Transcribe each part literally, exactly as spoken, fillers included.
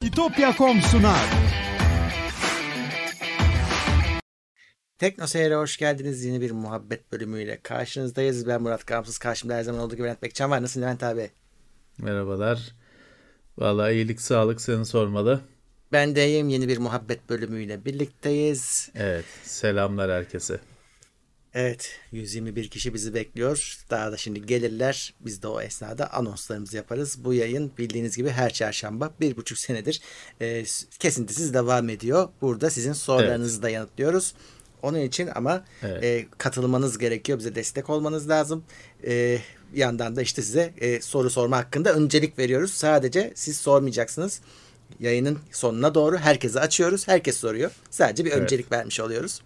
Bitopya nokta com sunar. Tekno Seyir'e hoş geldiniz. Yeni bir muhabbet bölümüyle karşınızdayız. Ben Murat Gamsız. Karşımda her zaman olduğu gibi Levent Bekcan var. Nasılsın Levent abi? Merhabalar. Vallahi iyilik sağlık seni sormalı. Ben de iyiyim. Yeni bir muhabbet bölümüyle birlikteyiz. Evet. Selamlar herkese. Evet. yüz yirmi bir kişi bizi bekliyor. Daha da şimdi gelirler. Biz de o esnada anonslarımızı yaparız. Bu yayın bildiğiniz gibi her çarşamba bir buçuk senedir e, kesintisiz devam ediyor. Burada sizin sorularınızı evet. da yanıtlıyoruz. Onun için ama evet. e, katılmanız gerekiyor. Bize destek olmanız lazım. E, bir yandan da işte size e, soru sorma hakkında öncelik veriyoruz. Sadece siz sormayacaksınız. Yayının sonuna doğru herkese açıyoruz. Herkes soruyor. Sadece bir evet. öncelik vermiş oluyoruz.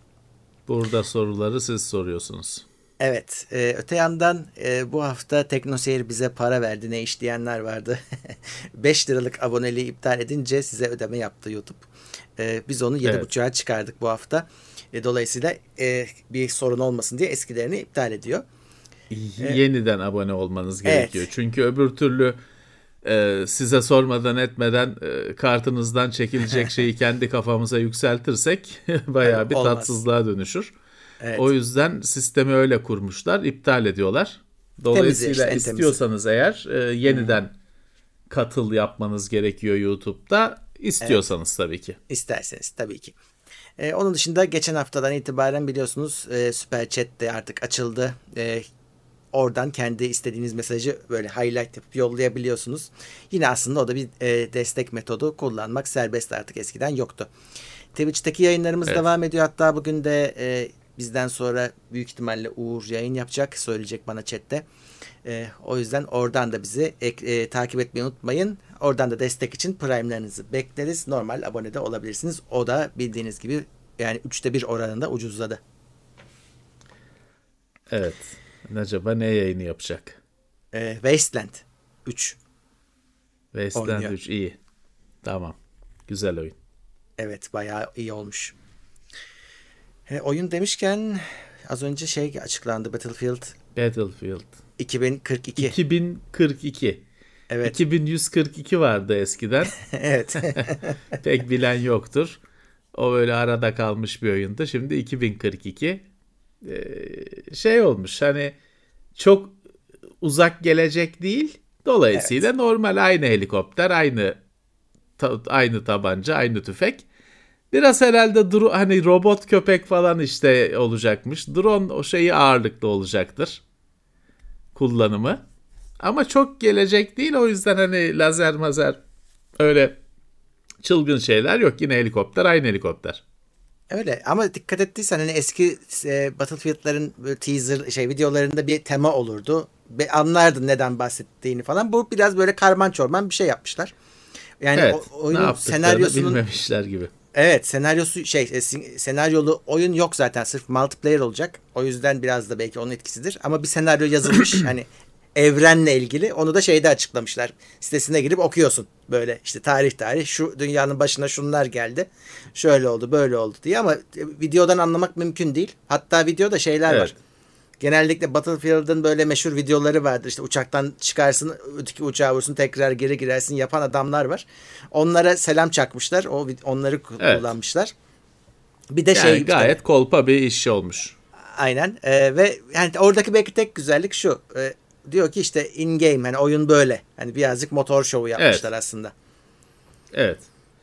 Burada soruları siz soruyorsunuz. Evet. E, öte yandan e, bu hafta Tekno Seyir bize para verdi. Ne iş diyenler vardı. beş liralık aboneliği iptal edince size ödeme yaptı YouTube. E, biz onu yedi buçuğa evet. çıkardık bu hafta. E, dolayısıyla e, bir sorun olmasın diye eskilerini iptal ediyor. Yeniden e, abone olmanız gerekiyor. Evet. Çünkü öbür türlü e, size sormadan etmeden e, kartınızdan çekilecek şeyi kendi kafamıza yükseltirsek bayağı evet, bir olmaz. Tatsızlığa dönüşür. Evet. O yüzden sistemi öyle kurmuşlar. İptal ediyorlar. Dolayısıyla işte, istiyorsanız eğer e, yeniden hmm. katıl yapmanız gerekiyor YouTube'da. İstiyorsanız evet. tabii ki. İsterseniz tabii ki. Ee, onun dışında geçen haftadan itibaren biliyorsunuz e, Süper Chat de artık açıldı. E, oradan kendi istediğiniz mesajı böyle highlight yapıp yollayabiliyorsunuz. Yine aslında o da bir e, destek metodu, kullanmak serbest artık, eskiden yoktu. Twitch'teki yayınlarımız evet. devam ediyor. Hatta bugün de e, bizden sonra büyük ihtimalle Uğur yayın yapacak. Söyleyecek bana chatte. E, o yüzden oradan da bizi e, e, takip etmeyi unutmayın. Oradan da destek için Prime'larınızı bekleriz. Normal abone de olabilirsiniz. O da bildiğiniz gibi yani üçte bir oranında ucuzladı. Evet. Acaba ne yayını yapacak? E, Wasteland üç. Wasteland oynuyor. üç iyi. Tamam. Güzel oyun. Evet, bayağı iyi olmuş. E, oyun demişken az önce şey açıklandı. Battlefield. Battlefield. iki bin kırk iki. iki bin kırk iki. Evet. iki bin yüz kırk iki vardı eskiden. Evet. Pek bilen yoktur. O böyle arada kalmış bir oyundu. Şimdi iki bin kırk iki ee, şey olmuş. Hani çok uzak gelecek değil. Dolayısıyla evet. normal aynı helikopter, aynı ta, aynı tabanca, aynı tüfek. Biraz herhalde dro- hani robot köpek falan işte olacakmış. Drone o şeyi ağırlıklı olacaktır. Kullanımı. Ama çok gelecek değil, o yüzden hani lazer mazer öyle çılgın şeyler yok. Yine helikopter, aynı helikopter. Öyle ama dikkat ettiysen hani eski e, Battlefield'ların teaser şey videolarında bir tema olurdu. Be, anlardın neden bahsettiğini falan. Bu biraz böyle karman çorman bir şey yapmışlar. Yani evet, o, oyunun senaryosunun bilmemişler gibi. Evet, senaryosu şey e, senaryolu oyun yok zaten, sırf multiplayer olacak. O yüzden biraz da belki onun etkisidir. Ama bir senaryo yazılmış hani evrenle ilgili, onu da şeyde açıklamışlar. Sitesine girip okuyorsun. Böyle işte tarih tarih şu dünyanın başına şunlar geldi. Şöyle oldu, böyle oldu diye, ama videodan anlamak mümkün değil. Hatta videoda şeyler evet. var. Genellikle Battlefield'ın böyle meşhur videoları vardır. İşte uçaktan çıkarsın, öteki uçağa vursun, tekrar geri girersin yapan adamlar var. Onlara selam çakmışlar. O onları evet. kullanmışlar. Bir de yani şey gayet işte, kolpa bir iş olmuş. Aynen. Ee, ve yani oradaki belki tek güzellik şu. E, diyor ki işte in game, hani oyun böyle. Hani birazcık motor şovu yapmışlar evet. aslında. Evet.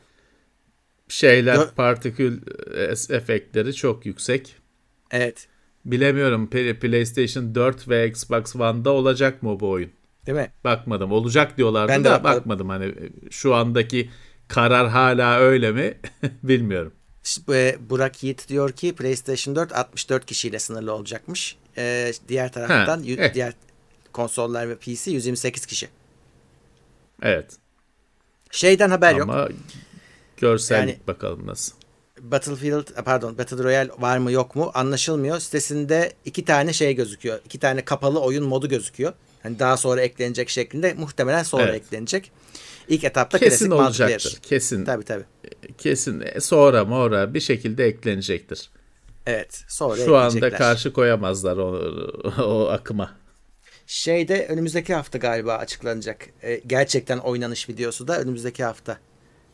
Şeyler, Gö- partikül efektleri çok yüksek. Evet. Bilemiyorum PlayStation dört ve Xbox One'da olacak mı bu oyun? Değil mi? Bakmadım. Olacak diyorlardı ben da bakmadım. bakmadım. Hani şu andaki karar hala öyle mi? Bilmiyorum. İşte, Burak Yiğit diyor ki PlayStation dört altmış dört kişiyle sınırlı olacakmış. Ee, diğer taraftan ha, y- diğer konsollar ve P C yüz yirmi sekiz kişi. Evet. Şeyden haber Ama yok. Ama görsellik yani, bakalım nasıl. Battlefield pardon Battle Royale var mı yok mu anlaşılmıyor. Sitesinde iki tane şey gözüküyor. İki tane kapalı oyun modu gözüküyor. Hani daha sonra eklenecek şeklinde, muhtemelen sonra evet. eklenecek. İlk etapta kesin klasik olacaktır. Kesin. Tabii tabii. Kesin sonra mora bir şekilde eklenecektir. Evet, sonra şu anda karşı koyamazlar o, o akıma. Şeyde önümüzdeki hafta galiba açıklanacak. E, gerçekten oynanış videosu da önümüzdeki hafta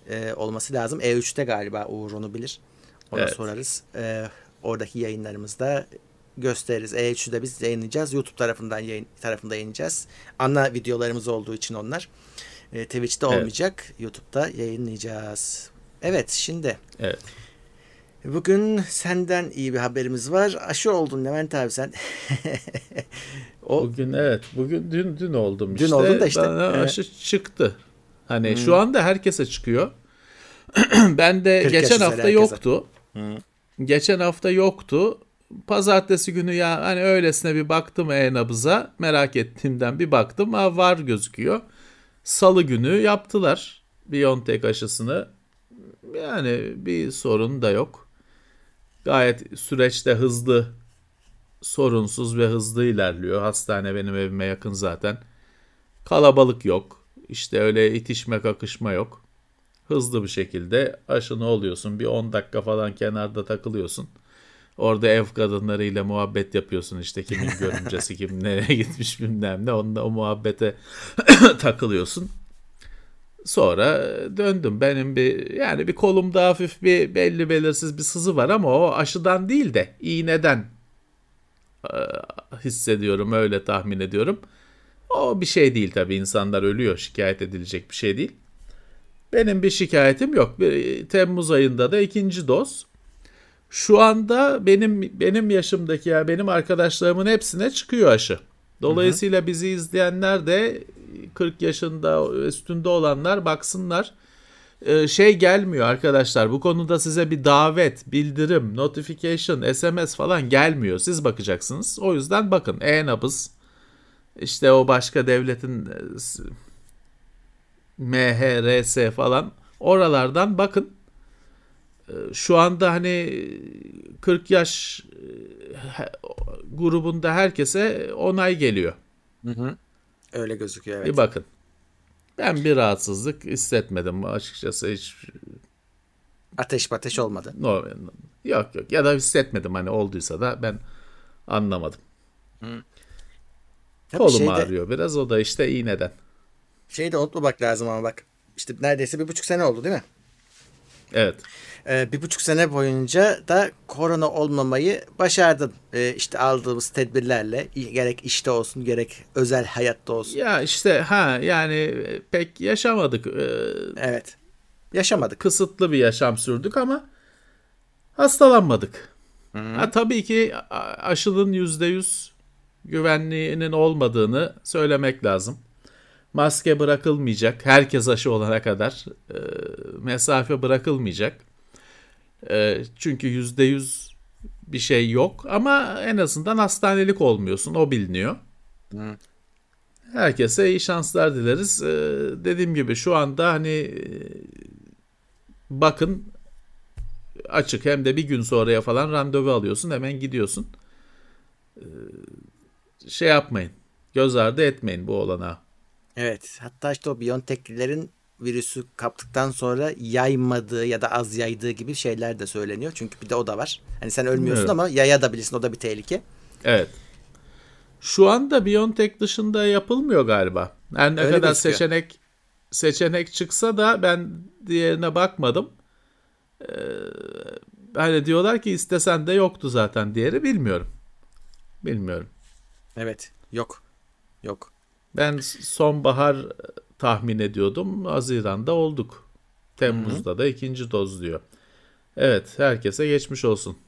e, olması lazım. E üçte galiba, Uğur onu bilir. Ona evet. sorarız. E, oradaki yayınlarımızda gösteririz. E üçü de biz yayınlayacağız. YouTube tarafından yayın, tarafında yayınlayacağız. Ana videolarımız olduğu için onlar. E, Twitch'te evet. olmayacak. YouTube'da yayınlayacağız. Evet, şimdi. Evet. Bugün senden iyi bir haberimiz var. Aşı oldun Levent abi sen. o, bugün evet. Bugün dün dün oldum işte. Dün oldun da işte. Bana aşı evet. çıktı. Hani hmm. şu anda herkese çıkıyor. Ben de geçen hafta herkese. yoktu. Hmm. Geçen hafta yoktu. Pazartesi günü ya hani öylesine bir baktım e-nabıza. Merak ettiğimden bir baktım. Ha, var gözüküyor. Salı günü yaptılar BioNTech aşısını. Yani bir sorun da yok. Gayet süreçte hızlı, sorunsuz ve hızlı ilerliyor. Hastane benim evime yakın zaten. Kalabalık yok. İşte öyle itişme kakışma yok. Hızlı bir şekilde aşını oluyorsun. Bir on dakika falan kenarda takılıyorsun. Orada ev kadınlarıyla muhabbet yapıyorsun. İşte kimin görümcesi kim nereye gitmiş bilmem ne. Onunla o muhabbete takılıyorsun. Sonra döndüm. Benim bir yani bir kolumda hafif bir belli belirsiz bir sızı var ama o aşıdan değil de iğneden e, hissediyorum, öyle tahmin ediyorum. O bir şey değil tabii, insanlar ölüyor, şikayet edilecek bir şey değil. Benim bir şikayetim yok. Bir, Temmuz ayında da ikinci doz. Şu anda benim benim yaşımdaki ya benim arkadaşlarımın hepsine çıkıyor aşı. Dolayısıyla hı hı. bizi izleyenler de kırk yaşında üstünde olanlar baksınlar. Ee, şey gelmiyor arkadaşlar, bu konuda size bir davet, bildirim, notification, S M S falan gelmiyor. Siz bakacaksınız. O yüzden bakın e-nabız, işte o başka devletin M H R S falan, oralardan bakın. Ee, şu anda hani kırk yaş grubunda herkese onay geliyor. Hı hı. Öyle gözüküyor, evet. Bir bakın. Ben bir rahatsızlık hissetmedim açıkçası, hiç. Ateş ateş olmadı. No, yok yok ya da hissetmedim, hani olduysa da ben anlamadım. Hı. Kolum şeyde, ağrıyor biraz, o da işte iğneden. Şeyi de unutmamak lazım ama bak. İşte neredeyse bir buçuk sene oldu değil mi? Evet. Ee, bir buçuk sene boyunca da korona olmamayı başardın. Ee, işte aldığımız tedbirlerle, gerek işte olsun gerek özel hayatta olsun. Ya işte ha yani pek yaşamadık. Ee, evet. Yaşamadık. Kısıtlı bir yaşam sürdük ama hastalanmadık. Hı-hı. Ha, tabii ki aşının yüzde yüz güvenliğinin olmadığını söylemek lazım. Maske bırakılmayacak. Herkes aşı olana kadar e, mesafe bırakılmayacak. E, çünkü yüzde yüz bir şey yok. Ama en azından hastanelik olmuyorsun. O biliniyor. Hı. Herkese iyi şanslar dileriz. E, dediğim gibi şu anda hani e, bakın açık, hem de bir gün sonraya falan randevu alıyorsun. Hemen gidiyorsun. E, şey yapmayın. Göz ardı etmeyin bu olanağı. Evet. Hatta işte o BioNTech'lilerin virüsü kaptıktan sonra yaymadığı ya da az yaydığı gibi şeyler de söyleniyor. Çünkü bir de o da var. Hani sen ölmüyorsun evet. ama yayabilirsin. O da bir tehlike. Evet. Şu anda BioNTech dışında yapılmıyor galiba. Yani ne Öyle kadar gözüküyor. seçenek seçenek çıksa da ben diğerine bakmadım. Ee, hani diyorlar ki istesen de yoktu zaten diğeri, bilmiyorum. Bilmiyorum. Evet. Yok. Yok. Ben sonbahar tahmin ediyordum. Haziran'da olduk. Temmuz'da Hı-hı. da ikinci doz diyor. Evet, herkese geçmiş olsun.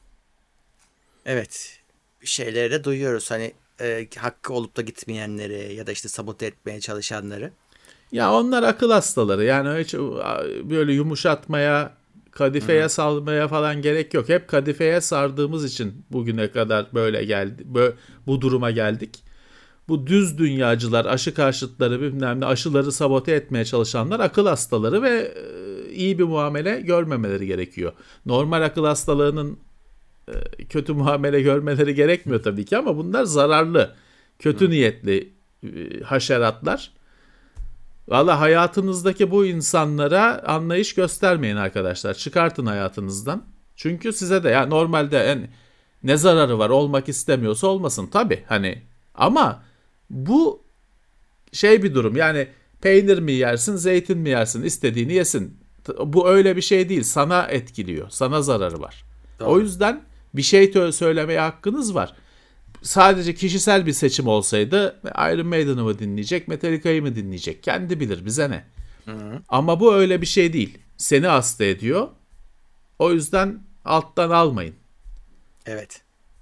Evet. Bir şeyleri de duyuyoruz. Hani e, hakkı olup da gitmeyenleri ya da işte sabote etmeye çalışanları. Ya onlar akıl hastaları. Yani hiç böyle yumuşatmaya, kadifeye Hı-hı. salmaya falan gerek yok. Hep kadifeye sardığımız için bugüne kadar böyle geldi. Böyle, bu duruma geldik. Bu düz dünyacılar, aşı karşıtları, bilmem ne, aşıları sabote etmeye çalışanlar akıl hastaları ve iyi bir muamele görmemeleri gerekiyor. Normal akıl hastalığının kötü muamele görmeleri gerekmiyor tabii ki ama bunlar zararlı, kötü niyetli haşeratlar. Valla hayatınızdaki bu insanlara anlayış göstermeyin arkadaşlar. Çıkartın hayatınızdan. Çünkü size de ya normalde yani ne zararı var, olmak istemiyorsa olmasın tabii hani, ama bu şey bir durum yani, peynir mi yersin, zeytin mi yersin, istediğini yesin. Bu öyle bir şey değil. Sana etkiliyor. Sana zararı var. Doğru. O yüzden bir şey söylemeye hakkınız var. Sadece kişisel bir seçim olsaydı Iron Maiden'ı mı dinleyecek, Metallica'yı mı dinleyecek? Kendi bilir, bize ne? Hı-hı. Ama bu öyle bir şey değil. Seni hasta ediyor. O yüzden alttan almayın. Evet.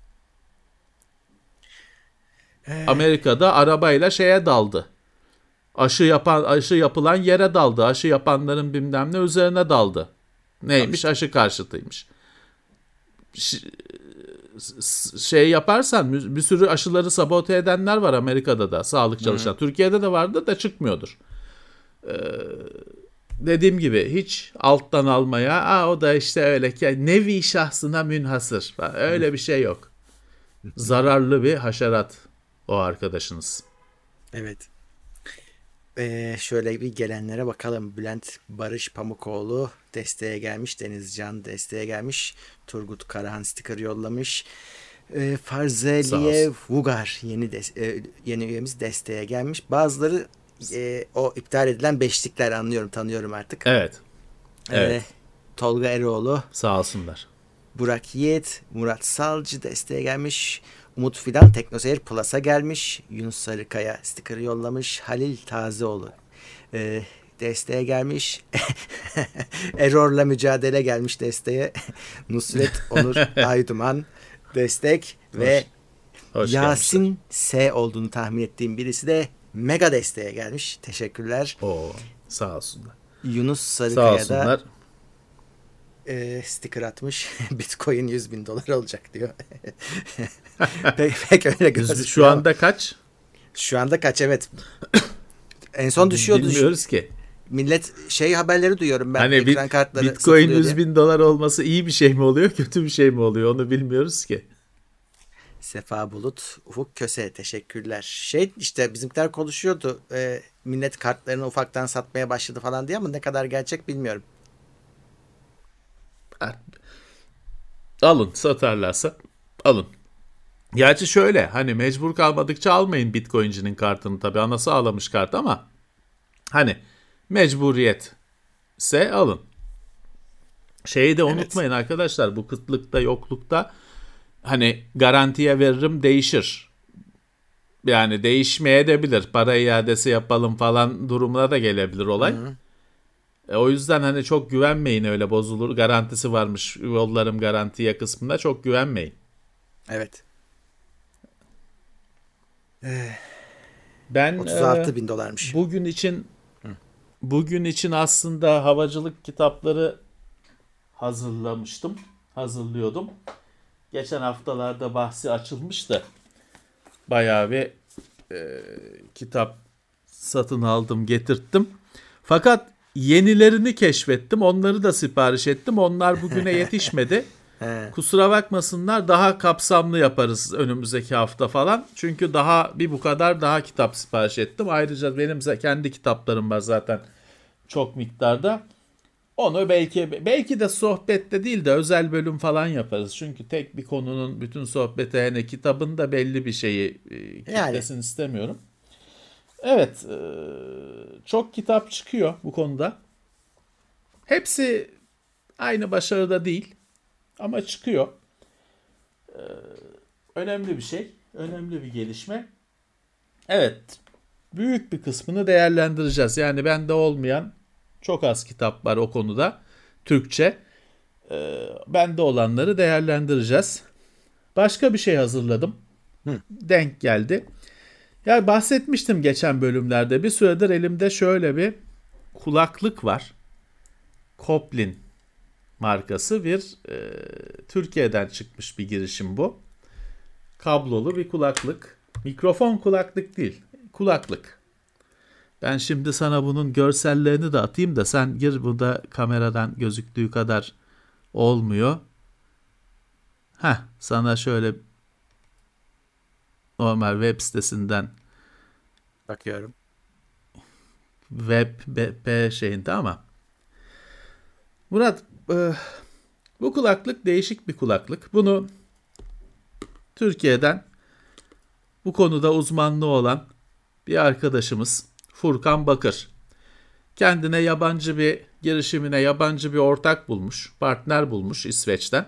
Amerika'da arabayla şeye daldı. Aşı yapan aşı yapılan yere daldı. Aşı yapanların bilmem ne üzerine daldı. Neymiş? Tabii. Aşı karşıtıymış. Şey yaparsan bir sürü aşıları sabote edenler var Amerika'da da, sağlık çalışan. Türkiye'de de vardı da çıkmıyordur. Ee, dediğim gibi hiç alttan almaya, Aa, o da işte öyle nevi şahsına münhasır. Öyle bir şey yok. Zararlı bir haşerat o arkadaşınız. Evet. Ee, şöyle bir gelenlere bakalım. Bülent Barış Pamukoğlu desteğe gelmiş. Denizcan desteğe gelmiş. Turgut Karahan sticker yollamış. Ee, Farzeliye Vugar yeni des- e, yeni üyemiz desteğe gelmiş. Bazıları e, o iptal edilen beşlikler, anlıyorum, tanıyorum artık. Evet. Ee, evet. Tolga Eroğlu. Sağ olsunlar. Burak Yiğit, Murat Salcı desteğe gelmiş. Umut Fidan Teknoseyir Plus'a gelmiş. Yunus Sarıkaya sticker yollamış. Halil Tazeoğlu e, desteğe gelmiş. Error'la mücadele gelmiş desteğe. Nusret Onur Ayduman destek hoş, ve hoş Yasin gelmişler. S olduğunu tahmin ettiğim birisi de mega desteğe gelmiş. Teşekkürler. Oo, sağ olsunlar. Yunus Sarıkaya da e, sticker atmış. Bitcoin yüz bin dolar olacak diyor. pek, pek öyle gözüküyor. Şu anda kaç? Şu anda kaç, evet. En son düşüyordu. Bilmiyoruz ki. Millet şey haberleri duyuyorum ben. Hani ekran kartları Bitcoin yüz bin dolar olması iyi bir şey mi oluyor, kötü bir şey mi oluyor, onu bilmiyoruz ki. Sefa Bulut, Ufuk Köse teşekkürler. Şey işte bizimkiler konuşuyordu. E, millet kartlarını ufaktan satmaya başladı falan diye ama ne kadar gerçek bilmiyorum. Alın, satarlarsa alın. Gerçi şöyle, hani mecbur kalmadıkça almayın Bitcoin'cinin kartını, tabii anası ağlamış kart ama hani mecburiyetse alın. Şeyi de unutmayın evet. Arkadaşlar, bu kıtlıkta yoklukta hani garantiye veririm değişir. Yani değişmeye de bilir. Para iadesi yapalım falan durumuna da gelebilir olay. Hı-hı. E, o yüzden hani çok güvenmeyin, öyle bozulur garantisi varmış yollarım garantiye kısmında çok güvenmeyin. Evet. Ben otuz altı bin dolarmış. Bugün için Hı. bugün için aslında havacılık kitapları hazırlamıştım. Hazırlıyordum. Geçen haftalarda bahsi açılmıştı. Bayağı bir e, kitap satın aldım, getirttim. Fakat yenilerini keşfettim. Onları da sipariş ettim. Onlar bugüne yetişmedi. Kusura bakmasınlar, daha kapsamlı yaparız önümüzdeki hafta falan. Çünkü daha bir bu kadar daha kitap sipariş ettim. Ayrıca benim kendi kitaplarım var zaten çok miktarda. Onu belki belki de sohbette değil de özel bölüm falan yaparız. Çünkü tek bir konunun bütün sohbeti, yani kitabın da belli bir şeyi kitlesin yani. istemiyorum. Evet, çok kitap çıkıyor bu konuda. Hepsi aynı başarıda değil. Ama çıkıyor. Ee, önemli bir şey. Önemli bir gelişme. Evet. Büyük bir kısmını değerlendireceğiz. Yani bende olmayan çok az kitap var o konuda. Türkçe. Ee, bende olanları değerlendireceğiz. Başka bir şey hazırladım. Hı. Denk geldi. Ya bahsetmiştim geçen bölümlerde. Bir süredir elimde şöyle bir kulaklık var. Koplin markası bir e, Türkiye'den çıkmış bir girişim bu. Kablolu bir kulaklık. Mikrofon kulaklık değil. Kulaklık. Ben şimdi sana bunun görsellerini de atayım da sen gir, burada kameradan gözüktüğü kadar olmuyor. Heh, sana şöyle normal web sitesinden bakıyorum. Web B P şeyinde ama Murat, e, bu kulaklık değişik bir kulaklık. Bunu Türkiye'den bu konuda uzmanlığı olan bir arkadaşımız Furkan Bakır kendine yabancı bir girişimine yabancı bir ortak bulmuş, partner bulmuş İsveç'ten.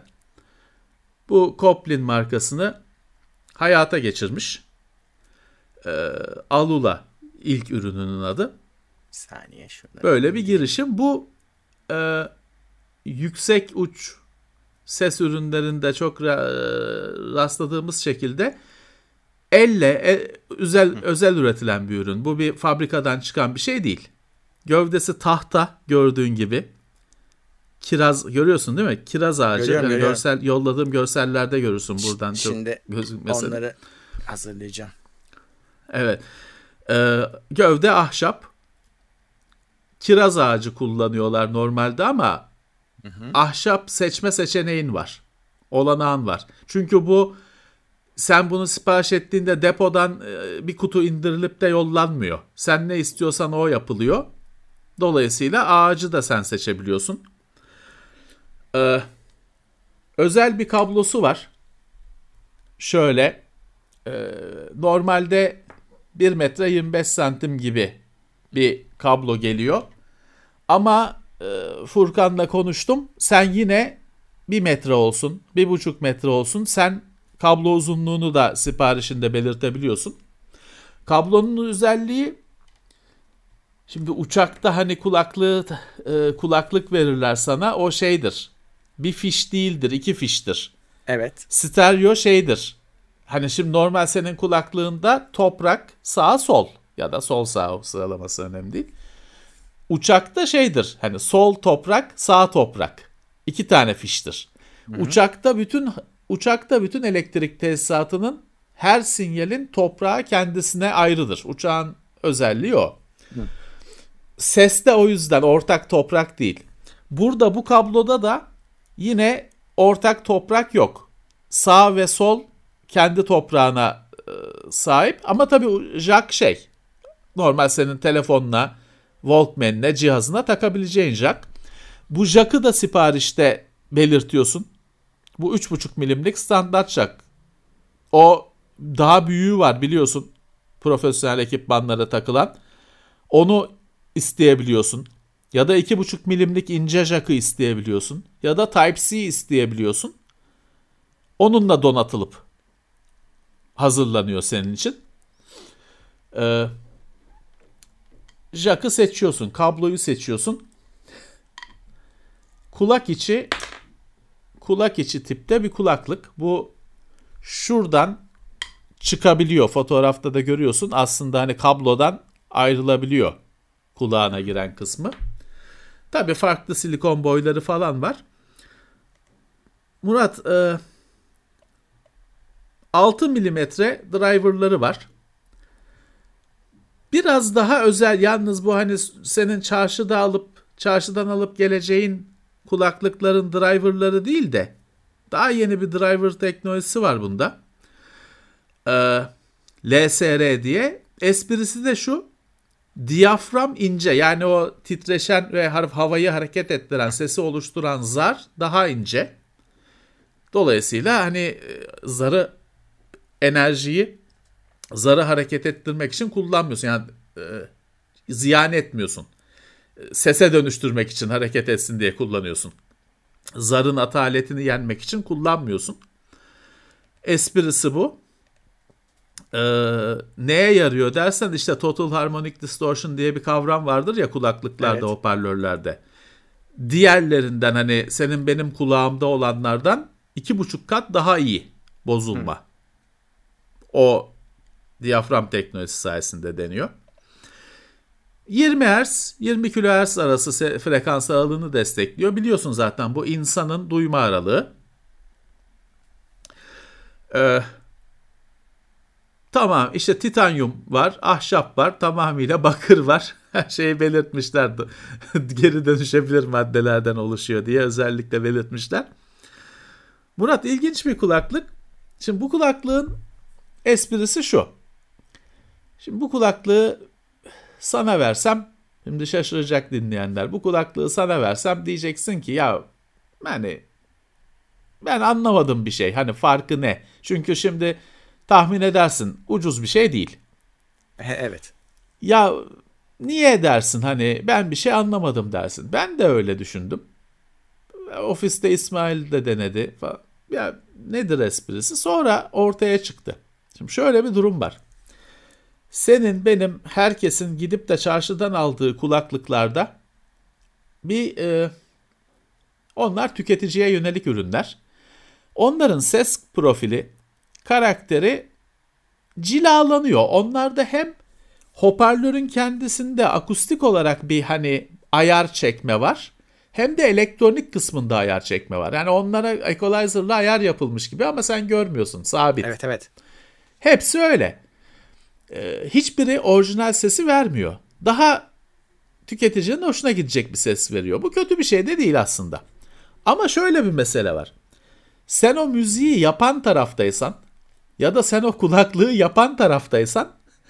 Bu Koplin markasını hayata geçirmiş. Ee, Alula ilk ürününün adı. Bir saniye şurada. Böyle bir girişim. Bu e, yüksek uç ses ürünlerinde çok ra- rastladığımız şekilde elle e, özel özel üretilen bir ürün. Bu bir fabrikadan çıkan bir şey değil. Gövdesi tahta gördüğün gibi. Kiraz görüyorsun değil mi? Kiraz ağacı. Görüyorum, Yani görüyorum. görsel yolladığım görsellerde görürsün buradan. Şimdi çok gözükmesin. onları hazırlayacağım. Evet. Ee, gövde ahşap. Kiraz ağacı kullanıyorlar normalde ama hı hı. ahşap seçme seçeneğin var. Olanağın var. Çünkü bu sen bunu sipariş ettiğinde depodan e, bir kutu indirilip de yollanmıyor. Sen ne istiyorsan o yapılıyor. Dolayısıyla ağacı da sen seçebiliyorsun. Ee, özel bir kablosu var. Şöyle e, normalde bir metre yirmi beş santim gibi bir kablo geliyor. Ama e, Furkan'la konuştum. Sen yine bir metre olsun, bir buçuk metre olsun. Sen kablo uzunluğunu da siparişinde belirtebiliyorsun. Kablonun özelliği, şimdi uçakta hani kulaklığı e, kulaklık verirler sana, o şeydir. Bir fiş değildir, iki fiştir. Evet. Stereo şeydir. Hani şimdi normal senin kulaklığında toprak sağ sol ya da sol sağ sıralaması önemli değil. Uçakta şeydir. Hani sol toprak, sağ toprak. İki tane fiştir. Hı-hı. Uçakta bütün uçakta bütün elektrik tesisatının her sinyalin toprağı kendisine ayrıdır. Uçağın özelliği o. Hı. Ses de o yüzden ortak toprak değil. Burada bu kabloda da yine ortak toprak yok. Sağ ve sol kendi toprağına e, sahip ama tabii jack şey. Normal senin telefonuna, Walkman'ine, cihazına takabileceğin jack. Bu jack'ı da siparişte belirtiyorsun. Bu üç buçuk milimlik standart jack. O daha büyüğü var biliyorsun. Profesyonel ekipmanlara takılan. Onu isteyebiliyorsun. Ya da iki buçuk milimlik ince jack'ı isteyebiliyorsun. Ya da Type-C isteyebiliyorsun. Onunla donatılıp hazırlanıyor senin için. Ee, jack'ı seçiyorsun. Kabloyu seçiyorsun. Kulak içi kulak içi tipte bir kulaklık. Bu şuradan çıkabiliyor. Fotoğrafta da görüyorsun. Aslında hani kablodan ayrılabiliyor kulağına giren kısmı. Tabii farklı silikon boyları falan var. Murat, e, altı milimetre driverları var. Biraz daha özel, yalnız bu hani senin çarşıda alıp çarşıdan alıp geleceğin kulaklıkların driverları değil de daha yeni bir driver teknolojisi var bunda. Ee, L S R diye. Esprisi de şu: diyafram ince, yani o titreşen ve havayı hareket ettiren, sesi oluşturan zar daha ince. Dolayısıyla hani zarı, enerjiyi zarı hareket ettirmek için kullanmıyorsun. Yani e, ziyan etmiyorsun. Sese dönüştürmek için, hareket etsin diye kullanıyorsun. Zarın ataletini yenmek için kullanmıyorsun. Esprisi bu. Ee, neye yarıyor dersen, işte Total Harmonic Distortion diye bir kavram vardır ya kulaklıklarda, evet, hoparlörlerde. Diğerlerinden, hani senin benim kulağımda olanlardan iki buçuk kat daha iyi bozulma. Hı. O diyafram teknolojisi sayesinde deniyor. yirmi hertz, yirmi kilohertz arası frekans aralığını destekliyor. Biliyorsun zaten bu insanın duyma aralığı. Ee, tamam, işte titanyum var, ahşap var, tamamıyla bakır var. Her şeyi belirtmişler. Geri dönüşebilir maddelerden oluşuyor diye özellikle belirtmişler. Murat, ilginç bir kulaklık. Şimdi bu kulaklığın esprisi şu. Şimdi bu kulaklığı sana versem, şimdi şaşıracak dinleyenler, bu kulaklığı sana versem diyeceksin ki ya hani ben anlamadım bir şey, hani farkı ne? Çünkü şimdi tahmin edersin, ucuz bir şey değil. Evet. Ya Niye dersin, hani ben bir şey anlamadım dersin. Ben de öyle düşündüm. Ofiste İsmail de denedi falan. Ya nedir esprisi? Sonra ortaya çıktı. Şimdi şöyle bir durum var. Senin, benim, herkesin gidip de çarşıdan aldığı kulaklıklarda bir e, onlar tüketiciye yönelik ürünler. Onların ses profili, karakteri cilalanıyor. Onlarda hem hoparlörün kendisinde akustik olarak bir hani ayar çekme var, hem de elektronik kısmında ayar çekme var. Yani onlara equalizer'la ayar yapılmış gibi ama sen görmüyorsun, sabit. Evet evet. Hepsi öyle. Ee, hiçbiri orijinal sesi vermiyor. Daha tüketicinin hoşuna gidecek bir ses veriyor. Bu kötü bir şey de değil aslında. Ama şöyle bir mesele var. Sen o müziği yapan taraftaysan ya da sen o kulaklığı yapan taraftaysan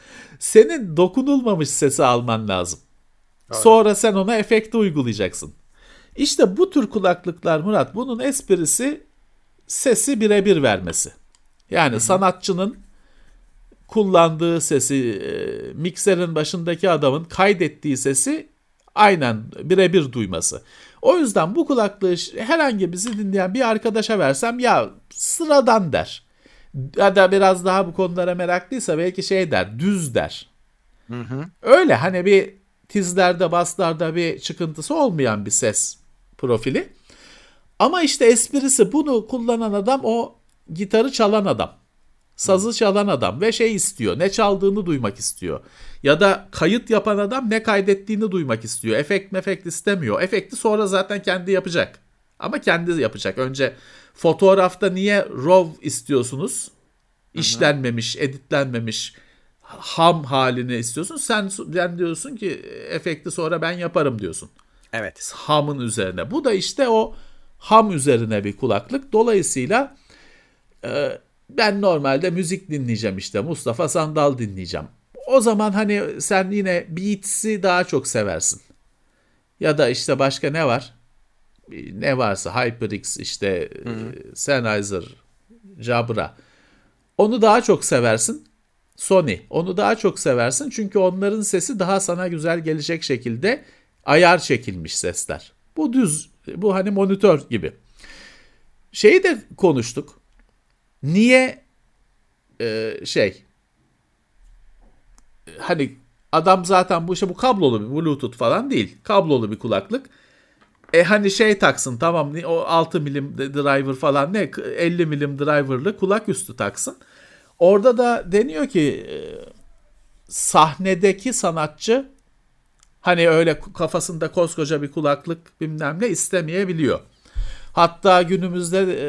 senin dokunulmamış sesi alman lazım. Evet. Sonra sen ona efekti uygulayacaksın. İşte bu tür kulaklıklar Murat, bunun esprisi sesi birebir vermesi. Yani hı hı. sanatçının kullandığı sesi, mikserin başındaki adamın kaydettiği sesi aynen birebir duyması. O yüzden bu kulaklığı herhangi bizi dinleyen bir arkadaşa versem ya sıradan der. Ya da biraz daha bu konulara meraklıysa belki şey der, düz der. Hı hı. Öyle hani bir tizlerde, baslarda bir çıkıntısı olmayan bir ses profili. Ama işte esprisi, bunu kullanan adam o gitarı çalan adam. Sazı çalan adam ve şey istiyor, ne çaldığını duymak istiyor. Ya da kayıt yapan adam ne kaydettiğini duymak istiyor. Efekt mefekt istemiyor. Efekti sonra zaten kendi yapacak. Ama kendi yapacak. Önce fotoğrafta niye RAW istiyorsunuz? İşlenmemiş, editlenmemiş, ham halini istiyorsun. Sen, sen diyorsun ki efekti sonra ben yaparım diyorsun. Evet. Hamın üzerine. Bu da işte o ham üzerine bir kulaklık. Dolayısıyla e, ben normalde müzik dinleyeceğim, işte Mustafa Sandal dinleyeceğim. O zaman hani sen yine Beats'i daha çok seversin. Ya da işte başka ne var? Ne varsa HyperX, işte hmm. Sennheiser, Jabra. Onu daha çok seversin. Sony. Onu daha çok seversin. Çünkü onların sesi daha sana güzel gelecek şekilde ayar çekilmiş sesler. Bu düz, bu hani monitör gibi. Şeyi de konuştuk. Niye e, şey hani adam zaten bu işte bu kablolu bir Bluetooth falan değil. Kablolu bir kulaklık. E hani şey taksın, tamam, o altı milim driver falan ne elli milim driverlı kulak üstü taksın. Orada da deniyor ki e, sahnedeki sanatçı hani öyle kafasında koskoca bir kulaklık bilmem ne istemeyebiliyor. Hatta günümüzde e,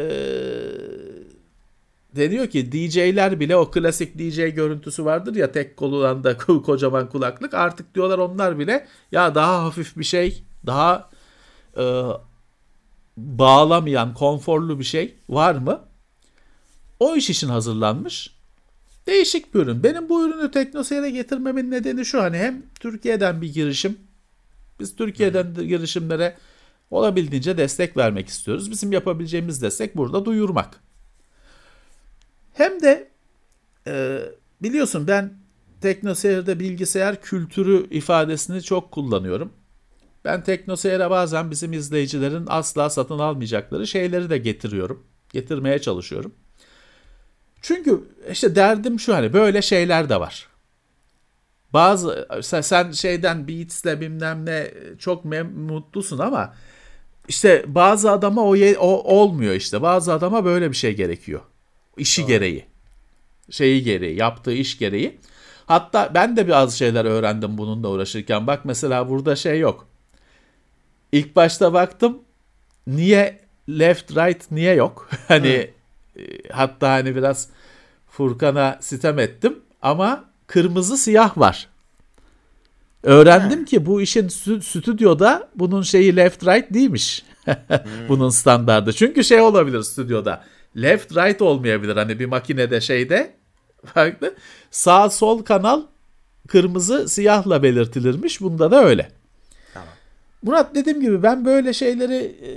deniyor ki D J'ler bile, o klasik D J görüntüsü vardır ya, tek kolundan da kocaman kulaklık, artık diyorlar onlar bile ya daha hafif bir şey, daha e, bağlamayan, konforlu bir şey var mı? O iş için hazırlanmış. Değişik bir ürün. Benim bu ürünü TeknoSeyir'e getirmemin nedeni şu, hani hem Türkiye'den bir girişim. Biz Türkiye'den de girişimlere olabildiğince destek vermek istiyoruz. Bizim yapabileceğimiz destek burada duyurmak. Hem de e, biliyorsun ben TeknoSeyir'de bilgisayar kültürü ifadesini çok kullanıyorum. Ben TeknoSeyir'e bazen bizim izleyicilerin asla satın almayacakları şeyleri de getiriyorum. Getirmeye çalışıyorum. Çünkü işte derdim şu, hani böyle şeyler de var. Bazı sen şeyden Beats'le bilmem ne çok mutlusun ama işte bazı adama o, o olmuyor işte. Bazı adama böyle bir şey gerekiyor. İşi Doğru. gereği. Şeyi gereği, yaptığı iş gereği. Hatta ben de bazı şeyler öğrendim bununla uğraşırken. Bak mesela burada şey yok. İlk başta baktım niye left right niye yok? Hani Hı. hatta hani biraz Furkan'a sitem ettim ama kırmızı siyah var. Öğrendim He. ki bu işin stüdyoda bunun şeyi left right değilmiş. hmm. Bunun standardı. Çünkü şey olabilir stüdyoda. Left right olmayabilir. Hani bir makinede şeyde farklı. Sağ sol kanal kırmızı siyahla belirtilirmiş. Bunda da öyle. Tamam. Murat, dediğim gibi ben böyle şeyleri e,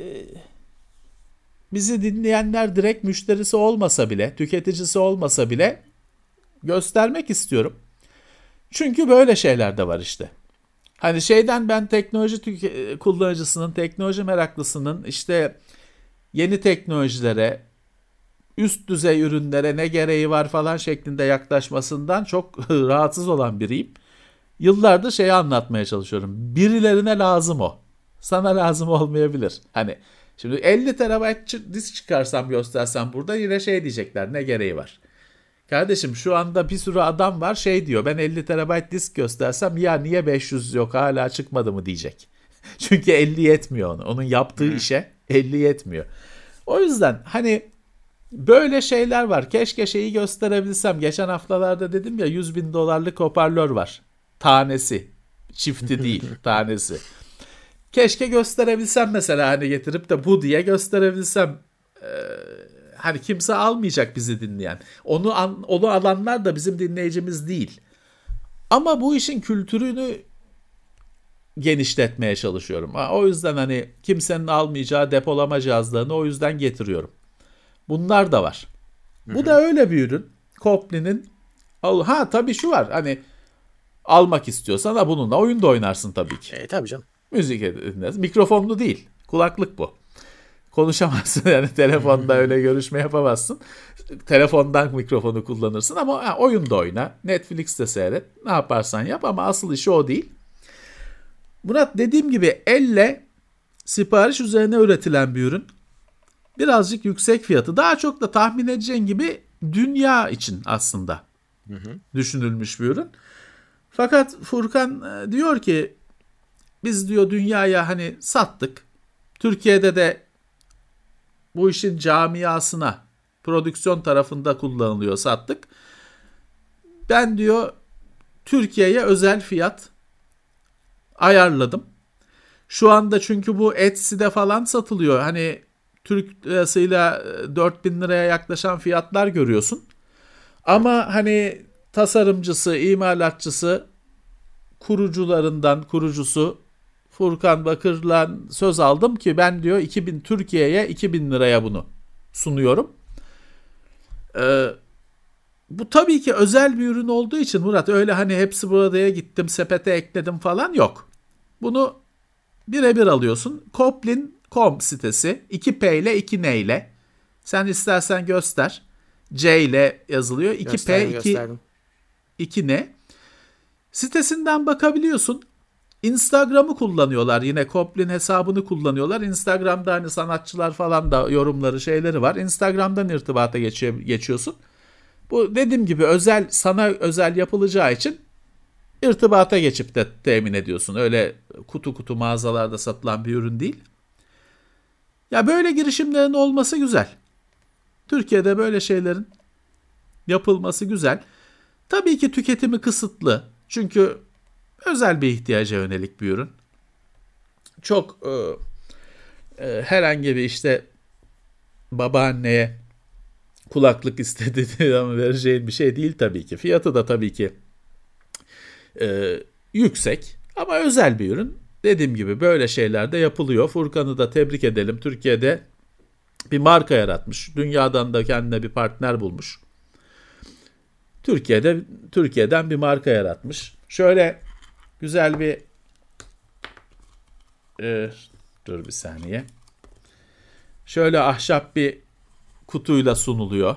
bizi dinleyenler direkt müşterisi olmasa bile, tüketicisi olmasa bile göstermek istiyorum. Çünkü böyle şeyler de var işte. Hani şeyden ben teknoloji tüke- kullanıcısının, teknoloji meraklısının işte yeni teknolojilere, üst düzey ürünlere ne gereği var falan şeklinde yaklaşmasından çok rahatsız olan biriyim. Yıllardır şeyi anlatmaya çalışıyorum. Birilerine lazım o. Sana lazım olmayabilir. Hani şimdi elli terabayt disk çıkarsam göstersem burada yine şey diyecekler. Ne gereği var? Kardeşim şu anda bir sürü adam var şey diyor. Ben elli terabayt disk göstersem ya niye beş yüz yok hala çıkmadı mı diyecek. Çünkü elli yetmiyor onu. Onun yaptığı işe elli yetmiyor. O yüzden hani böyle şeyler var. Keşke şeyi gösterebilsem. Geçen haftalarda dedim ya yüz bin dolarlık hoparlör var. Tanesi. Çifti değil tanesi. Keşke gösterebilsem mesela hani getirip de bu diye gösterebilsem. Ee, hani kimse almayacak bizi dinleyen. Onu onu alanlar da bizim dinleyicimiz değil. Ama bu işin kültürünü genişletmeye çalışıyorum. O yüzden hani kimsenin almayacağı depolama cihazlarını o yüzden getiriyorum. Bunlar da var. Hı-hı. Bu da öyle bir ürün. Koplin'in ha tabii şu var. Hani almak istiyorsan da bununla oyun da oynarsın tabii ki. E tabii canım. Müzik dinlersin. Mikrofonlu değil. Kulaklık bu. Konuşamazsın yani telefonda öyle görüşme yapamazsın. Telefondan mikrofonu kullanırsın ama ha, oyun da oyna. Netflix'te seyret. Ne yaparsan yap ama asıl işi o değil. Murat dediğim gibi elle sipariş üzerine üretilen bir ürün. Birazcık yüksek fiyatı. Daha çok da tahmin edeceğin gibi dünya için aslında hı hı. düşünülmüş bir ürün. Fakat Furkan diyor ki biz diyor dünyaya hani sattık. Türkiye'de de bu işin camiasına prodüksiyon tarafında kullanılıyor sattık. Ben diyor Türkiye'ye özel fiyat ayarladım. Şu anda çünkü bu Etsy'de falan satılıyor. Hani Türk lirasıyla dört bin liraya yaklaşan fiyatlar görüyorsun. Ama hani tasarımcısı, imalatçısı, kurucularından kurucusu Furkan Bakır'la söz aldım ki ben diyor iki bin Türkiye'ye iki bin liraya bunu sunuyorum. Ee, bu tabii ki özel bir ürün olduğu için Murat öyle hani hepsi buradaya gittim sepete ekledim falan yok. Bunu birebir alıyorsun. Koplin nokta com sitesi iki P ile iki N ile. Sen istersen göster. C ile yazılıyor. iki P iki N. Sitesinden bakabiliyorsun. Instagram'ı kullanıyorlar. Yine Koplin hesabını kullanıyorlar. Instagram'da hani sanatçılar falan da yorumları şeyleri var. Instagram'dan irtibata geçiyor, geçiyorsun. Bu dediğim gibi özel sana özel yapılacağı için irtibata geçip de temin ediyorsun. Öyle kutu kutu mağazalarda satılan bir ürün değil. Ya böyle girişimlerin olması güzel. Türkiye'de böyle şeylerin yapılması güzel. Tabii ki tüketimi kısıtlı. Çünkü özel bir ihtiyaca yönelik bir ürün. Çok e, e, herhangi bir işte babaanneye kulaklık istediği ama vereceğin bir şey değil tabii ki. Fiyatı da tabii ki e, yüksek ama özel bir ürün. Dediğim gibi böyle şeyler de yapılıyor. Furkan'ı da tebrik edelim. Türkiye'de bir marka yaratmış. Dünyadan da kendine bir partner bulmuş. Türkiye'de Türkiye'den bir marka yaratmış. Şöyle güzel bir e, dur bir saniye. Şöyle ahşap bir kutuyla sunuluyor.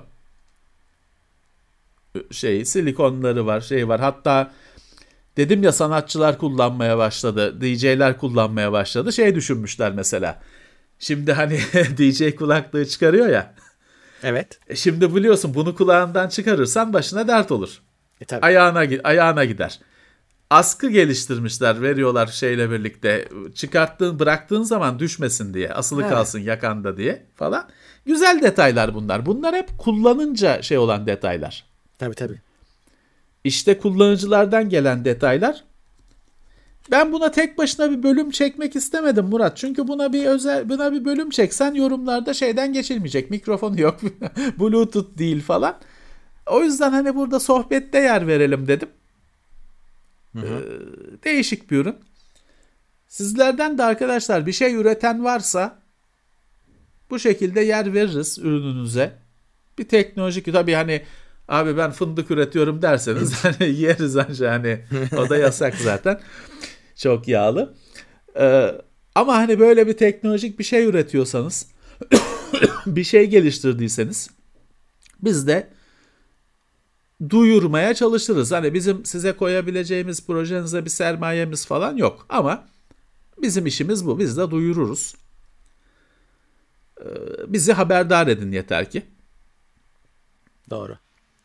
Şey silikonları var, şey var. Hatta dedim ya sanatçılar kullanmaya başladı, D J'ler kullanmaya başladı. Şey düşünmüşler mesela. Şimdi hani D J kulaklığı çıkarıyor ya. Evet. Şimdi biliyorsun bunu kulağından çıkarırsan başına dert olur. E, tabii. Ayağına ayağına gider. Askı geliştirmişler, veriyorlar şeyle birlikte. Çıkarttığın, bıraktığın zaman düşmesin diye, asılı evet. kalsın yakanda diye falan. Güzel detaylar bunlar. Bunlar hep kullanınca şey olan detaylar. Tabii tabii. İşte kullanıcılardan gelen detaylar. Ben buna tek başına bir bölüm çekmek istemedim Murat. Çünkü buna bir özel buna bir bölüm çeksen yorumlarda şeyden geçilmeyecek. Mikrofonu yok. Bluetooth değil falan. O yüzden hani burada sohbette yer verelim dedim. Hı hı. Ee, değişik bir ürün. Sizlerden de arkadaşlar bir şey üreten varsa bu şekilde yer veririz ürününüze. Bir teknolojik tabii hani abi ben fındık üretiyorum derseniz hani yeriz anca hani o da yasak zaten. Çok yağlı. Ee, ama hani böyle bir teknolojik bir şey üretiyorsanız, bir şey geliştirdiyseniz biz de duyurmaya çalışırız. Hani bizim size koyabileceğimiz, projenize bir sermayemiz falan yok. Ama bizim işimiz bu. Biz de duyururuz. Ee, bizi haberdar edin yeter ki. Doğru.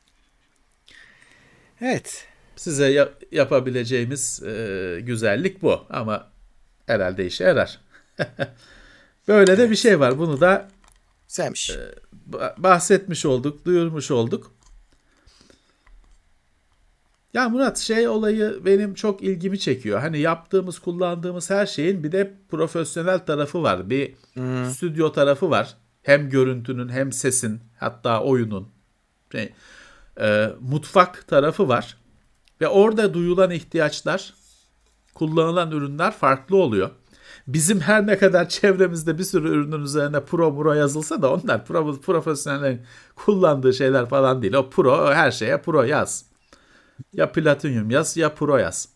Evet. Size ya- yapabileceğimiz e, güzellik bu. Ama herhalde işe yarar. Böyle evet. de bir şey var. Bunu da Güzelmiş. e, bahsetmiş olduk, duyurmuş olduk. Ya Murat, şey olayı benim çok ilgimi çekiyor. Hani yaptığımız, kullandığımız her şeyin bir de profesyonel tarafı var. Bir hmm. stüdyo tarafı var. Hem görüntünün hem sesin, hatta oyunun. Şey, e, mutfak tarafı var. Ve orada duyulan ihtiyaçlar, kullanılan ürünler farklı oluyor. Bizim her ne kadar çevremizde bir sürü ürünün üzerine pro muro yazılsa da onlar pro, profesyonellerin kullandığı şeyler falan değil. O pro, her şeye pro yaz. Ya platinyum yaz ya pro yaz.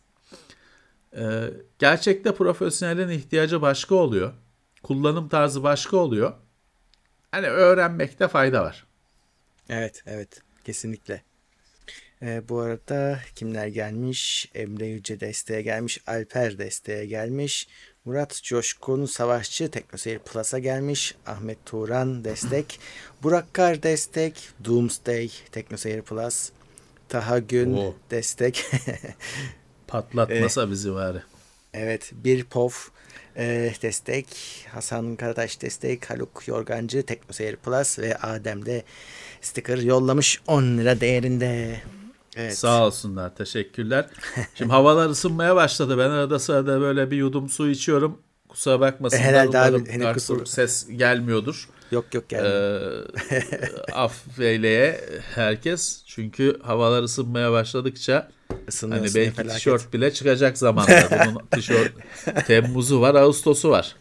Ee, gerçekte profesyonelin ihtiyacı başka oluyor. Kullanım tarzı başka oluyor. Hani öğrenmekte fayda var. Evet, evet. Kesinlikle. Ee, bu arada kimler gelmiş? Emre Yüce desteğe gelmiş. Alper desteğe gelmiş. Murat Coşkun Savaşçı TeknoSeyir Plus'a gelmiş. Ahmet Turan destek. Burak Kar destek. Doomsday TeknoSeyir Plus. Taha Gün Oo. destek. Patlatmasa ee, bizi bari. Evet. Bir Pof e, destek. Hasan Karataş destek. Haluk Yorgancı TeknoSeyir Plus ve Adem de sticker yollamış on lira değerinde. Evet. Sağ olsunlar. Teşekkürler. Şimdi havalar ısınmaya başladı. Ben arada sırada böyle bir yudum su içiyorum. Kusura bakmasınlar. Herhalde abi. Artık ses gelmiyordur. Yok yok gelmiyor. Ee, affeyleye herkes. Çünkü havalar ısınmaya başladıkça hani belki felaket. Tişört bile çıkacak zamanda. Bunun tişört Temmuz'u var, Ağustos'u var.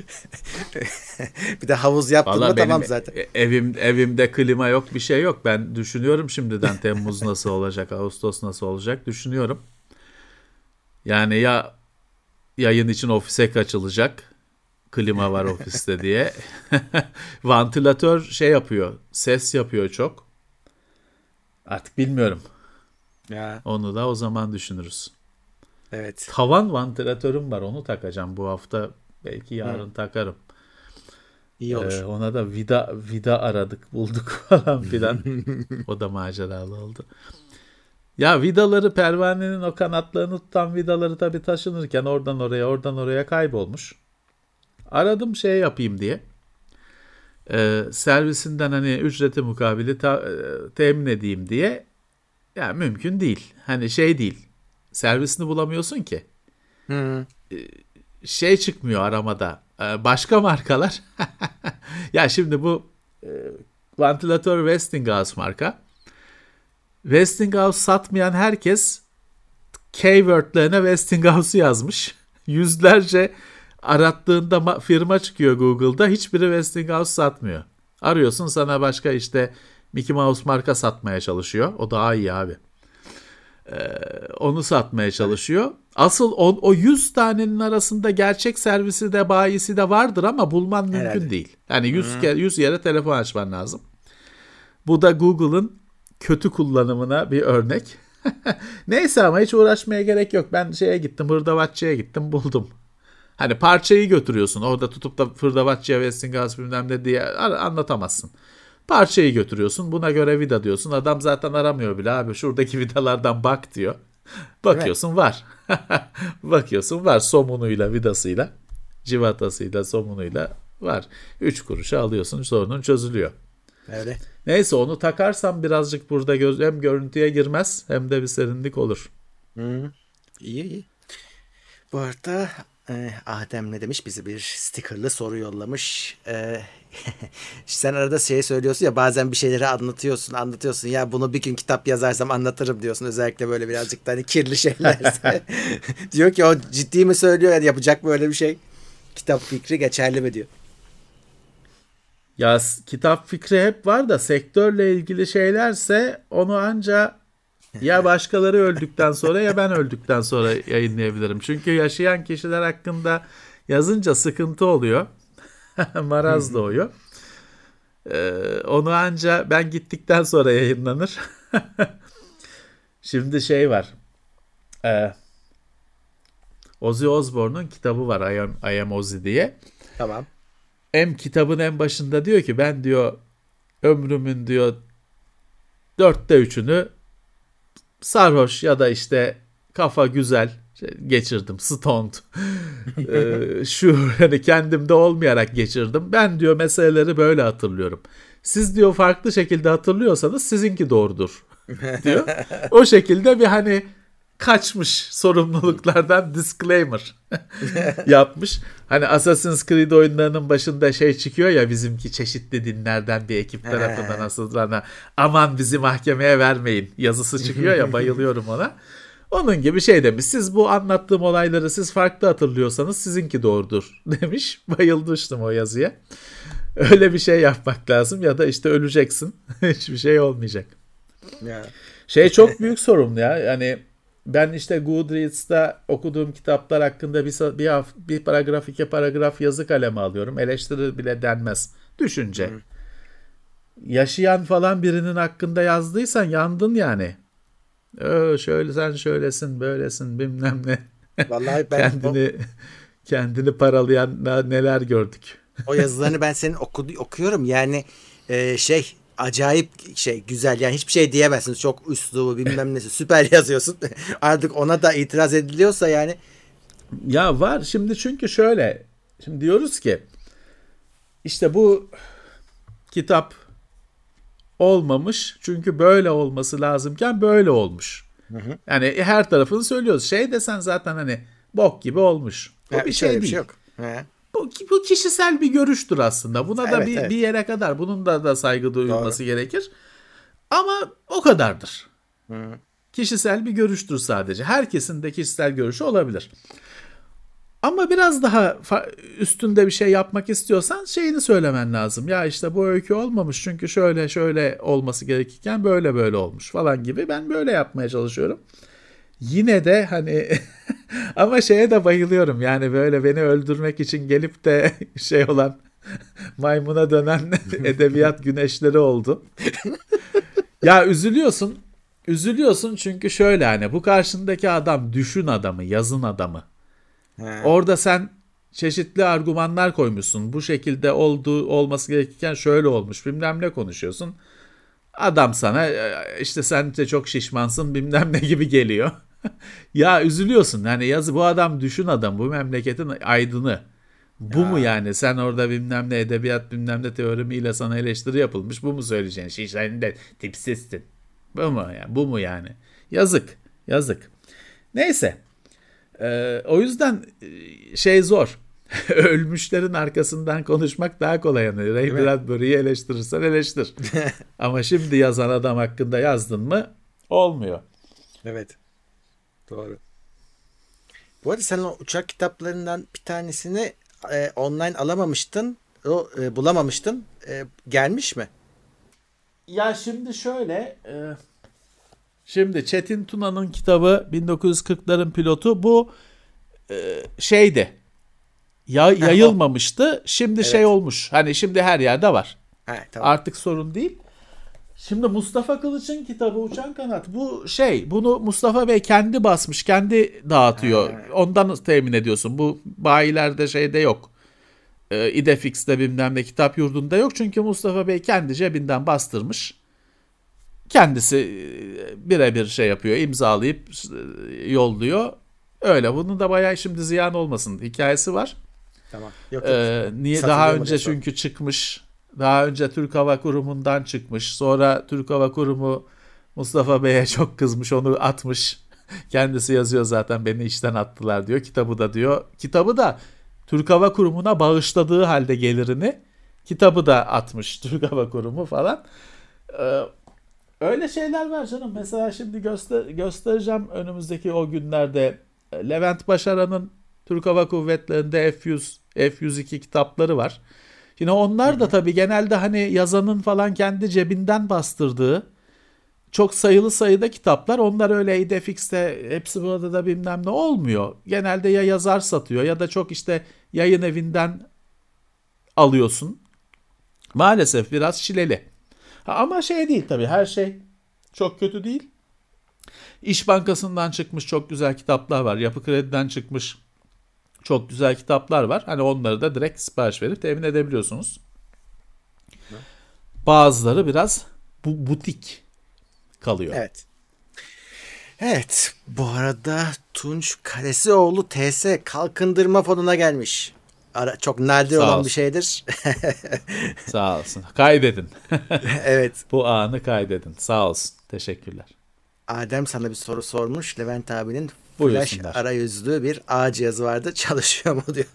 Bir de havuz yaptın mı tamam zaten. Evim, evimde klima yok, bir şey yok. Ben düşünüyorum şimdiden Temmuz nasıl olacak, Ağustos nasıl olacak düşünüyorum. Yani ya yayın için ofise kaçılacak, klima var ofiste diye. Vantilatör şey yapıyor, ses yapıyor çok. Artık bilmiyorum. Ya. Onu da o zaman düşünürüz. Evet. Tavan vantilatörüm var, onu takacağım bu hafta. Belki yarın Hı. takarım. İyi olur. Ee, ona da vida vida aradık, bulduk falan filan. O da maceralı oldu. Ya vidaları, pervanenin o kanatlarını tutan vidaları tabii taşınırken oradan oraya oradan oraya kaybolmuş. Aradım şey yapayım diye. Ee, servisinden hani ücreti mukabili ta, e, temin edeyim diye. Ya mümkün değil. Hani şey değil. Servisini bulamıyorsun ki. Hı. Ee, şey çıkmıyor aramada. Ee, başka markalar. Ya şimdi bu e, vantilatör Westinghouse marka. Westinghouse satmayan herkes keywordlerine Westinghouse'u yazmış. Yüzlerce arattığında ma- firma çıkıyor Google'da. Hiçbiri Westinghouse satmıyor. Arıyorsun, sana başka işte Mickey Mouse marka satmaya çalışıyor. O daha iyi abi. Ee, onu satmaya çalışıyor. Asıl o, o yüz tanenin arasında gerçek servisi de bayisi de vardır ama bulman mümkün Herhalde. değil. Yani yüz, ke- yüz yere telefon açman lazım. Bu da Google'ın kötü kullanımına bir örnek. Neyse ama hiç uğraşmaya gerek yok. Ben şeye gittim, hırdavatçıya gittim, buldum. Hani parçayı götürüyorsun. Orada tutup da hırdavatçıya Westinghouse bilmem ne diye anlatamazsın. Parçayı götürüyorsun. Buna göre vida diyorsun. Adam zaten aramıyor bile abi. Şuradaki vidalardan bak diyor. Bakıyorsun evet. var. Bakıyorsun var. Somunuyla, vidasıyla, civatasıyla, somunuyla var. Üç kuruşa alıyorsun. Sorunun çözülüyor. Öyle. Neyse, onu takarsam birazcık burada göz, hem görüntüye girmez hem de bir serinlik olur. Hı. İyi iyi. Bu arada e, Adem ne demiş? Bize bir stickerlı soru yollamış. E, sen arada şey söylüyorsun ya, bazen bir şeyleri anlatıyorsun anlatıyorsun ya bunu bir gün kitap yazarsam anlatırım diyorsun, özellikle böyle birazcık da hani kirli şeylerse. Diyor ki o ciddi mi söylüyor, yani yapacak mı öyle bir şey? Kitap fikri geçerli mi diyor. Ya kitap fikri hep var da sektörle ilgili şeylerse onu anca Ya başkaları öldükten sonra ya ben öldükten sonra yayınlayabilirim. Çünkü yaşayan kişiler hakkında yazınca sıkıntı oluyor. Maraz doğuyor. Ee, onu anca ben gittikten sonra yayınlanır. Şimdi şey var. Ee, Ozzy Osbourne'un kitabı var, I Am, I Am Ozzy diye. Tamam. Hem kitabın en başında diyor ki ben diyor ömrümün diyor dörtte üçünü sarhoş ya da işte kafa güzel geçirdim. Stoned. ee, şu hani kendimde olmayarak geçirdim. Ben diyor meseleleri böyle hatırlıyorum. Siz diyor farklı şekilde hatırlıyorsanız sizinki doğrudur diyor. O şekilde bir hani kaçmış sorumluluklardan disclaimer yapmış. Hani Assassin's Creed oyunlarının başında şey çıkıyor ya, bizimki çeşitli dinlerden bir ekip tarafından asıldığına aman bizi mahkemeye vermeyin yazısı çıkıyor ya, bayılıyorum ona. Onun gibi şey demiş, siz bu anlattığım olayları siz farklı hatırlıyorsanız sizinki doğrudur demiş. Bayılmıştım o yazıya. Öyle bir şey yapmak lazım ya da işte öleceksin. Hiçbir şey olmayacak. Ya. Şey çok büyük sorun ya. Yani ben işte Goodreads'ta okuduğum kitaplar hakkında bir, bir, bir paragraf iki paragraf yazı kaleme alıyorum. Eleştiri bile denmez. Düşünce. Hı. Yaşayan falan birinin hakkında yazdıysan yandın yani. Ö, şöyle sen şöylesin böylesin bilmem ne. Vallahi ben kendini o, kendini paralayan neler gördük. O yazılarını ben senin oku, okuyorum yani e, şey acayip şey güzel yani hiçbir şey diyemezsiniz, çok üslubu bilmem nesi süper yazıyorsun. Artık ona da itiraz ediliyorsa yani. Ya var şimdi, çünkü şöyle şimdi diyoruz ki işte bu kitap olmamış çünkü böyle olması lazımken böyle olmuş. Hı hı. Yani her tarafını söylüyoruz. Şey desen zaten hani bok gibi olmuş. Bu ya, bir şey değil. Bir şey yok. He. Bu, bu kişisel bir görüştür aslında. Buna da evet, bir, evet. bir yere kadar bunun da, da saygı duyulması Doğru. gerekir. Ama o kadardır. Hı. Kişisel bir görüştür sadece. Herkesin de kişisel görüşü olabilir. Ama biraz daha üstünde bir şey yapmak istiyorsan şeyini söylemen lazım. Ya işte bu öykü olmamış çünkü şöyle şöyle olması gerekirken böyle böyle olmuş falan gibi. Ben böyle yapmaya çalışıyorum. Yine de hani ama şeye de bayılıyorum. Yani böyle beni öldürmek için gelip de şey olan maymuna dönen edebiyat güneşleri oldu. Ya üzülüyorsun. Üzülüyorsun çünkü şöyle hani bu karşındaki adam düşün adamı, yazın adamı. He. Orada sen çeşitli argümanlar koymuşsun. Bu şekilde olduğu olması gerekirken şöyle olmuş. Bilmem ne konuşuyorsun. Adam sana işte sen de çok şişmansın bilmem ne gibi geliyor. Ya üzülüyorsun. Yani yazı bu adam düşün adam. Bu memleketin aydını. Bu ya. mu yani? Sen orada bilmem ne edebiyat bilmem ne teorimiyle sana eleştiri yapılmış. Bu mu söyleyeceksin? Şişlerin de tipsizsin. Bu mu yani? Bu mu yani? Yazık. Yazık. Neyse. Ee, o yüzden şey zor. Ölmüşlerin arkasından konuşmak daha kolay. Yani Ray Bradbury'yi eleştirirsen eleştir. Ama şimdi yazan adam hakkında yazdın mı olmuyor. Evet. Doğru. Bu arada sen o uçak kitaplarından bir tanesini e, online alamamıştın. O e, bulamamıştın. E, gelmiş mi? Ya şimdi şöyle e, şimdi Çetin Tuna'nın kitabı bin dokuz yüz kırkların pilotu bu e, şeydi. Ya, yayılmamıştı. Şimdi evet. şey olmuş. Hani şimdi her yerde var. Ha, tamam. Artık sorun değil. Şimdi Mustafa Kılıç'ın kitabı Uçan Kanat. Bu şey, bunu Mustafa Bey kendi basmış, kendi dağıtıyor. Ha. Ondan temin ediyorsun. Bu bayilerde şeyde yok. Ee, İdefix'te bilmem ne kitap yurdunda yok. Çünkü Mustafa Bey kendi cebinden bastırmış. Kendisi birebir şey yapıyor, imzalayıp yolluyor. Öyle. Bunun da bayağı şimdi ziyan olmasın hikayesi var. Tamam. Yok, yok. Ee, niye daha önce çünkü çıkmış. Daha önce Türk Hava Kurumu'ndan çıkmış. Sonra Türk Hava Kurumu Mustafa Bey'e çok kızmış, onu atmış. Kendisi yazıyor zaten, beni işten attılar diyor. Kitabı da diyor. Kitabı da Türk Hava Kurumu'na bağışladığı halde gelirini kitabı da atmış Türk Hava Kurumu falan. Ee, öyle şeyler var canım. Mesela şimdi göster göstereceğim önümüzdeki o günlerde Levent Başaran'ın Türk Hava Kuvvetleri'nde F yüz, F yüz iki kitapları var. Şimdi onlar da tabii genelde hani yazanın falan kendi cebinden bastırdığı çok sayılı sayıda kitaplar. Onlar öyle İdefix'te hepsi burada da bilmem ne olmuyor. Genelde ya yazar satıyor ya da çok işte yayın evinden alıyorsun. Maalesef biraz çileli. Ha, ama şey değil tabii, her şey çok kötü değil. İş Bankası'ndan çıkmış çok güzel kitaplar var. Yapı Kredi'den çıkmış çok güzel kitaplar var. Hani onları da direkt sipariş verip temin edebiliyorsunuz. Bazıları biraz bu butik kalıyor. Evet. Evet. Bu arada Tunç Kalesioğlu T S Kalkındırma Fonu'na gelmiş. Ara, çok nadir Sağ olan olsun. bir şeydir. Sağ olsun. Kaydedin. Evet. Bu anı kaydedin. Sağ olsun. Teşekkürler. Adem sana bir soru sormuş. Levent abinin flash Buyursunlar. arayüzlü bir ağ cihazı vardı. Çalışıyor mu diyor.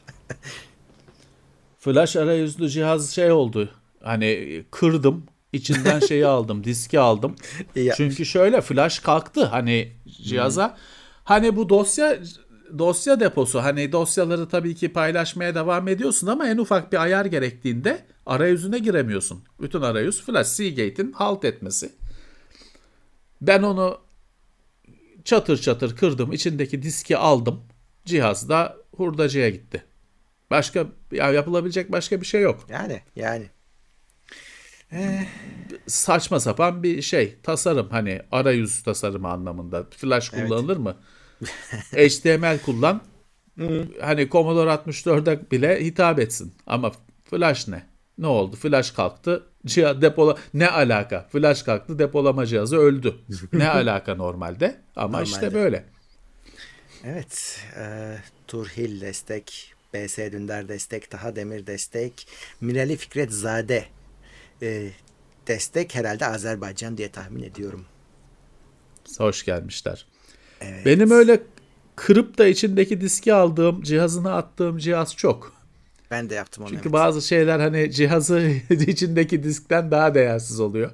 Flash arayüzlü cihaz şey oldu. Hani kırdım. İçinden şeyi aldım. Diski aldım. İyi yapmış. Çünkü şöyle flash kalktı hani cihaza. Hmm. Hani bu dosya dosya deposu. Hani dosyaları tabii ki paylaşmaya devam ediyorsun ama en ufak bir ayar gerektiğinde arayüzüne giremiyorsun. Bütün arayüz flash. Seagate'in halt etmesi. Ben onu çatır çatır kırdım. İçindeki diski aldım. Cihaz da hurdacıya gitti. Başka ya yapılabilecek başka bir şey yok. Yani yani. Ee... Saçma sapan bir şey. Tasarım, hani arayüz tasarımı anlamında. Flash kullanılır evet. mı? H T M L kullan. Hani Commodore altmış dörde bile hitap etsin. Ama Flash ne? Ne oldu? Flash kalktı. Cihaz depola ne alaka? Flash kalktı, depolama cihazı öldü. Ne alaka normalde? Ama normalde. işte böyle. Evet. E, Turhil destek, B S Dündar destek, Taha Demir destek, Mirali Fikret Zade e, destek, herhalde Azerbaycan diye tahmin ediyorum. Hoş gelmişler. Evet. Benim öyle kırıp da içindeki diski aldığım, cihazına attığım cihaz çok. Ben de yaptım onu. Çünkü evet. bazı şeyler hani cihazı içindeki diskten daha değersiz oluyor.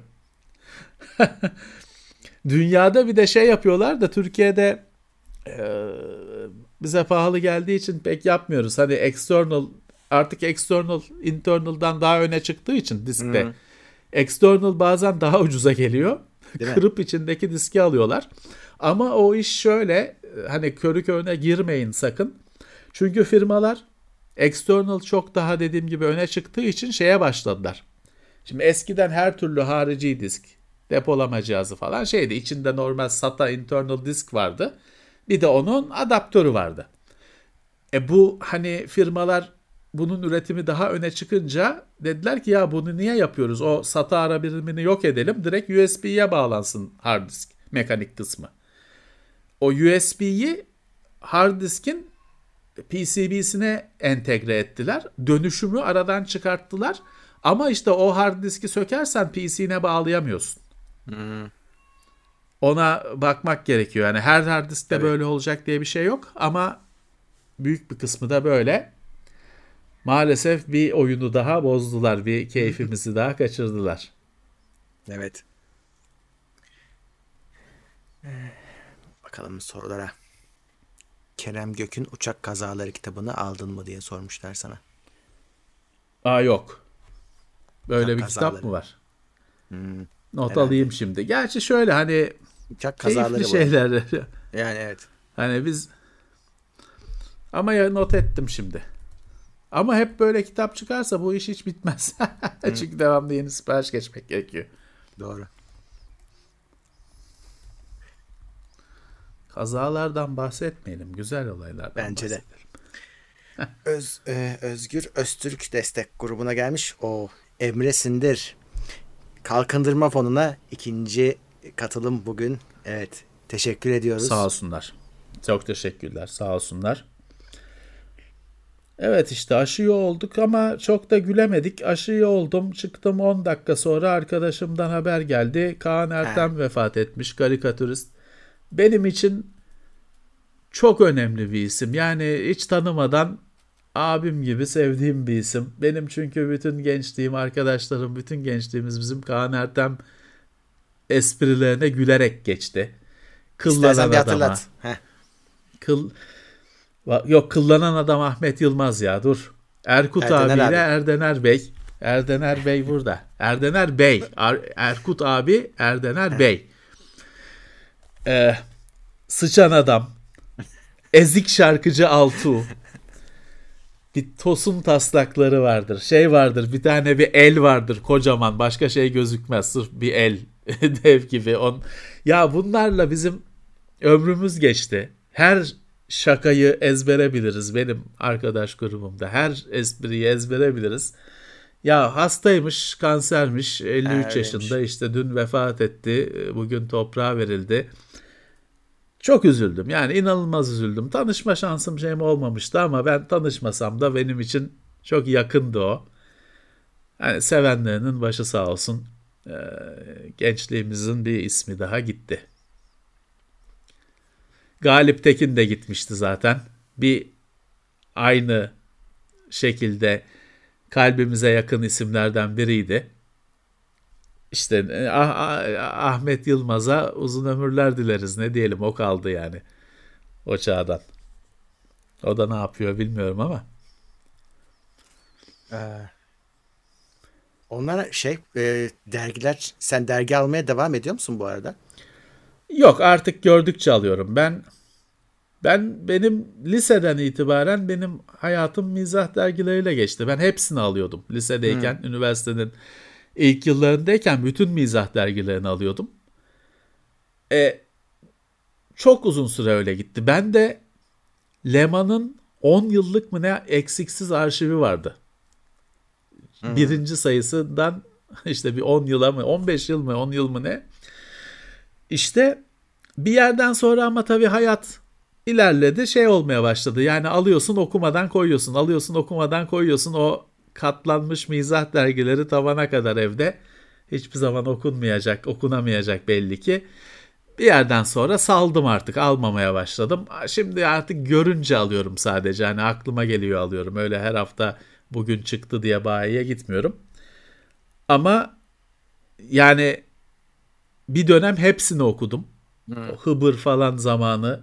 Dünyada bir de şey yapıyorlar da Türkiye'de e, bize pahalı geldiği için pek yapmıyoruz. Hani external, artık external internal'dan daha öne çıktığı için diskte. Hı-hı. External bazen daha ucuza geliyor. Kırıp içindeki diski alıyorlar. Ama o iş şöyle, hani körü körüne girmeyin sakın. Çünkü firmalar external çok daha dediğim gibi öne çıktığı için şeye başladılar. Şimdi eskiden her türlü harici disk, depolama cihazı falan şeydi. İçinde normal SATA internal disk vardı. Bir de onun adaptörü vardı. E bu hani firmalar bunun üretimi daha öne çıkınca dediler ki ya bunu niye yapıyoruz? O SATA ara birimini yok edelim. Direkt U S B'ye bağlansın hard disk mekanik kısmı. O U S B'yi hard diskin P C B'sine entegre ettiler. Dönüşümü aradan çıkarttılar. Ama işte o hard diski sökersen P C'ne bağlayamıyorsun. Hmm. Ona bakmak gerekiyor. Yani her hard diskte evet. böyle olacak diye bir şey yok. Ama büyük bir kısmı da böyle. Maalesef bir oyunu daha bozdular. Bir keyfimizi daha kaçırdılar. Evet. Bakalım sorulara. Kerem Gök'ün Uçak Kazaları kitabını aldın mı diye sormuşlar sana. Aa yok. Böyle uçak bir kazaları. Kitap mı var? Hmm, Not herhalde. Alayım şimdi. Gerçi şöyle hani uçak kazaları keyifli şeyler. Yani evet. Hani biz ama ya not ettim şimdi. Ama hep böyle kitap çıkarsa bu iş hiç bitmez. Çünkü devamlı yeni sipariş geçmek gerekiyor. Doğru. Kazalardan bahsetmeyelim. Güzel olaylardan bence bahsedelim. De. Öz, e, Özgür Öztürk destek grubuna gelmiş. O Emre Sindir Kalkındırma Fonu'na ikinci katılım bugün. Evet. Teşekkür ediyoruz. Sağ olsunlar. Çok teşekkürler. Sağ olsunlar. Evet işte aşıyı olduk ama çok da gülemedik. Aşıyı oldum. Çıktım on dakika sonra arkadaşımdan haber geldi. Kaan Ertem ha. vefat etmiş. Karikatürist. Benim için çok önemli bir isim. Yani hiç tanımadan abim gibi sevdiğim bir isim. Benim çünkü bütün gençliğim, arkadaşlarım, bütün gençliğimiz bizim Kaan Ertem esprilerine gülerek geçti. Kıllanan İstersen bir hatırlat. Heh. Kıl... Yok kıllanan adam Ahmet Yılmaz ya dur. Erkut Erdener abiyle abi. Erdener Bey. Erdener Bey burada. Erdener Bey. Er- Erkut abi Erdener Bey. Ee, Sıçan Adam, Ezik Şarkıcı Altuğ, bir Tosun taslakları vardır. Şey vardır, bir tane bir el vardır kocaman, başka şey gözükmez, sırf bir el dev gibi. On... Ya bunlarla bizim ömrümüz geçti. Her şakayı ezbere biliriz benim arkadaş grubumda. Her espriyi ezbere biliriz. Ya hastaymış, kansermiş, elli üç yaşında, işte dün vefat etti, bugün toprağa verildi. Çok üzüldüm, yani inanılmaz üzüldüm. Tanışma şansım şeyim olmamıştı ama ben tanışmasam da benim için çok yakındı o. Yani sevenlerinin başı sağ olsun. Ee, gençliğimizin bir ismi daha gitti. Galip Tekin de gitmişti zaten. Bir aynı şekilde kalbimize yakın isimlerden biriydi. İşte ah, ah, Ahmet Yılmaz'a uzun ömürler dileriz. Ne diyelim, o kaldı yani o çağdan. O da ne yapıyor bilmiyorum ama. Ee, onlara şey e, dergiler, sen dergi almaya devam ediyor musun bu arada? Yok, artık gördükçe alıyorum. Ben ben benim liseden itibaren benim hayatım mizah dergileriyle geçti. Ben hepsini alıyordum. Lisedeyken, hmm. üniversitenin İlk yıllarındayken bütün mizah dergilerini alıyordum. E, çok uzun süre öyle gitti. Ben de Leman'ın on yıllık mı ne eksiksiz arşivi vardı. Hmm. Birinci sayısından işte bir on yıla mı, on beş yıl mı, on yıl mı ne? İşte bir yerden sonra ama tabii hayat ilerledi, şey olmaya başladı. Yani alıyorsun, okumadan koyuyorsun, alıyorsun, okumadan koyuyorsun. O katlanmış mizah dergileri tavana kadar evde. Hiçbir zaman okunmayacak, okunamayacak belli ki. Bir yerden sonra saldım artık, almamaya başladım. Şimdi artık görünce alıyorum sadece. Hani aklıma geliyor alıyorum. Öyle her hafta bugün çıktı diye bayiye gitmiyorum. Ama yani bir dönem hepsini okudum. Hmm. O Hıbır falan zamanı.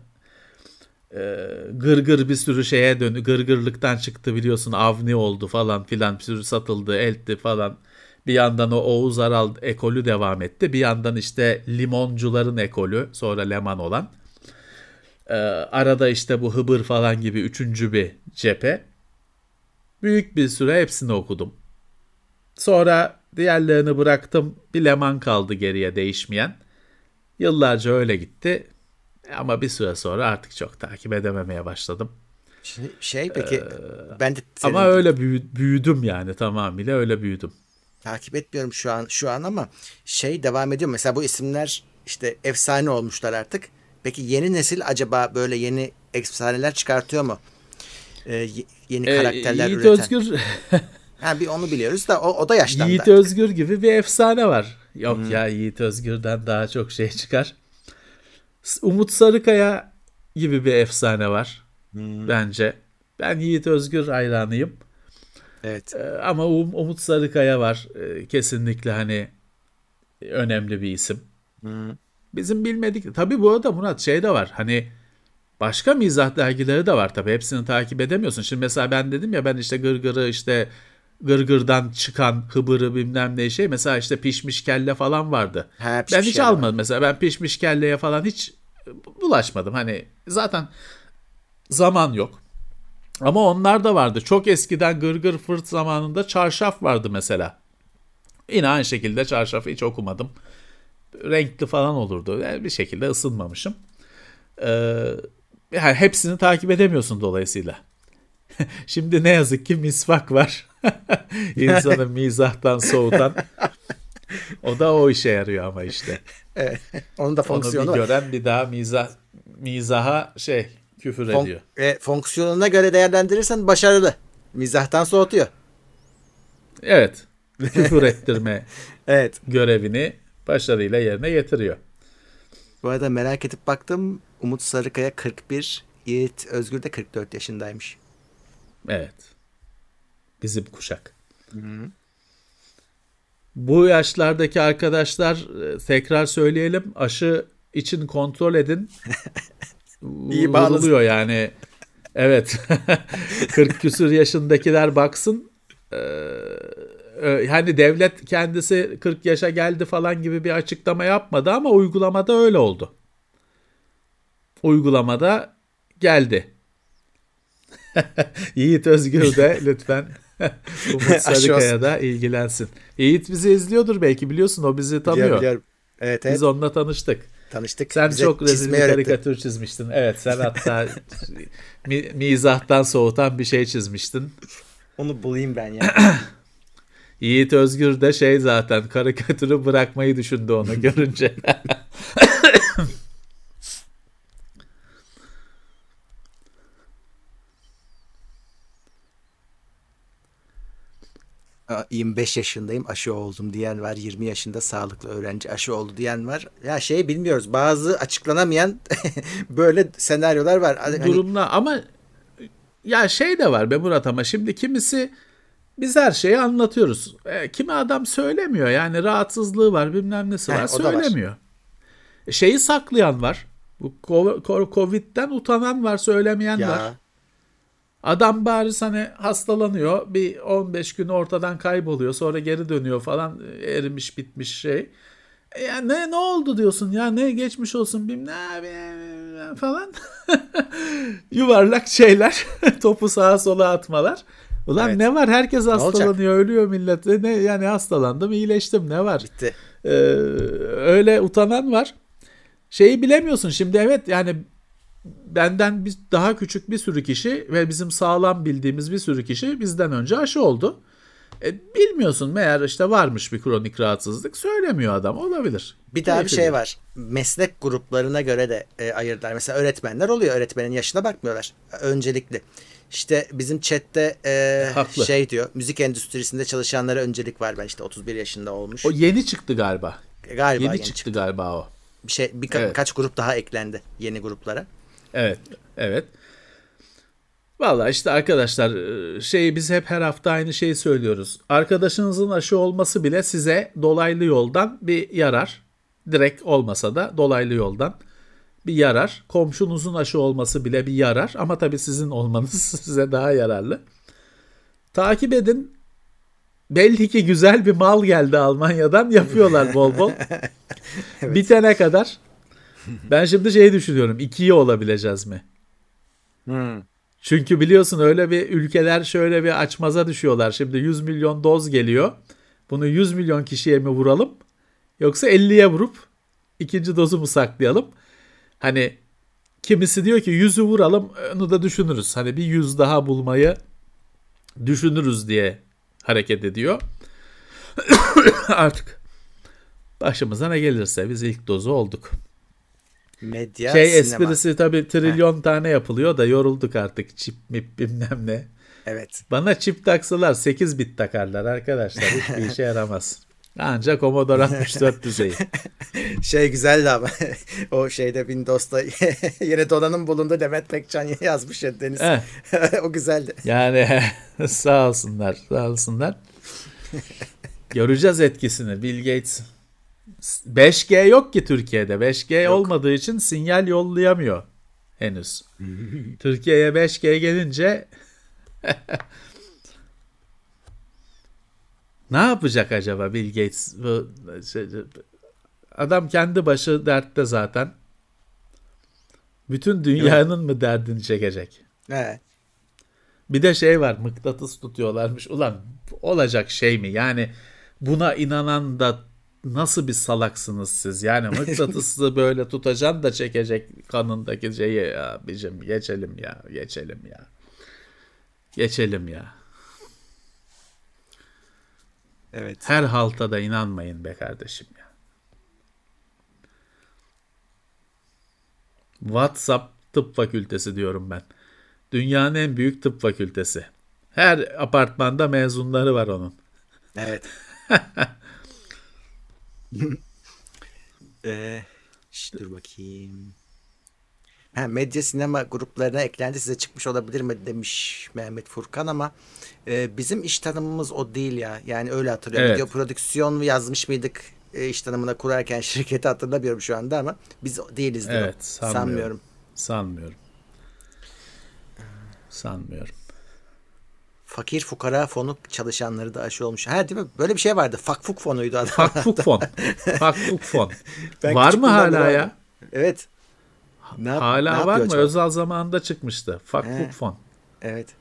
Gırgır bir sürü şeye döndü. Gırgırlıktan çıktı biliyorsun. Avni oldu falan filan. Bir sürü satıldı, eltti falan. Bir yandan o Oğuz Aral ekolü devam etti. Bir yandan işte limoncuların ekolü. Sonra Leman olan. Ee, arada işte bu Hıbır falan gibi üçüncü bir cephe. Büyük bir süre hepsini okudum. Sonra diğerlerini bıraktım. Bir Leman kaldı geriye değişmeyen. Yıllarca öyle gitti. Ama bir süre sonra artık çok takip edememeye başladım. Şimdi şey peki ee, ben de ama öyle büyüdüm yani, tamamıyla öyle büyüdüm. Takip etmiyorum şu an şu an ama şey devam ediyor. Mesela bu isimler işte efsane olmuşlar artık. Peki yeni nesil acaba böyle yeni efsaneler çıkartıyor mu? Ee, yeni karakterler ee, Yiğit üreten. Özgür. Ha, bir onu biliyoruz da o, o da yaşlandı. Yiğit artık. Özgür gibi bir efsane var. Yok hmm. ya, Yiğit Özgür'den daha çok şey çıkar. Umut Sarıkaya gibi bir efsane var hmm. bence. Ben Yiğit Özgür hayranıyım. Evet. Ee, ama um, Umut Sarıkaya var. Ee, kesinlikle hani önemli bir isim. Hmm. Bizim bilmedik. Tabii bu arada Murat şey de var. Hani başka mizah dergileri de var tabii. Hepsini takip edemiyorsun. Şimdi mesela ben dedim ya, ben işte Gırgır'ı işte Gırgır'dan çıkan Hıbır'ı bilmem ne şey. Mesela işte Pişmiş Kelle falan vardı. Ha, ben hiç almadım var. Mesela. Ben Pişmiş Kelle'ye falan hiç bulaşmadım. Hani zaten zaman yok. Ama onlar da vardı. Çok eskiden Gırgır Fırt zamanında Çarşaf vardı mesela. Yine aynı şekilde Çarşaf'ı hiç okumadım. Renkli falan olurdu. Yani bir şekilde ısınmamışım. Ee, yani hepsini takip edemiyorsun dolayısıyla. Şimdi ne yazık ki Misvak var. İnsanı mizahtan soğutan. O da o işe yarıyor ama işte. Evet, onun da fonksiyonu var. Onu bir gören bir daha mizah, mizaha şey küfür Fon- ediyor. E, fonksiyonuna göre değerlendirirsen başarılı. Mizahtan soğutuyor. Evet. Küfür ettirme evet. görevini başarıyla yerine getiriyor. Bu arada merak edip baktım. Umut Sarıkaya kırk bir, Yiğit Özgür de kırk dört yaşındaymış. Evet. Bizim kuşak. Hı-hı. Bu yaşlardaki arkadaşlar, tekrar söyleyelim, aşı için kontrol edin. İyi bağlısın. Yani. Evet. kırk küsur yaşındakiler baksın. Ee, hani devlet kendisi kırk yaşa geldi falan gibi bir açıklama yapmadı ama uygulamada öyle oldu. uygulamada geldi. Yiğit Özgür de lütfen Umut Sarıkaya da ilgilensin. Yiğit bizi izliyordur belki, biliyorsun, o bizi tanıyor. Biliyorum, biliyorum. Evet, evet. Biz onunla tanıştık. Tanıştık. Sen Bize çok rezil bir öğretti. karikatür çizmiştin. Evet, sen hatta mi, mizahtan soğutan bir şey çizmiştin. Onu bulayım ben ya. Yiğit Özgür de şey zaten karikatürü bırakmayı düşündü onu görünce. yirmi beş yaşındayım, aşı oldum diyen var. yirmi yaşında sağlıklı öğrenci aşı oldu diyen var. Ya şey bilmiyoruz. Bazı açıklanamayan böyle senaryolar var. Hani... Durumla ama ya şey de var be Murat, ama şimdi kimisi biz her şeyi anlatıyoruz. E, kimi adam söylemiyor. Yani rahatsızlığı var, bilmem nesi var, He, söylemiyor. Var. Şeyi saklayan var. Bu Covid'den utanan var, söylemeyen ya. var. Adam bari hani hastalanıyor, bir on beş gün ortadan kayboluyor, sonra geri dönüyor falan, erimiş bitmiş şey. E ya ne ne oldu diyorsun ya, ne geçmiş olsun bilmem falan. Yuvarlak şeyler, topu sağa sola atmalar. Ulan evet. Ne var, herkes hastalanıyor, ölüyor millet. Ne yani, hastalandım, iyileştim, ne var? Bitti. Ee, öyle utanan var. Şeyi bilemiyorsun şimdi, evet yani benden biz daha küçük bir sürü kişi ve bizim sağlam bildiğimiz bir sürü kişi bizden önce aşı oldu. E, bilmiyorsun, meğer işte varmış bir kronik rahatsızlık, söylemiyor adam, olabilir. Bir daha bir şey var. Meslek gruplarına göre de e, ayırdılar. Mesela öğretmenler oluyor. Öğretmenin yaşına bakmıyorlar. Öncelikli. İşte bizim chatte e, şey diyor. Müzik endüstrisinde çalışanlara öncelik var. Ben işte otuz bir yaşında olmuş. O yeni çıktı galiba. Galiba yeni, yeni çıktı, çıktı galiba o. Bir şey birka- evet. Birkaç grup daha eklendi yeni gruplara. Evet, evet. Vallahi işte arkadaşlar, şeyi biz hep her hafta aynı şeyi söylüyoruz. Arkadaşınızın aşı olması bile size dolaylı yoldan bir yarar. Direkt olmasa da dolaylı yoldan bir yarar. Komşunuzun aşı olması bile bir yarar. Ama tabii sizin olmanız size daha yararlı. Takip edin. Belli ki güzel bir mal geldi Almanya'dan. Yapıyorlar bol bol. Evet. Bitene kadar. Ben şimdi şeyi düşünüyorum. İkiye olabileceğiz mi? Hmm. Çünkü biliyorsun öyle bir ülkeler şöyle bir açmaza düşüyorlar. Şimdi yüz milyon doz geliyor. Bunu yüz milyon kişiye mi vuralım? Yoksa elliye vurup ikinci dozu mu saklayalım? Hani kimisi diyor ki yüzü vuralım, onu da düşünürüz. Hani bir yüz daha bulmayı düşünürüz diye hareket ediyor. Artık başımıza ne gelirse biz ilk dozu olduk. Medya, şey sinema. Esprisi tabii trilyon Heh. tane yapılıyor da yorulduk artık, çip mip bilmem ne. Evet. Bana çip taksalar sekiz bit takarlar arkadaşlar, hiçbir işe yaramaz. Ancak Commodore altmış dört düzeyi. Şey güzeldi ama o şeyde Windows'ta yine donanım bulundu, Demet Pekcan yazmış ya Deniz. O güzeldi. Yani sağ olsunlar, sağ olsunlar. Göreceğiz etkisini. Bill Gates beş G yok ki Türkiye'de. beş G yok. Olmadığı için sinyal yollayamıyor henüz. Türkiye'ye beş G gelince ne yapacak acaba Bill Gates? Adam kendi başı dertte zaten. Bütün dünyanın evet. mı derdini çekecek? Evet. Bir de şey var, mıknatıs tutuyorlarmış. Ulan olacak şey mi? Yani buna inanan da nasıl bir salaksınız siz? Yani mıknatısı böyle tutacaksın da çekecek kanındaki şeyi. Ya bizim geçelim ya, geçelim ya. Geçelim ya. Evet. Her halta da inanmayın be kardeşim ya. WhatsApp Tıp Fakültesi diyorum ben. Dünyanın en büyük tıp fakültesi. Her apartmanda mezunları var onun. Evet. ee, şş, dur bakayım. Ha, medya sinema gruplarına eklendi, size çıkmış olabilir mi demiş Mehmet Furkan, ama e, bizim iş tanımımız o değil ya. Yani öyle hatırlıyorum. Evet. Video prodüksiyon yazmış mıydık e, iş tanımına kurarken şirketi, hatırlamıyorum şu anda ama biz değiliz. Evet, sanmıyorum. Sanmıyorum. Sanmıyorum. Sanmıyorum. Fakir fukara fonu çalışanları da aşı olmuş. Ha değil mi? Böyle bir şey vardı. Fakfuk fonuydu adam. Fakfuk fon. Fakfuk fon. Var mı hala ya? Evet. Ne yap- ne Hala yapıyor var mı? acaba? Özal zamanında çıkmıştı. He, Fakfuk fon. evet.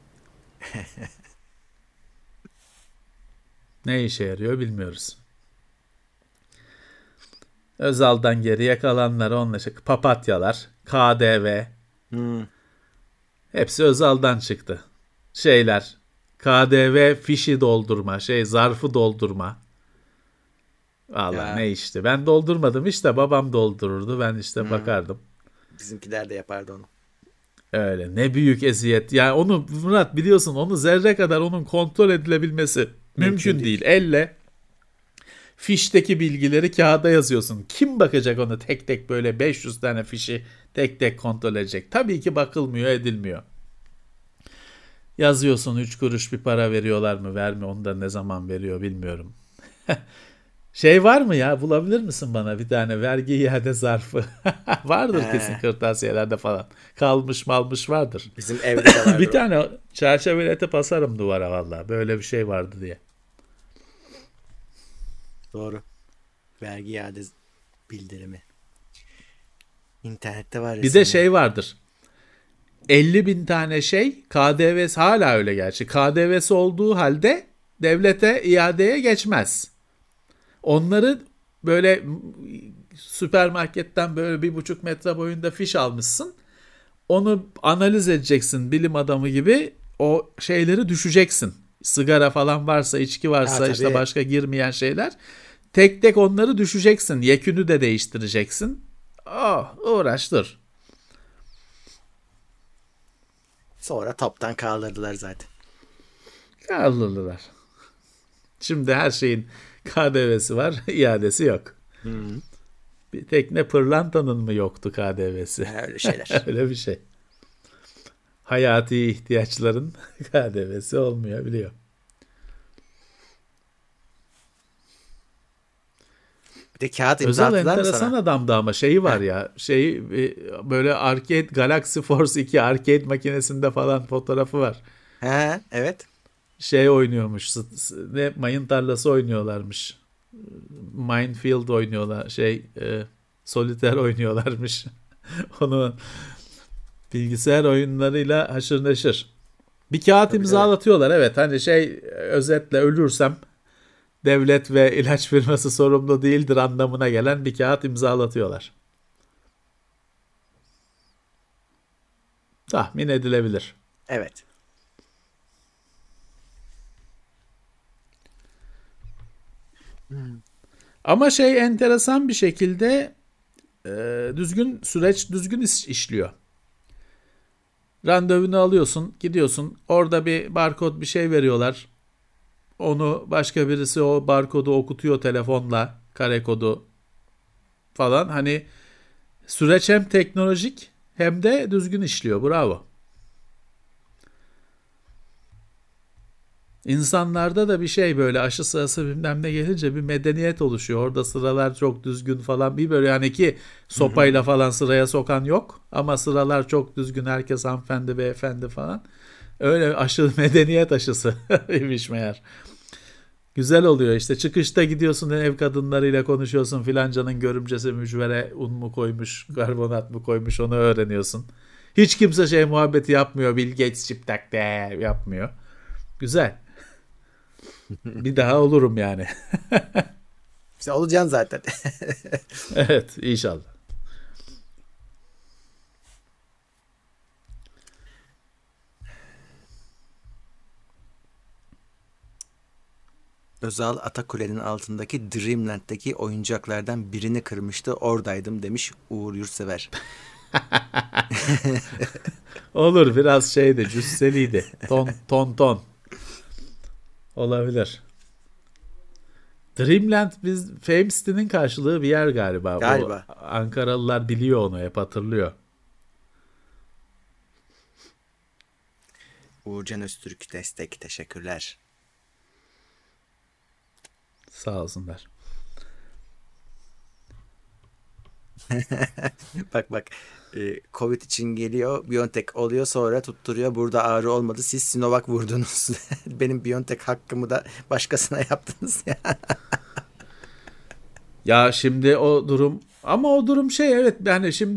Ne işe yarıyor bilmiyoruz. Özal'dan geriye kalanlar onlar işte papatyalar, K D V Hmm. hepsi Özal'dan çıktı. Şeyler K D V fişi doldurma, şey zarfı doldurma. Valla Ya ne işte. Ben doldurmadım işte babam doldururdu. Ben işte hmm. bakardım. Bizimkiler de yapardı onu. Öyle ne büyük eziyet. Yani onu Murat biliyorsun onu zerre kadar onun kontrol edilebilmesi Mümkün mümkün değil. değil. Elle fişteki bilgileri kağıda yazıyorsun. Kim bakacak onu tek tek böyle beş yüz tane fişi tek tek kontrol edecek? Tabii ki bakılmıyor edilmiyor. Yazıyorsun üç kuruş bir para veriyorlar mı vermiyor onu da ne zaman veriyor bilmiyorum. Şey var mı ya bulabilir misin bana bir tane vergi iade zarfı? Vardır kesin He, kırtasiyelerde falan. Kalmış malmış vardır. bizim evde de Bir vardır o. tane çerçevelete basarım duvara valla. Böyle bir şey vardı diye. Doğru. Vergi iade bildirimi. İnternette var Bir de resimleri. şey vardır. elli bin tane şey K D V'si hala öyle gerçi. K D V'si olduğu halde devlete iadeye geçmez. Onları böyle süpermarketten böyle bir buçuk metre boyunda fiş almışsın. Onu analiz edeceksin bilim adamı gibi o şeyleri düşeceksin. Sigara falan varsa, içki Ha varsa işte tabii. başka girmeyen şeyler. Tek tek onları düşeceksin. Yekünü de değiştireceksin. Oh, uğraştır. Sonra toptan kaldırdılar zaten. Kaldırdılar. Şimdi her şeyin K D V'si var, iadesi yok. Hmm. Bir tek ne pırlantanın mı yoktu K D V'si? Ha, öyle şeyler. Öyle bir şey. Hayati ihtiyaçların K D V'si olmuyor biliyor. Bir de kağıt imza Özal attılar mı enteresan sana? adamdı ama şeyi var Heh. ya şey e, böyle arcade Galaxy Force iki arcade makinesinde falan fotoğrafı var. Ha, evet. Şey oynuyormuş s- s- ne mayın tarlası oynuyorlarmış. Minefield oynuyorlar şey e, solitaire oynuyorlarmış. Onu bilgisayar oyunlarıyla haşır neşir. Bir kağıt Tabii tabii. imzalatıyorlar evet hani şey özetle ölürsem devlet ve ilaç firması sorumlu değildir anlamına gelen bir kağıt imzalatıyorlar. Tahmin edilebilir. Evet. Hmm. Ama şey enteresan bir şekilde e, düzgün süreç düzgün iş- işliyor. Randevunu alıyorsun, gidiyorsun. Orada bir barkod bir şey veriyorlar. Onu başka birisi o barkodu okutuyor telefonla, kare kodu falan. Hani süreç hem teknolojik hem de düzgün işliyor. Bravo. İnsanlarda da bir şey böyle aşı sırası bilmem ne gelince bir medeniyet oluşuyor. Orada sıralar çok düzgün falan bir böyle yani ki Hı hı. sopayla falan sıraya sokan yok. Ama sıralar çok düzgün herkes hanımefendi beyefendi falan. Öyle aşı medeniyet aşısı imiş meğer. Güzel oluyor işte çıkışta gidiyorsun ev kadınlarıyla konuşuyorsun filancanın görümcesi mücvere un mu koymuş karbonat mı koymuş onu öğreniyorsun. Hiç kimse şey muhabbeti yapmıyor Bill Gates çip tak de yapmıyor. Güzel. Bir daha olurum yani. İşte olacaksın zaten. Evet inşallah. Özal Atakule'nin altındaki Dreamland'deki oyuncaklardan birini kırmıştı. Oradaydım demiş Uğur Yurtsever. Olur biraz şeydi cüsseliydi. Ton ton ton. Olabilir. Dreamland biz Fame City'nin karşılığı bir yer galiba. O Galiba. Ankaralılar biliyor onu hep hatırlıyor. Uğurcan Öztürk destek. Teşekkürler. Sağ olsunlar. Bak bak. Ee, Covid için geliyor. BioNTech oluyor sonra tutturuyor. Burada ağrı olmadı. Siz Sinovac vurdunuz. Benim BioNTech hakkımı da başkasına yaptınız ya. Ya şimdi o durum ama o durum şey evet yani şimdi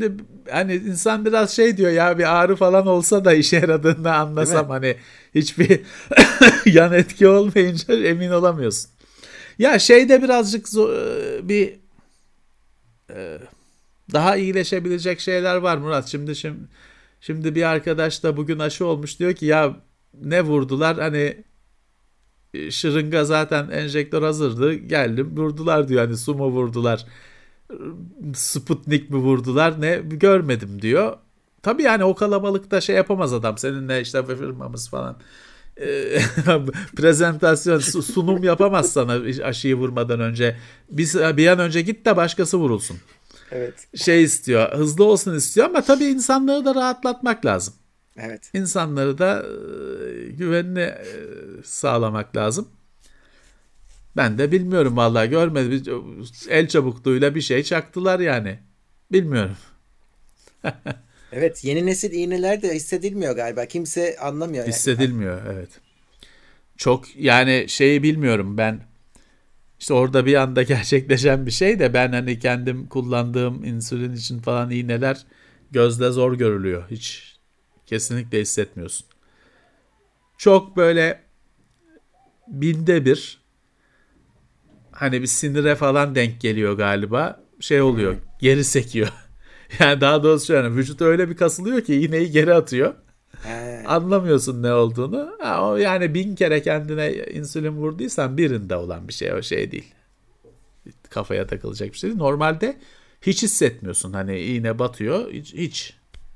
hani insan biraz şey diyor ya, bir ağrı falan olsa da işe yaradığını anlasam, hani hiçbir yan etki olmayınca emin olamıyorsun. Ya şeyde birazcık zor, bir e, daha iyileşebilecek şeyler var Murat. Şimdi şimdi şimdi bir arkadaş da bugün aşı olmuş, diyor ki ya ne vurdular, hani şırınga zaten, enjektör hazırdı, geldim vurdular diyor, hani su mu vurdular, Sputnik mi vurdular, ne görmedim diyor. Tabii yani o kalabalıkta şey yapamaz adam, seninle işte firmamız falan e, prezentasyon sunum yapamaz sana aşıyı vurmadan önce. Biz bir an önce git de başkası vurulsun. Evet. Şey istiyor, hızlı olsun istiyor, ama tabii insanları da rahatlatmak lazım. Evet. İnsanları da e, güvenini e, sağlamak lazım. Ben de bilmiyorum vallahi, görmedim. El çabukluğuyla bir şey çaktılar yani. Bilmiyorum. Evet, yeni nesil iğneler de hissedilmiyor galiba. Kimse anlamıyor yani. Hissedilmiyor, evet. Çok yani şeyi bilmiyorum ben. İşte orada bir anda gerçekleşen bir şey de, ben hani kendim kullandığım insülin için falan iğneler gözle zor görülüyor. Hiç kesinlikle hissetmiyorsun. Çok böyle binde bir, hani bir sinire falan denk geliyor galiba. Şey oluyor, Hmm. geri sekiyor. Yani daha doğrusu şöyle, vücut öyle bir kasılıyor ki iğneyi geri atıyor. He. Anlamıyorsun ne olduğunu. Ha, o yani bin kere kendine insülin vurduysan birinde olan bir şey, o şey değil. Kafaya takılacak bir şey değil. Normalde hiç hissetmiyorsun. Hani iğne batıyor, hiç, hiç.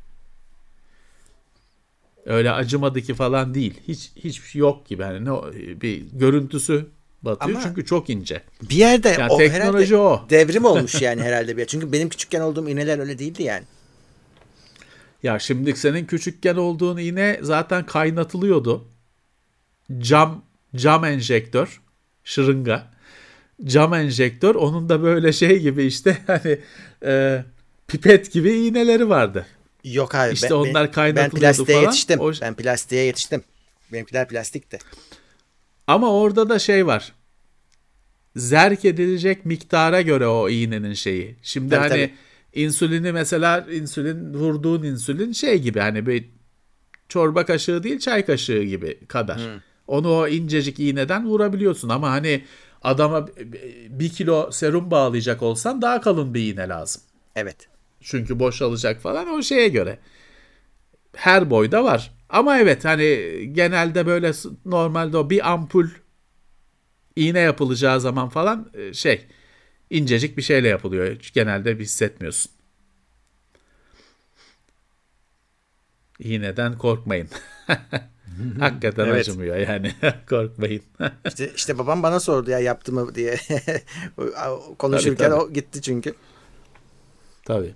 Öyle acımadı ki falan değil. Hiç hiçbir şey yok gibi. Hani ne, bir görüntüsü batıyor Ama çünkü çok ince. bir yerde Yani o teknoloji herhalde o. devrim olmuş yani herhalde bir yer. Çünkü benim küçükken olduğum iğneler öyle değildi yani. Ya şimdi senin küçükken olduğun iğne zaten kaynatılıyordu. Cam cam enjektör, şırınga. Cam enjektör, onun da böyle şey gibi işte hani e, pipet gibi iğneleri vardı. Yok abi, ben, İşte ben, onlar ben kaynatılıyordu plastiğe falan. yetiştim. O, Ben plastiğe yetiştim. Benimkiler plastikti. ama orada da şey var. Zerk edilecek miktara göre o iğnenin şeyi. Şimdi Tabii tabii. hani insülini mesela, insülin vurduğun insülin şey gibi, hani bir çorba kaşığı değil, çay kaşığı gibi kadar. Hmm. Onu o incecik iğneden vurabiliyorsun, ama hani adama bir kilo serum bağlayacak olsan daha kalın bir iğne lazım. Evet. Çünkü boşalacak falan, o şeye göre. Her boyda var. Ama evet, hani genelde böyle normalde o bir ampul iğne yapılacağı zaman falan e, şey incecik bir şeyle yapılıyor. Hiç genelde bir hissetmiyorsun. İğneden korkmayın. Hakikaten Evet. acımıyor yani. Korkmayın. İşte işte babam bana sordu ya, yaptı mı diye. Tabii Konuşurken tabii. o gitti çünkü. Tabii.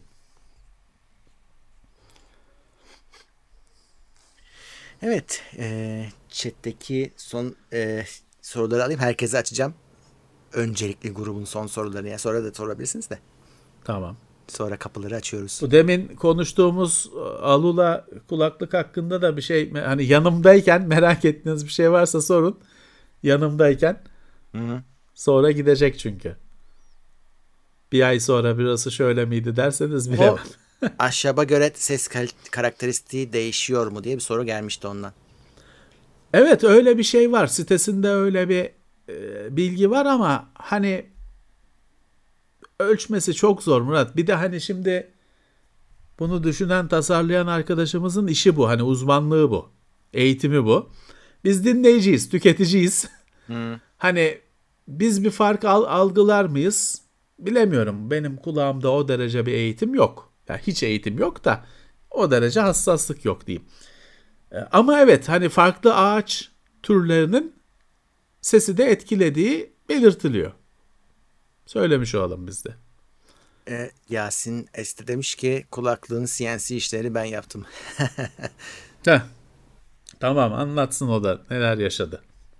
Evet. E, chat'teki son e, soruları alayım. Herkese açacağım. Öncelikli grubun son sorularını. Ya sonra da sorabilirsiniz de. Tamam. Sonra kapıları açıyoruz. Bu demin konuştuğumuz Alula kulaklık hakkında da bir şey, hani yanımdayken merak ettiğiniz bir şey varsa sorun. Yanımdayken Hı hı. sonra gidecek çünkü. Bir ay sonra burası şöyle miydi derseniz bilemem. O ahşaba göre ses kal- karakteristiği değişiyor mu diye bir soru gelmişti ondan. Evet, öyle bir şey var. Sitesinde öyle bir e, bilgi var, ama hani ölçmesi çok zor Murat. Bir de hani şimdi bunu düşünen, tasarlayan arkadaşımızın işi bu. Hani uzmanlığı bu. Eğitimi bu. Biz dinleyiciyiz, tüketiciyiz. Hı. Hani biz bir fark al- algılar mıyız? Bilemiyorum. Benim kulağımda o derece bir eğitim yok. Yani hiç eğitim yok da o derece hassaslık yok diyeyim. E, Ama evet, hani farklı ağaç türlerinin sesi de etkilediği belirtiliyor. Söylemiş olalım biz de. E, Yasin Este demiş ki kulaklığın C N C işleri ben yaptım. Heh, tamam, anlatsın o da neler yaşadı.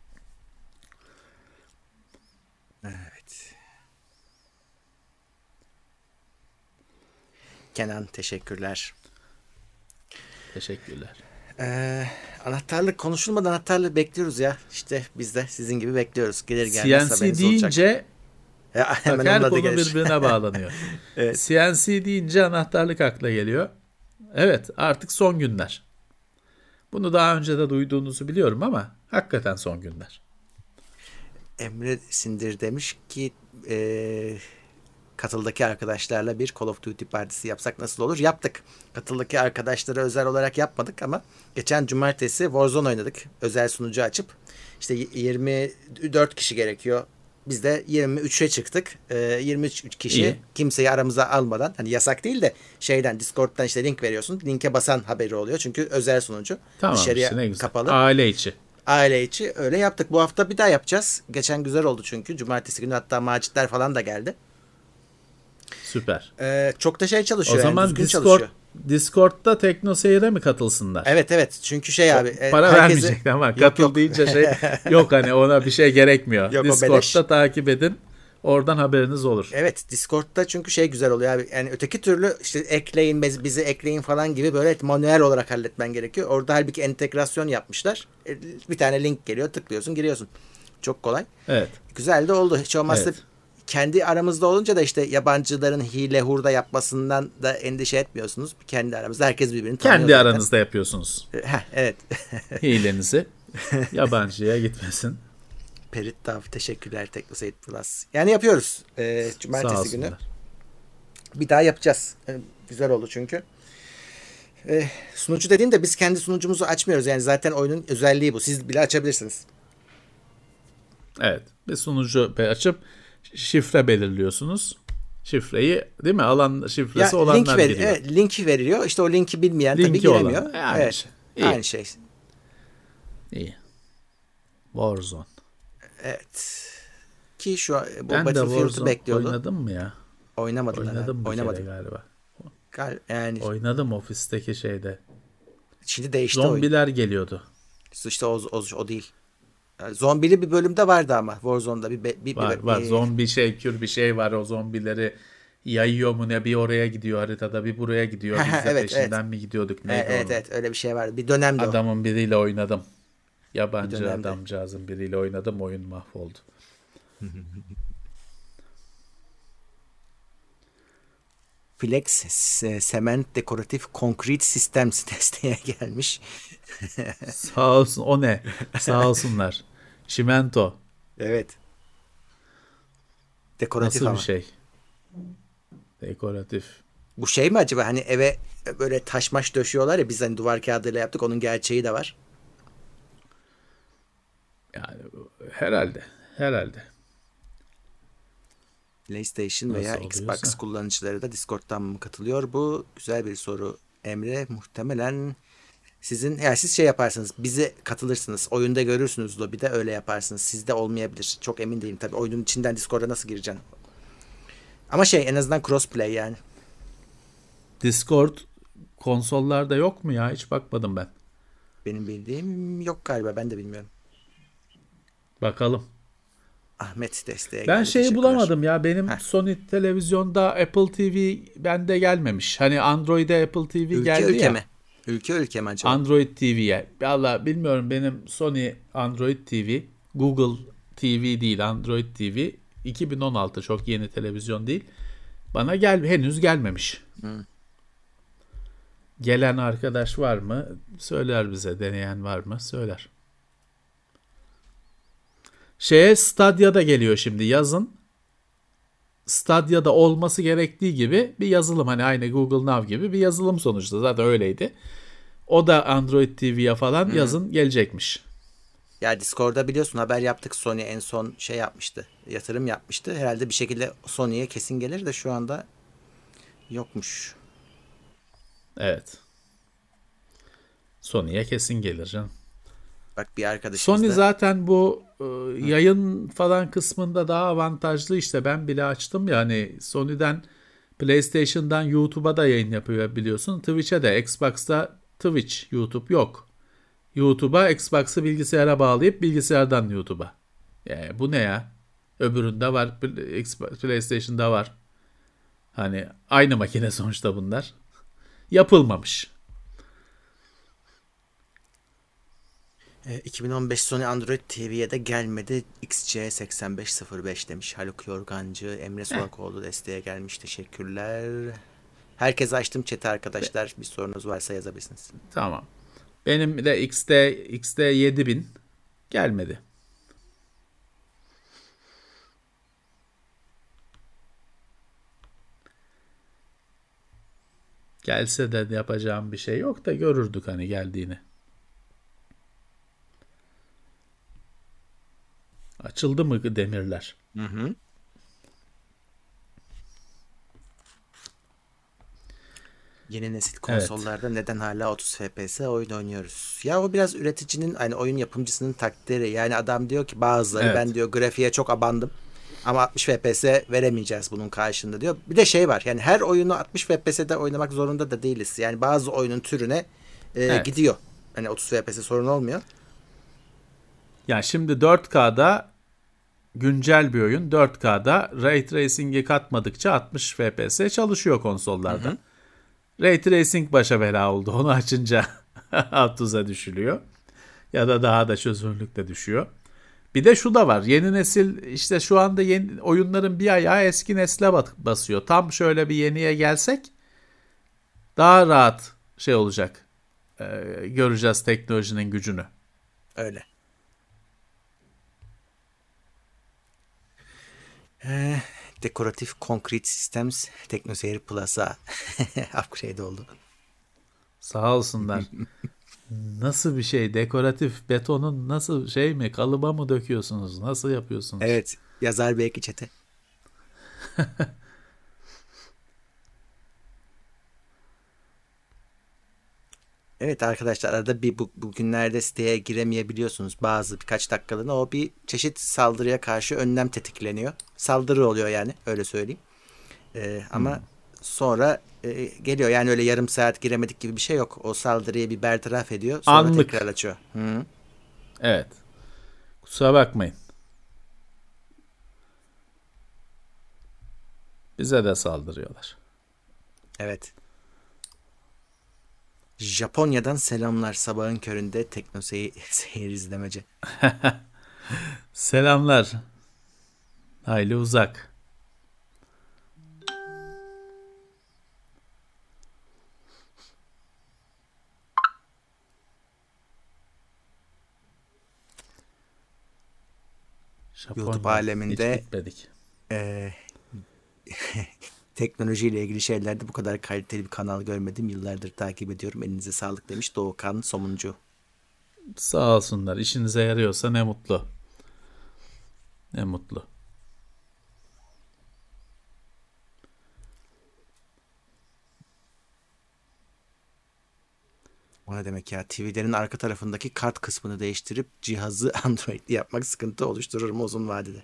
Evet. Kenan teşekkürler. Teşekkürler. Ee, Anahtarlık konuşulmadan anahtarlığı bekliyoruz ya. İşte biz de sizin gibi bekliyoruz. Gelir gelmez C N C haberiniz olacak. deyince Ya, Bak hemen her onunla da konu gelir. birbirine bağlanıyor. Evet. C N C deyince anahtarlık akla geliyor. Evet, artık son günler. Bunu daha önce de duyduğunuzu biliyorum ama hakikaten son günler. Emre Sindir demiş ki e, katıldaki arkadaşlarla bir Call of Duty partisi yapsak nasıl olur? Yaptık. Katıldaki arkadaşlara özel olarak yapmadık ama geçen cumartesi Warzone oynadık. Özel sunucu açıp işte yirmi dört kişi gerekiyor. Biz de yirmi üçe çıktık. E, yirmi üç kişi İyi. kimseyi aramıza almadan, hani yasak değil de şeyden, Discord'dan işte link veriyorsun. Linke basan haberi oluyor. Çünkü özel sunucu. Tamam Dışarıya işte ne güzel. kapalı. Aile içi. Aile içi öyle yaptık. Bu hafta bir daha yapacağız. Geçen güzel oldu çünkü. Cumartesi günü hatta Macitler falan da geldi. Süper. Ee, çok da şey O çalışıyor. Yani zaman düzgün Discord çalışıyor. Discord'da Tekno Seyir'e mi katılsınlar? Evet evet. Çünkü şey abi. e, Para herkesi... vermeyecekler ama Yok, katıl yok. deyince şey yok, hani ona bir şey gerekmiyor. Yok, o beleş. Discord'da takip edin. Oradan haberiniz olur. Evet, Discord'da çünkü şey güzel oluyor abi. Yani öteki türlü işte ekleyin, biz- bizi ekleyin falan gibi böyle manuel olarak halletmen gerekiyor. Orada halbuki entegrasyon yapmışlar. E, Bir tane link geliyor, tıklıyorsun, giriyorsun. Çok kolay. Evet. Güzel de oldu. Hiç olmazsa Evet. kendi aramızda olunca da işte yabancıların hile hurda yapmasından da endişe etmiyorsunuz. Kendi aramızda herkes birbirini tanıyor Kendi zaten. aranızda yapıyorsunuz Heh, evet. hilenizi. Yabancıya gitmesin. Perit Tav, teşekkürler TeknoSeyir Plus. Yani yapıyoruz. Ee, Sağ cumartesi günü. olsunlar. Bir daha yapacağız. Ee, güzel oldu çünkü. Ee, sunucu dediğim de biz kendi sunucumuzu açmıyoruz. Yani zaten oyunun özelliği bu. Siz bile açabilirsiniz. Evet. Bir sunucu açıp şifre belirliyorsunuz. Şifreyi, değil mi? Alan şifresi Ya, olanlar link ver, giriyor. evet, linki veriliyor. İşte o linki bilmeyen tabii Linki olan. giremiyor. E, aynı evet. şey. İyi. Aynı şey. İyi. Warzone. Evet. Ki şu an bu Ben de Battlefield'ı Warzone bekliyordu. oynadım mı ya? Oynamadılar. Oynadım abi. bir Oynamadım. kere galiba. Gal- Yani Oynadım ofisteki şeyde. şimdi değişti oyun. Zombiler geliyordu. İşte o, o, o değil. Yani zombili bir bölümde vardı ama Warzone'da bir, bir, bir, Var bir- var. bir- Zombi şey kür bir şey var. O zombileri yayıyor mu ne, bir oraya gidiyor haritada, bir buraya gidiyor. Biz de evet, peşinden evet. mi gidiyorduk, E, neydi evet onun? evet öyle bir şey vardı. Bir dönemde o. Adamın biriyle oynadım. Bir Yabancı dönemde. adamcağızın biriyle oynadım. Oyun mahvoldu. Flex se- Cement Dekoratif Concrete Systems desteğe gelmiş. Sağ olsun. O ne? Sağ olsunlar. Çimento. Evet. Dekoratif Nasıl ama. bir şey? Dekoratif. Bu şey mi acaba, hani eve böyle taş maş döşüyorlar ya, biz hani duvar kağıdıyla yaptık, onun gerçeği de var. Yani herhalde. Herhalde. PlayStation Nasıl veya oluyorsa. Xbox kullanıcıları da Discord'dan mı katılıyor? Bu güzel bir soru Emre. Muhtemelen sizin, ya siz şey yaparsınız, bizi katılırsınız. Oyunda görürsünüz de bir de öyle yaparsınız. Sizde olmayabilir. Çok emin değilim tabii. Oyunun içinden Discord'a nasıl gireceksin? Ama şey, en azından crossplay yani. Discord konsollarda yok mu ya? Hiç bakmadım ben. Benim bildiğim yok galiba. Ben de bilmiyorum. Bakalım. Ahmet desteğe Ben geldi. şeyi Teşekkürler. bulamadım ya. Benim Heh. Sony televizyonda Apple T V bende gelmemiş. Hani Android'e Apple T V Ülke geldi ülke ya. mi? Ülke ülke mi acaba? Android T V'ye. Valla bilmiyorum, benim Sony Android T V, Google T V değil, Android T V iki bin on altı, çok yeni televizyon değil. Bana gel henüz gelmemiş. Hı. Gelen arkadaş var mı? Söyler bize. Deneyen var mı? Söyler. Şeye, Stadia'da geliyor şimdi yazın. Stadia'da olması gerektiği gibi bir yazılım, hani aynı Google Now gibi bir yazılım sonuçta, zaten öyleydi. O da Android T V'ye falan Hı. yazın gelecekmiş. Ya Discord'da biliyorsun haber yaptık. Sony en son şey yapmıştı. Yatırım yapmıştı. Herhalde bir şekilde Sony'ye kesin gelir de şu anda yokmuş. Evet. Sony'ye kesin gelir canım. Bak bir arkadaşımız Sony da zaten bu e, yayın falan kısmında daha avantajlı işte. Ben bile açtım ya, hani Sony'den, PlayStation'dan YouTube'a da yayın yapıyor biliyorsun. Twitch'e de, Xbox'ta Twitch, YouTube yok. YouTube'a, Xbox'ı bilgisayara bağlayıp bilgisayardan YouTube'a. Yani bu ne ya? Öbüründe var, Xbox- PlayStation'da var. Hani aynı makine sonuçta bunlar. Yapılmamış. E, iki bin on beş Sony Android T V'ye de gelmedi. X C seksen beş sıfır beş demiş Haluk Yorgancı. Emre Solakoğlu desteğe gelmiş. Teşekkürler. Herkese açtım chat'i arkadaşlar. Bir sorunuz varsa yazabilirsiniz. Tamam. Benim de X D X D yedi bin gelmedi. Gelse de yapacağım bir şey yok da görürdük hani geldiğini. Açıldı mı demirler? Hı hı. Yeni nesil konsollarda evet. Neden hala otuz F P S oyun oynuyoruz? Ya o biraz üreticinin, hani oyun yapımcısının takdiri. Yani adam diyor ki bazıları evet. Ben diyor grafiğe çok abandım. Ama altmış F P S veremeyeceğiz bunun karşında diyor. Bir de şey var, yani her oyunu altmış F P S'de oynamak zorunda da değiliz. Yani bazı oyunun türüne e, evet. gidiyor. Hani otuz F P S sorun olmuyor. Ya şimdi dört K'da güncel bir oyun dört K'da Ray Tracing'i katmadıkça altmış F P S çalışıyor konsollarda. Hı hı. Ray Tracing başa bela oldu. Onu açınca altıza düşülüyor. Ya da daha da çözünürlük de düşüyor. Bir de şu da var. Yeni nesil işte şu anda yeni oyunların bir ayağı eski nesle basıyor. Tam şöyle bir yeniye gelsek daha rahat şey olacak. Ee, göreceğiz teknolojinin gücünü. Öyle. Ee, Dekoratif Concrete Systems TeknoSeyir Plus'a upgrade oldu. Sağ olsunlar. Nasıl bir şey? Dekoratif betonun nasıl şey mi? Kalıba mı döküyorsunuz? Nasıl yapıyorsunuz? Evet. Yazar belki çete. Evet arkadaşlar, arada bir bu, bugünlerde siteye giremeyebiliyorsunuz bazı birkaç dakikalığına. O bir çeşit saldırıya karşı önlem tetikleniyor. Saldırı oluyor yani, öyle söyleyeyim. Ee, ama hmm. sonra e, geliyor yani, öyle yarım saat giremedik gibi bir şey yok. O saldırıyı bir bertaraf ediyor, sonra anlık tekrar açıyor. Hı. Evet. Kusura bakmayın. Bize de saldırıyorlar. Evet. Japonya'dan selamlar, sabahın köründe tekno seyir, seyir izlemece. Selamlar. Hayli uzak. Japonya, YouTube aleminde e, teknolojiyle ilgili şeylerde bu kadar kaliteli bir kanal görmedim. Yıllardır takip ediyorum. Elinize sağlık demiş Doğukan Somuncu. Sağ olsunlar. İşinize yarıyorsa ne mutlu. Ne mutlu. O ne demek ya? T V'lerin arka tarafındaki kart kısmını değiştirip cihazı Android'li yapmak sıkıntı oluşturur mu uzun vadede?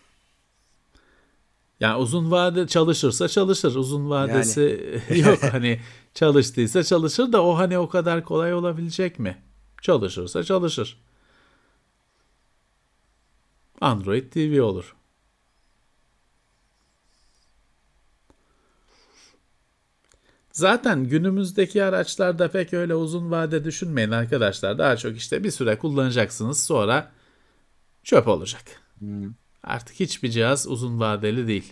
Yani uzun vade çalışırsa çalışır. Uzun vadesi yani. Yok hani çalıştıysa çalışır da o hani o kadar kolay olabilecek mi? Çalışırsa çalışır. Android T V olur. Zaten günümüzdeki araçlarda pek öyle uzun vade düşünmeyin arkadaşlar. Daha çok işte bir süre kullanacaksınız, sonra çöp olacak. Hmm. Artık hiçbir cihaz uzun vadeli değil.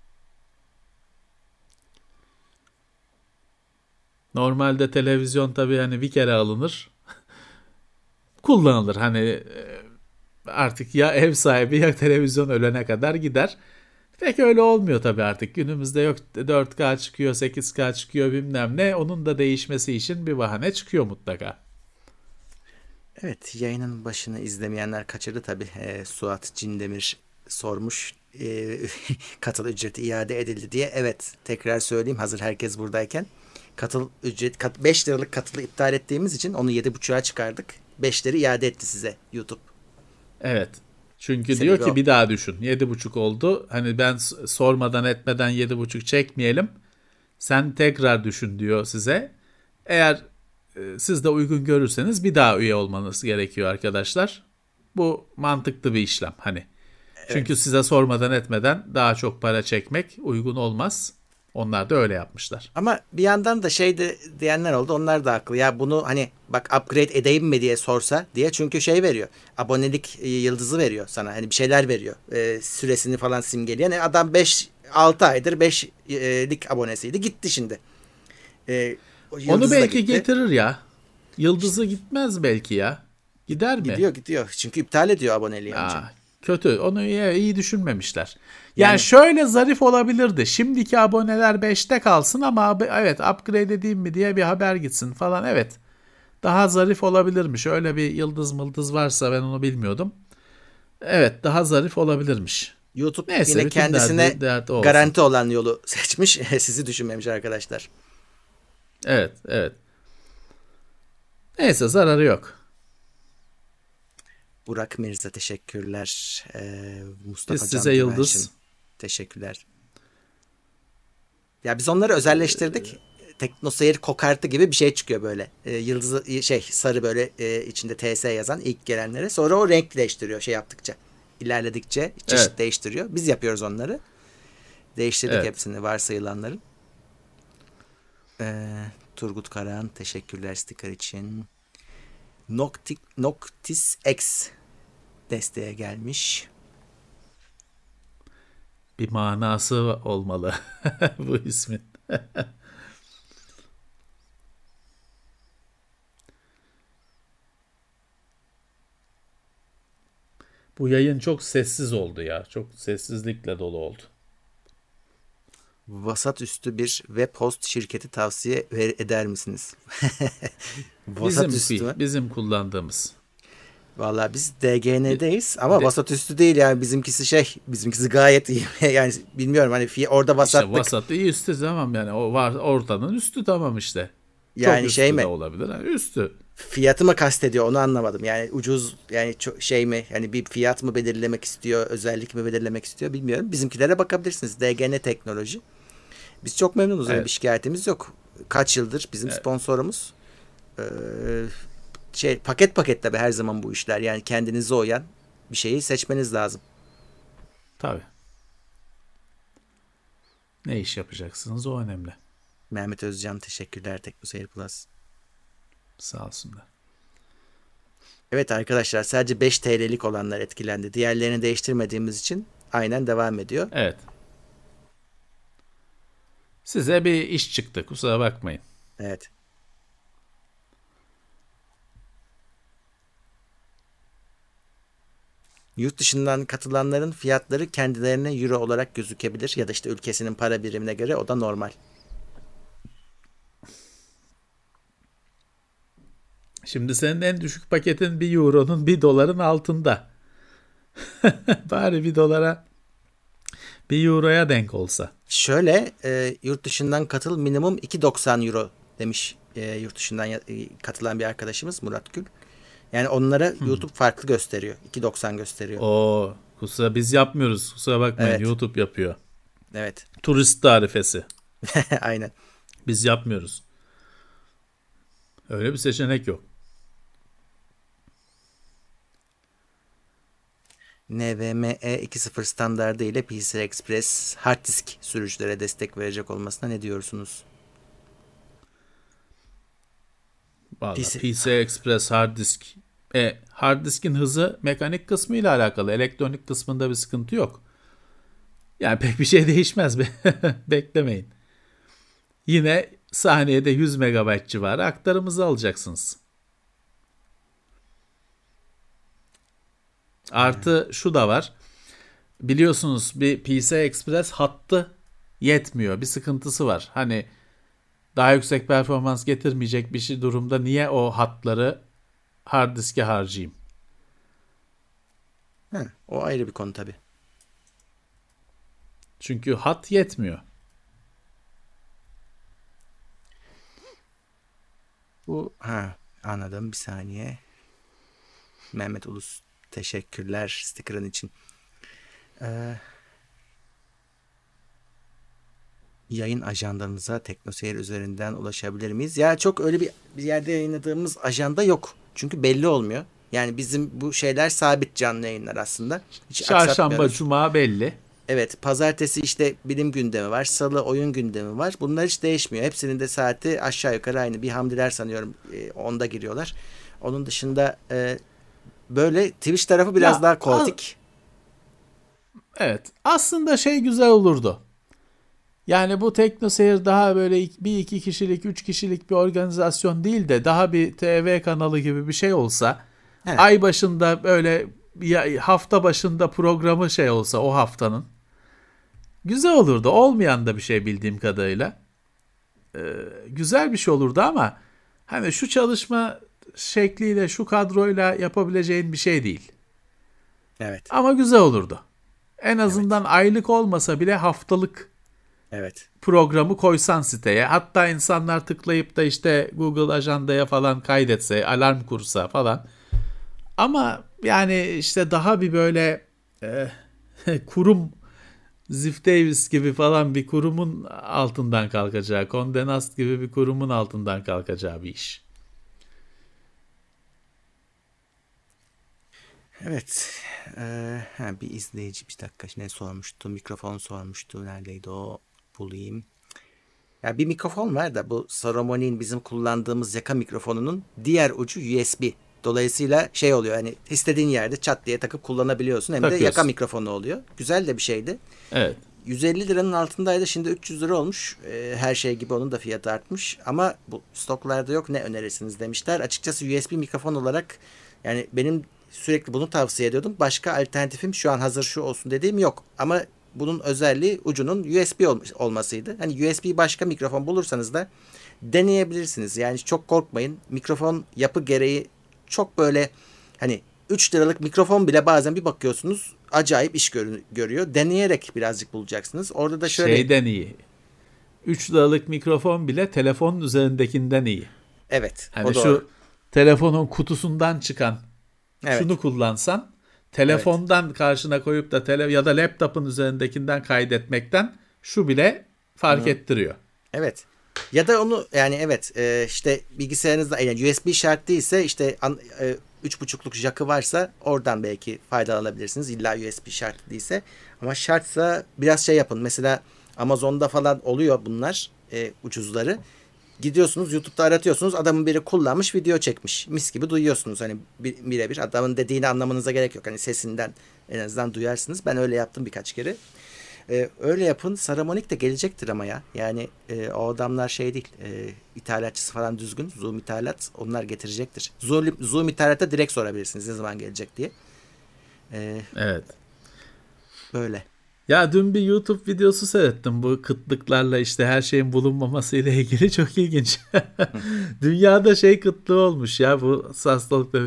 Normalde televizyon tabii hani bir kere alınır, kullanılır. Hani artık ya ev sahibi ya televizyon ölene kadar gider. Pek öyle olmuyor tabii artık. Günümüzde yok dört K çıkıyor, sekiz K çıkıyor bilmem ne. Onun da değişmesi için bir bahane çıkıyor mutlaka. Evet, yayının başını izlemeyenler kaçırdı tabii. E, Suat Cindemir sormuş. E, katıl ücreti iade edildi diye. Evet, tekrar söyleyeyim hazır herkes buradayken. Katıl ücret kat, beş liralık katılı iptal ettiğimiz için onu yedi buçuğa çıkardık. beşleri iade etti size YouTube. Evet. Çünkü Sebebi diyor ki o. Bir daha düşün. yedi buçuk oldu. Hani ben sormadan etmeden yedi buçuk çekmeyelim. Sen tekrar düşün diyor size. Eğer e, siz de uygun görürseniz bir daha üye olmanız gerekiyor arkadaşlar. Bu mantıklı bir işlem hani. Evet. Çünkü size sormadan etmeden daha çok para çekmek uygun olmaz. Onlar da öyle yapmışlar. Ama bir yandan da şey de diyenler oldu. Onlar da haklı. Ya bunu hani bak upgrade edeyim mi diye sorsa diye. Çünkü şey veriyor. Abonelik e, yıldızı veriyor sana. Hani bir şeyler veriyor. E, süresini falan simgeliyor. Yani adam beş altı aydır beşlik abonesiydi. Gitti şimdi. E, Onu belki getirir ya. Yıldızı gitmez belki ya. Gider mi? Gidiyor gidiyor. Çünkü iptal ediyor aboneliği önce. Aa, kötü. Onu iyi, iyi düşünmemişler. Yani, yani şöyle zarif olabilirdi. Şimdiki aboneler beşte kalsın ama evet upgrade edeyim mi diye bir haber gitsin falan. Evet. Daha zarif olabilirmiş. Öyle bir yıldız mıldız varsa ben onu bilmiyordum. Evet, daha zarif olabilirmiş. YouTube Neyse, yine kendisine derdi, derdi garanti olan yolu seçmiş. Sizi düşünmemiş arkadaşlar. Evet, evet. Neyse, zararı yok. Burak Mirza teşekkürler. Ee, Mustafa biz size yıldız. Teşekkürler. Ya biz onları özelleştirdik. Ee, Teknoseyir kokartı gibi bir şey çıkıyor böyle. Ee, yıldızı şey sarı böyle e, içinde T S yazan ilk gelenlere. Sonra o renk değiştiriyor şey yaptıkça. İlerledikçe çeşit evet. değiştiriyor. Biz yapıyoruz onları. Değiştirdik evet. hepsini varsayılanların. Ee, Turgut Karahan teşekkürler sticker için. Noctis, Noctis X desteğe gelmiş. Bir manası olmalı bu ismin. Bu yayın çok sessiz oldu ya. Çok sessizlikle dolu oldu. Vasat üstü bir web host şirketi tavsiye eder misiniz? Vasat bizim üstü mü? Bizim kullandığımız. Vallahi biz D G N'deyiz ama de, vasat üstü değil yani bizimkisi şey bizimkisi gayet iyi yani bilmiyorum hani fi, orada vasatlık. İşte vasat iyi üstü tamam yani o var ortanın üstü tamam işte. Yani çok şey mi? Olabilir yani üstü. Fiyatı mı kastediyor onu anlamadım yani ucuz yani çok şey mi yani bir fiyat mı belirlemek istiyor özellik mi belirlemek istiyor bilmiyorum. Bizimkilere bakabilirsiniz D G N teknoloji. Biz çok memnunuz evet. yani bir şikayetimiz yok. Kaç yıldır bizim evet. sponsorumuz. Ee, şey paket paket tabii her zaman bu işler. Yani kendinize uyan bir şeyi seçmeniz lazım. Tabii. Ne iş yapacaksınız o önemli. Mehmet Özcan teşekkürler Teknoseyir Plus. Sağ olsunlar. Evet arkadaşlar sadece beş T L'lik olanlar etkilendi. Diğerlerini değiştirmediğimiz için aynen devam ediyor. Evet. Size bir iş çıktı kusura bakmayın. Evet. Yurt dışından katılanların fiyatları kendilerine euro olarak gözükebilir ya da işte ülkesinin para birimine göre o da normal. Şimdi senin en düşük paketin bir euronun bir doların altında. Bari bir dolara bir euroya denk olsa. Şöyle e, yurt dışından katıl minimum iki doksan euro demiş e, yurt dışından e, katılan bir arkadaşımız Murat Gül. Yani onlara hmm. YouTube farklı gösteriyor. iki doksan gösteriyor. Oo, kusura biz yapmıyoruz. Kusura bakmayın evet. YouTube yapıyor. Evet. Turist tarifesi. Aynen. Biz yapmıyoruz. Öyle bir seçenek yok. N V M E iki nokta sıfır standardı ile P C I Express hard disk sürücülere destek verecek olmasına ne diyorsunuz? Vallahi P C, P C I Express hard disk e, hard diskin hızı mekanik kısmı ile alakalı. Elektronik kısmında bir sıkıntı yok. Yani pek bir şey değişmez. Beklemeyin. Yine saniyede yüz megabayt civarı aktarımızı alacaksınız. Artı şu da var. Biliyorsunuz bir P C I Express hattı yetmiyor. Bir sıkıntısı var. Hani daha yüksek performans getirmeyecek bir şey durumda niye o hatları hard diske harcayayım? He, o ayrı bir konu tabii. Çünkü hat yetmiyor. Bu ha anladım bir saniye. Mehmet Ulus teşekkürler sticker'ın için. Ee, yayın ajandanıza Teknoseyir üzerinden ulaşabilir miyiz? Ya çok öyle bir, bir yerde yayınladığımız ajanda yok. Çünkü belli olmuyor. Yani bizim bu şeyler sabit canlı yayınlar aslında. Hiç çarşamba, cuma belli. Evet, pazartesi işte bilim gündemi var, salı oyun gündemi var. Bunlar hiç değişmiyor. Hepsinin de saati aşağı yukarı aynı. Bir Hamdiler sanıyorum e, onda giriyorlar. Onun dışında e, böyle Twitch tarafı biraz Ya daha a- kaotik. evet, aslında şey güzel olurdu. Yani bu TeknoSeyir daha böyle ik- bir iki kişilik, üç kişilik bir organizasyon değil de daha bir T V kanalı gibi bir şey olsa, Heh, ay başında böyle ya- hafta başında programı şey olsa o haftanın güzel olurdu. Olmayan da bir şey bildiğim kadarıyla. Ee, güzel bir şey olurdu ama hani şu çalışma şekliyle, şu kadroyla yapabileceğin bir şey değil. evet, Ama güzel olurdu. En evet, azından aylık olmasa bile haftalık evet. programı koysan siteye. Hatta insanlar tıklayıp da işte Google ajandaya falan kaydetse, alarm kursa falan. Ama yani işte daha bir böyle e, kurum, Ziff Davis gibi falan bir kurumun altından kalkacağı, Condé Nast gibi bir kurumun altından kalkacağı bir iş. Evet. Ee, ha, bir izleyici bir dakika ne sormuştu? Mikrofon sormuştu. Neredeydi o? Bulayım. Ya bir mikrofon var da bu Saramoni'nin bizim kullandığımız yaka mikrofonunun diğer ucu U S B. Dolayısıyla şey oluyor hani istediğin yerde çat diye takıp kullanabiliyorsun. Hem de yaka Takıyorsun. mikrofonu oluyor. Güzel de bir şeydi. Evet. yüz elli liranın altındaydı. Şimdi üç yüz lira olmuş. Ee, her şey gibi onun da fiyatı artmış. Ama bu stoklarda yok. Ne önerirsiniz demişler. Açıkçası U S B mikrofon olarak yani benim sürekli bunu tavsiye ediyordum. Başka alternatifim şu an hazır şu olsun dediğim yok. Ama bunun özelliği ucunun U S B olmasıydı. Hani U S B başka mikrofon bulursanız da deneyebilirsiniz. Yani çok korkmayın. Mikrofon yapı gereği çok böyle hani üç liralık mikrofon bile bazen bir bakıyorsunuz acayip iş gör- görüyor. Deneyerek birazcık bulacaksınız. Orada da şöyle Şeyden iyi. üç liralık mikrofon bile telefonun üzerindekinden iyi. evet o Hani doğru. şu telefonun kutusundan çıkan Evet. şunu kullansan Evet. telefondan karşına koyup da tele ya da laptopun üzerindekinden kaydetmekten şu bile fark Hı. ettiriyor. Evet. Ya da onu yani evet e, işte bilgisayarınızda yani U S B şart değilse işte an, e, üç buçukluk jackı varsa oradan belki faydalanabilirsiniz. İlla U S B şart değilse. Ama şartsa biraz şey yapın. Mesela Amazon'da falan oluyor bunlar e, ucuzları. Gidiyorsunuz YouTube'da aratıyorsunuz. Adamın biri kullanmış video çekmiş. Mis gibi duyuyorsunuz. Hani birebir adamın dediğini anlamanıza gerek yok. Hani sesinden en azından duyarsınız. Ben öyle yaptım birkaç kere. Ee, öyle yapın. Saramonic de gelecektir ama ya. Yani e, o adamlar şey değil. E, ithalatçısı falan düzgün. Zoom ithalat. Onlar getirecektir. Zoom, Zoom ithalata direkt sorabilirsiniz ne zaman gelecek diye. Ee, Evet. böyle. Ya dün bir YouTube videosu seyrettim. Bu kıtlıklarla işte her şeyin bulunmaması ile ilgili çok ilginç. Hı. Dünyada şey kıtlığı olmuş ya bu hastalıkta.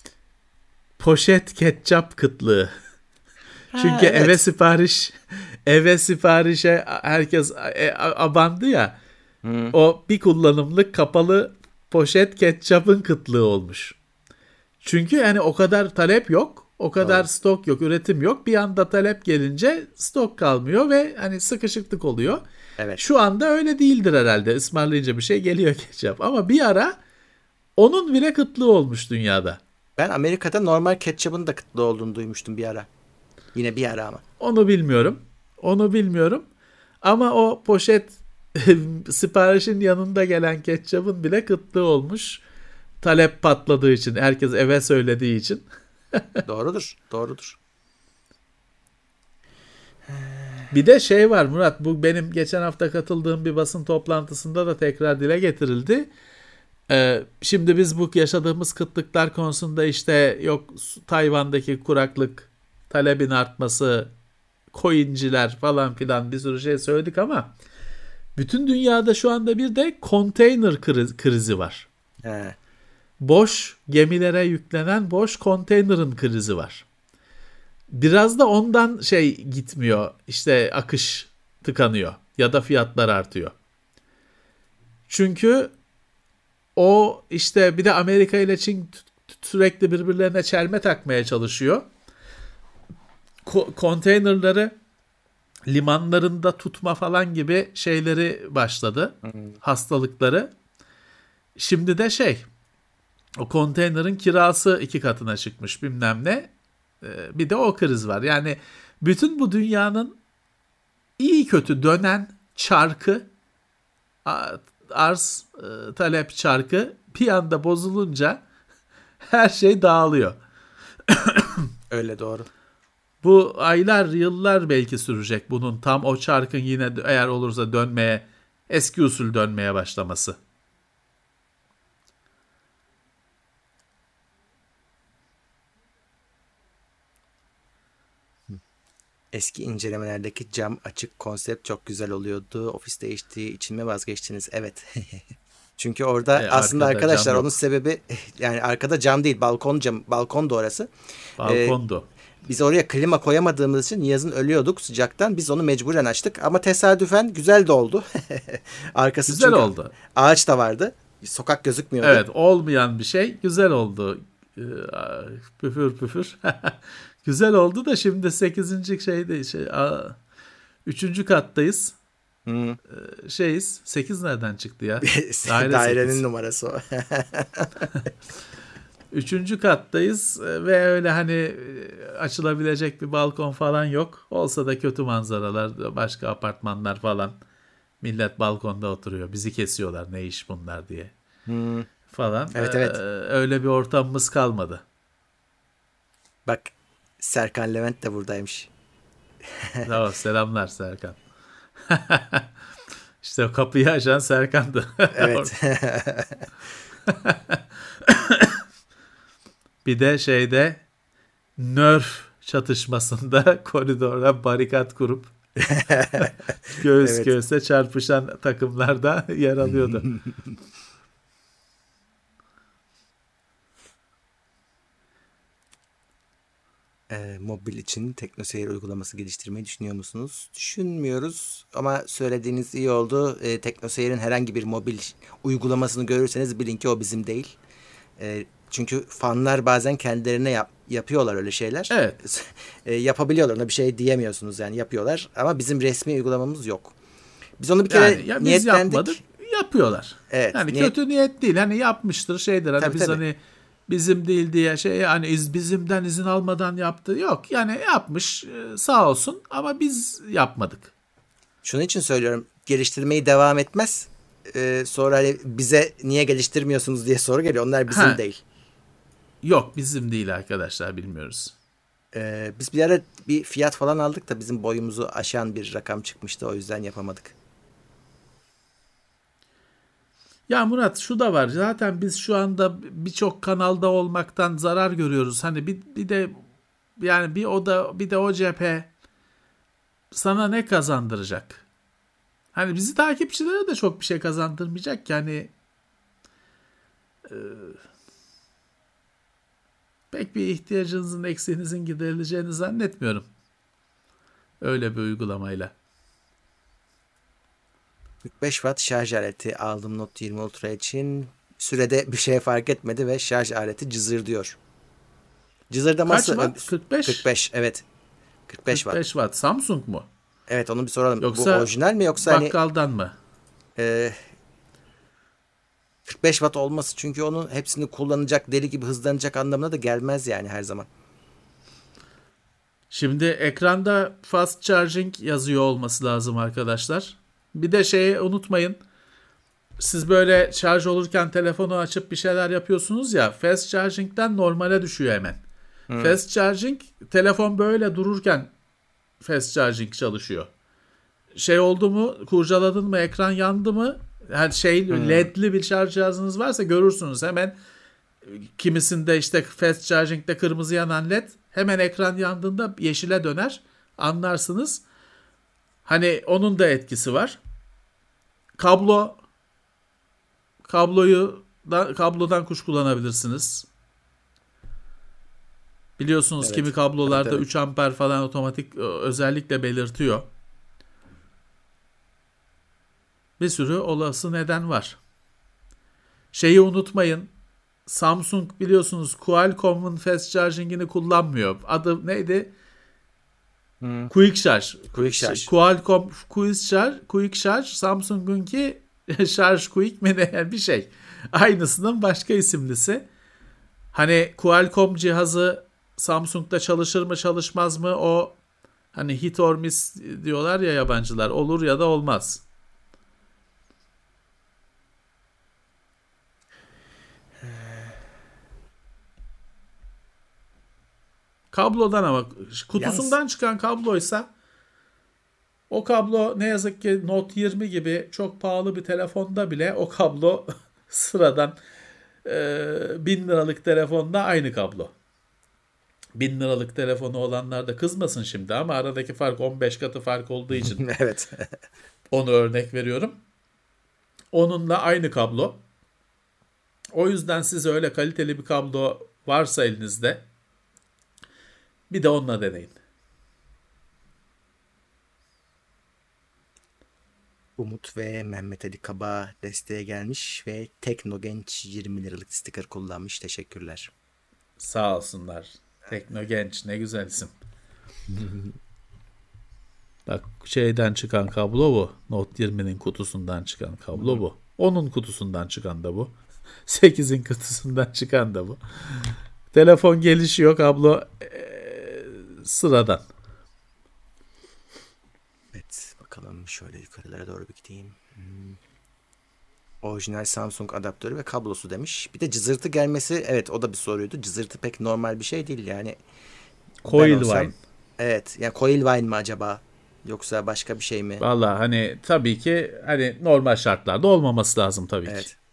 Poşet ketçap kıtlığı. Ha Çünkü eve evet. sipariş eve siparişe herkes e, abandı ya. Hı. O bir kullanımlık kapalı poşet ketçapın kıtlığı olmuş. Çünkü yani o kadar talep yok. O kadar Doğru. stok yok, üretim yok. Bir anda talep gelince stok kalmıyor ve hani sıkışıklık oluyor. Evet. Şu anda öyle değildir herhalde. Ismarlayınca bir şey geliyor ketçap. Ama bir ara onun bile kıtlığı olmuş dünyada. Ben Amerika'da normal ketçapın da kıtlı olduğunu duymuştum bir ara. Yine bir ara ama. Onu bilmiyorum. Onu bilmiyorum. Ama o poşet siparişin yanında gelen ketçapın bile kıtlığı olmuş. Talep patladığı için, herkes eve söylediği için. Doğrudur. Doğrudur. Bir de şey var Murat, bu benim geçen hafta katıldığım bir basın toplantısında da tekrar dile getirildi. Ee, şimdi biz bu yaşadığımız kıtlıklar konusunda işte yok Tayvan'daki kuraklık, talebin artması, coinciler falan filan bir sürü şey söyledik ama bütün dünyada şu anda bir de konteyner kriz- krizi var. He. Boş gemilere yüklenen boş konteynerin krizi var. Biraz da ondan şey gitmiyor. İşte akış tıkanıyor ya da fiyatlar artıyor. Çünkü o işte bir de Amerika ile Çin sürekli birbirlerine çelme takmaya çalışıyor. Ko- konteynerları limanlarında tutma falan gibi şeyleri başladı. Hı. Hastalıkları. Şimdi de şey, o konteynerin kirası iki katına çıkmış bilmem ne. Ee, bir de o kriz var. Yani bütün bu dünyanın iyi kötü dönen çarkı, arz e, talep çarkı bir anda bozulunca her şey dağılıyor. Öyle, doğru. Bu aylar, yıllar belki sürecek bunun tam o çarkın yine eğer olursa dönmeye, eski usul dönmeye başlaması. Eski incelemelerdeki cam açık konsept çok güzel oluyordu. Ofis değiştiği için mi vazgeçtiniz? Evet. Çünkü orada E, aslında arkada arkadaşlar cam onun yok. sebebi yani arkada cam değil, balkon cam, balkon da orası. Ee, Balkondu. Biz oraya klima koyamadığımız için yazın ölüyorduk sıcaktan. Biz onu mecburen açtık ama tesadüfen güzel de oldu. Arkası Güzel çünkü oldu. ağaç da vardı. Sokak gözükmüyordu. Evet, olmayan bir şey güzel oldu. Ee, Püfür püfür. Güzel oldu da şimdi sekizinci şeyde şey a, üçüncü kattayız. Hmm. Ee, şeyiz. sekiz nereden çıktı ya? Daire Dairenin sekiz numarası o. Üçüncü kattayız ve öyle hani açılabilecek bir balkon falan yok. Olsa da kötü manzaralar, başka apartmanlar falan. Millet balkonda oturuyor. Bizi kesiyorlar, ne iş bunlar diye. Hmm. Falan. Evet, evet. Ee, öyle bir ortamımız kalmadı. Bak, Serkan Levent de buradaymış. Tamam, selamlar Serkan. İşte o kapıyı açan Serkan'dı. Evet. Bir de şeyde Nerf çatışmasında koridora barikat kurup göğüs Evet. göğüse çarpışan takımlarda yer alıyordu. E, mobil için TeknoSeyir uygulaması geliştirmeyi düşünüyor musunuz? Düşünmüyoruz ama söylediğiniz iyi oldu. E, TeknoSeyir'in herhangi bir mobil uygulamasını görürseniz bilin ki o bizim değil. E, çünkü fanlar bazen kendilerine yap, yapıyorlar öyle şeyler. Evet. E, yapabiliyorlar, ona bir şey diyemiyorsunuz yani, yapıyorlar ama bizim resmi uygulamamız yok. Biz onu bir kere Yani ya biz niyetlendik. yapmadık, yapıyorlar. Evet, yani niyet... kötü niyet değil. Hani yapmıştır şeydir. Hani tabii, biz tabii. hani bizim değil diye şey hani iz, bizimden izin almadan yaptı. Yok yani yapmış sağ olsun ama biz yapmadık. Şunun için söylüyorum, geliştirmeyi devam etmez. Ee, sonra hani bize niye geliştirmiyorsunuz diye soru geliyor. Onlar bizim Ha. değil. Yok bizim değil arkadaşlar, bilmiyoruz. Ee, biz bir ara bir fiyat falan aldık da bizim boyumuzu aşan bir rakam çıkmıştı. O yüzden yapamadık. Ya Murat, şu da var. Zaten biz şu anda birçok kanalda olmaktan zarar görüyoruz. Hani bir, bir de yani bir o da bir de o cephe sana ne kazandıracak? Hani bizi takipçilere de çok bir şey kazandırmayacak. Yani e, pek bir ihtiyacınızın, eksiğinizin giderileceğini zannetmiyorum. Öyle bir uygulamayla. kırk beş watt şarj aleti aldım Note yirmi Ultra için. Sürede bir şey fark etmedi ve şarj aleti cızır diyor. Cızırdaması... Kaç watt? kırk beş? kırk beş, evet. kırk beş kırk beş watt. watt. Samsung mu? Evet, onu bir soralım. Yoksa bu orijinal mi yoksa hani... bakkaldan mı? E, kırk beş watt olması çünkü onun hepsini kullanacak, deli gibi hızlanacak anlamına da gelmez yani her zaman. Şimdi ekranda fast charging yazıyor olması lazım arkadaşlar. Bir de şeyi unutmayın. Siz böyle şarj olurken telefonu açıp bir şeyler yapıyorsunuz ya, fast charging'den normale düşüyor hemen. Hmm. Fast charging, telefon böyle dururken fast charging çalışıyor. Şey oldu mu, kurcaladın mı, ekran yandı mı, yani şey hmm. ledli bir şarj cihazınız varsa görürsünüz hemen. Kimisinde işte fast charging'de kırmızı yanan led hemen ekran yandığında yeşile döner. Anlarsınız. Hani onun da etkisi var. Kablo kabloyu da, kablodan kuş kullanabilirsiniz. Biliyorsunuz evet. Kimi kablolarda evet, evet. üç amper falan otomatik özellikle belirtiyor. Bir sürü olası neden var. Şeyi unutmayın. Samsung biliyorsunuz Qualcomm'un fast charging'ini kullanmıyor. Adı neydi? Hmm. Quick Charge. Quick Charge. Qualcomm Quick Charge, Quick Charge Samsung'unki Charge Quick mi ne bir şey. Aynısının başka isimlisi. Hani Qualcomm cihazı Samsung'da çalışır mı çalışmaz mı o Hani hit or miss diyorlar ya yabancılar. Olur ya da olmaz. Kablodan ama kutusundan Yalnız... çıkan kabloysa o kablo ne yazık ki Note yirmi gibi çok pahalı bir telefonda bile o kablo sıradan e, bin liralık telefonda aynı kablo. Bin liralık telefonu olanlar da kızmasın şimdi ama aradaki fark on beş katı fark olduğu için evet. onu örnek veriyorum. Onunla aynı kablo. O yüzden size öyle kaliteli bir kablo varsa elinizde bir de onunla deneyin. Umut ve Mehmet Ali Kaba desteğe gelmiş ve Teknogenç yirmi liralık sticker kullanmış. Teşekkürler. Sağ olsunlar. Teknogenç ne güzel isim. Bak şeyden çıkan kablo bu. Note yirminin kutusundan çıkan kablo bu. Onun kutusundan çıkan da bu. sekizin kutusundan çıkan da bu. Telefon gelişiyor, kablo ee, sıradan. Evet, bakalım şöyle yukarılara doğru bir gideyim. Hmm. Orijinal Samsung adaptörü ve kablosu demiş. Bir de cızırtı gelmesi, evet o da bir soruydu. Cızırtı pek normal bir şey değil yani. Coilvine. Evet, yani Coilvine mi acaba? Yoksa başka bir şey mi? Vallahi hani tabii ki hani normal şartlarda olmaması lazım tabii evet. ki.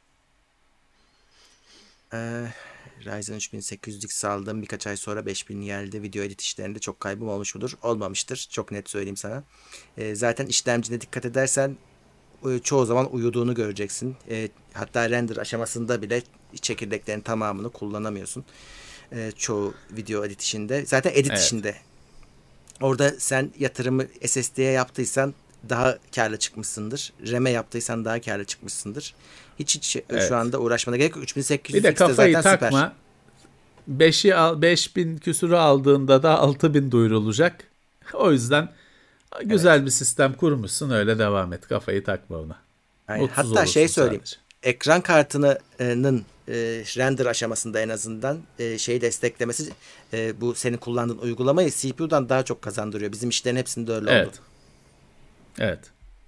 Ee, Ryzen üç bin sekiz yüz X aldım. Birkaç ay sonra beş bin geldi. Video edit işlerinde çok kaybım olmuş mudur? Olmamıştır. Çok net söyleyeyim sana. Ee, zaten işlemcine dikkat edersen çoğu zaman uyuduğunu göreceksin. E, hatta render aşamasında bile çekirdeklerin tamamını kullanamıyorsun. E, çoğu video edit işinde. Zaten edit evet. işinde. Orada sen yatırımı S S D'ye yaptıysan daha karlı çıkmışsındır. RAM'e yaptıysan daha karlı çıkmışsındır. Hiç hiç evet. şu anda uğraşmana gerek yok. üç bin sekiz yüz bir de kafayı zaten takma. Süper. beşi al, beş bin küsürü aldığında da altı bin duyurulacak. O yüzden güzel evet. bir sistem kurmuşsun, öyle devam et. Kafayı takma ona. Hatta şey söyleyeyim. Sadece. Ekran kartının e, render aşamasında en azından e, şeyi desteklemesi e, bu senin kullandığın uygulamayı C P U'dan daha çok kazandırıyor. Bizim işlerin hepsinde öyle evet. oldu. Evet.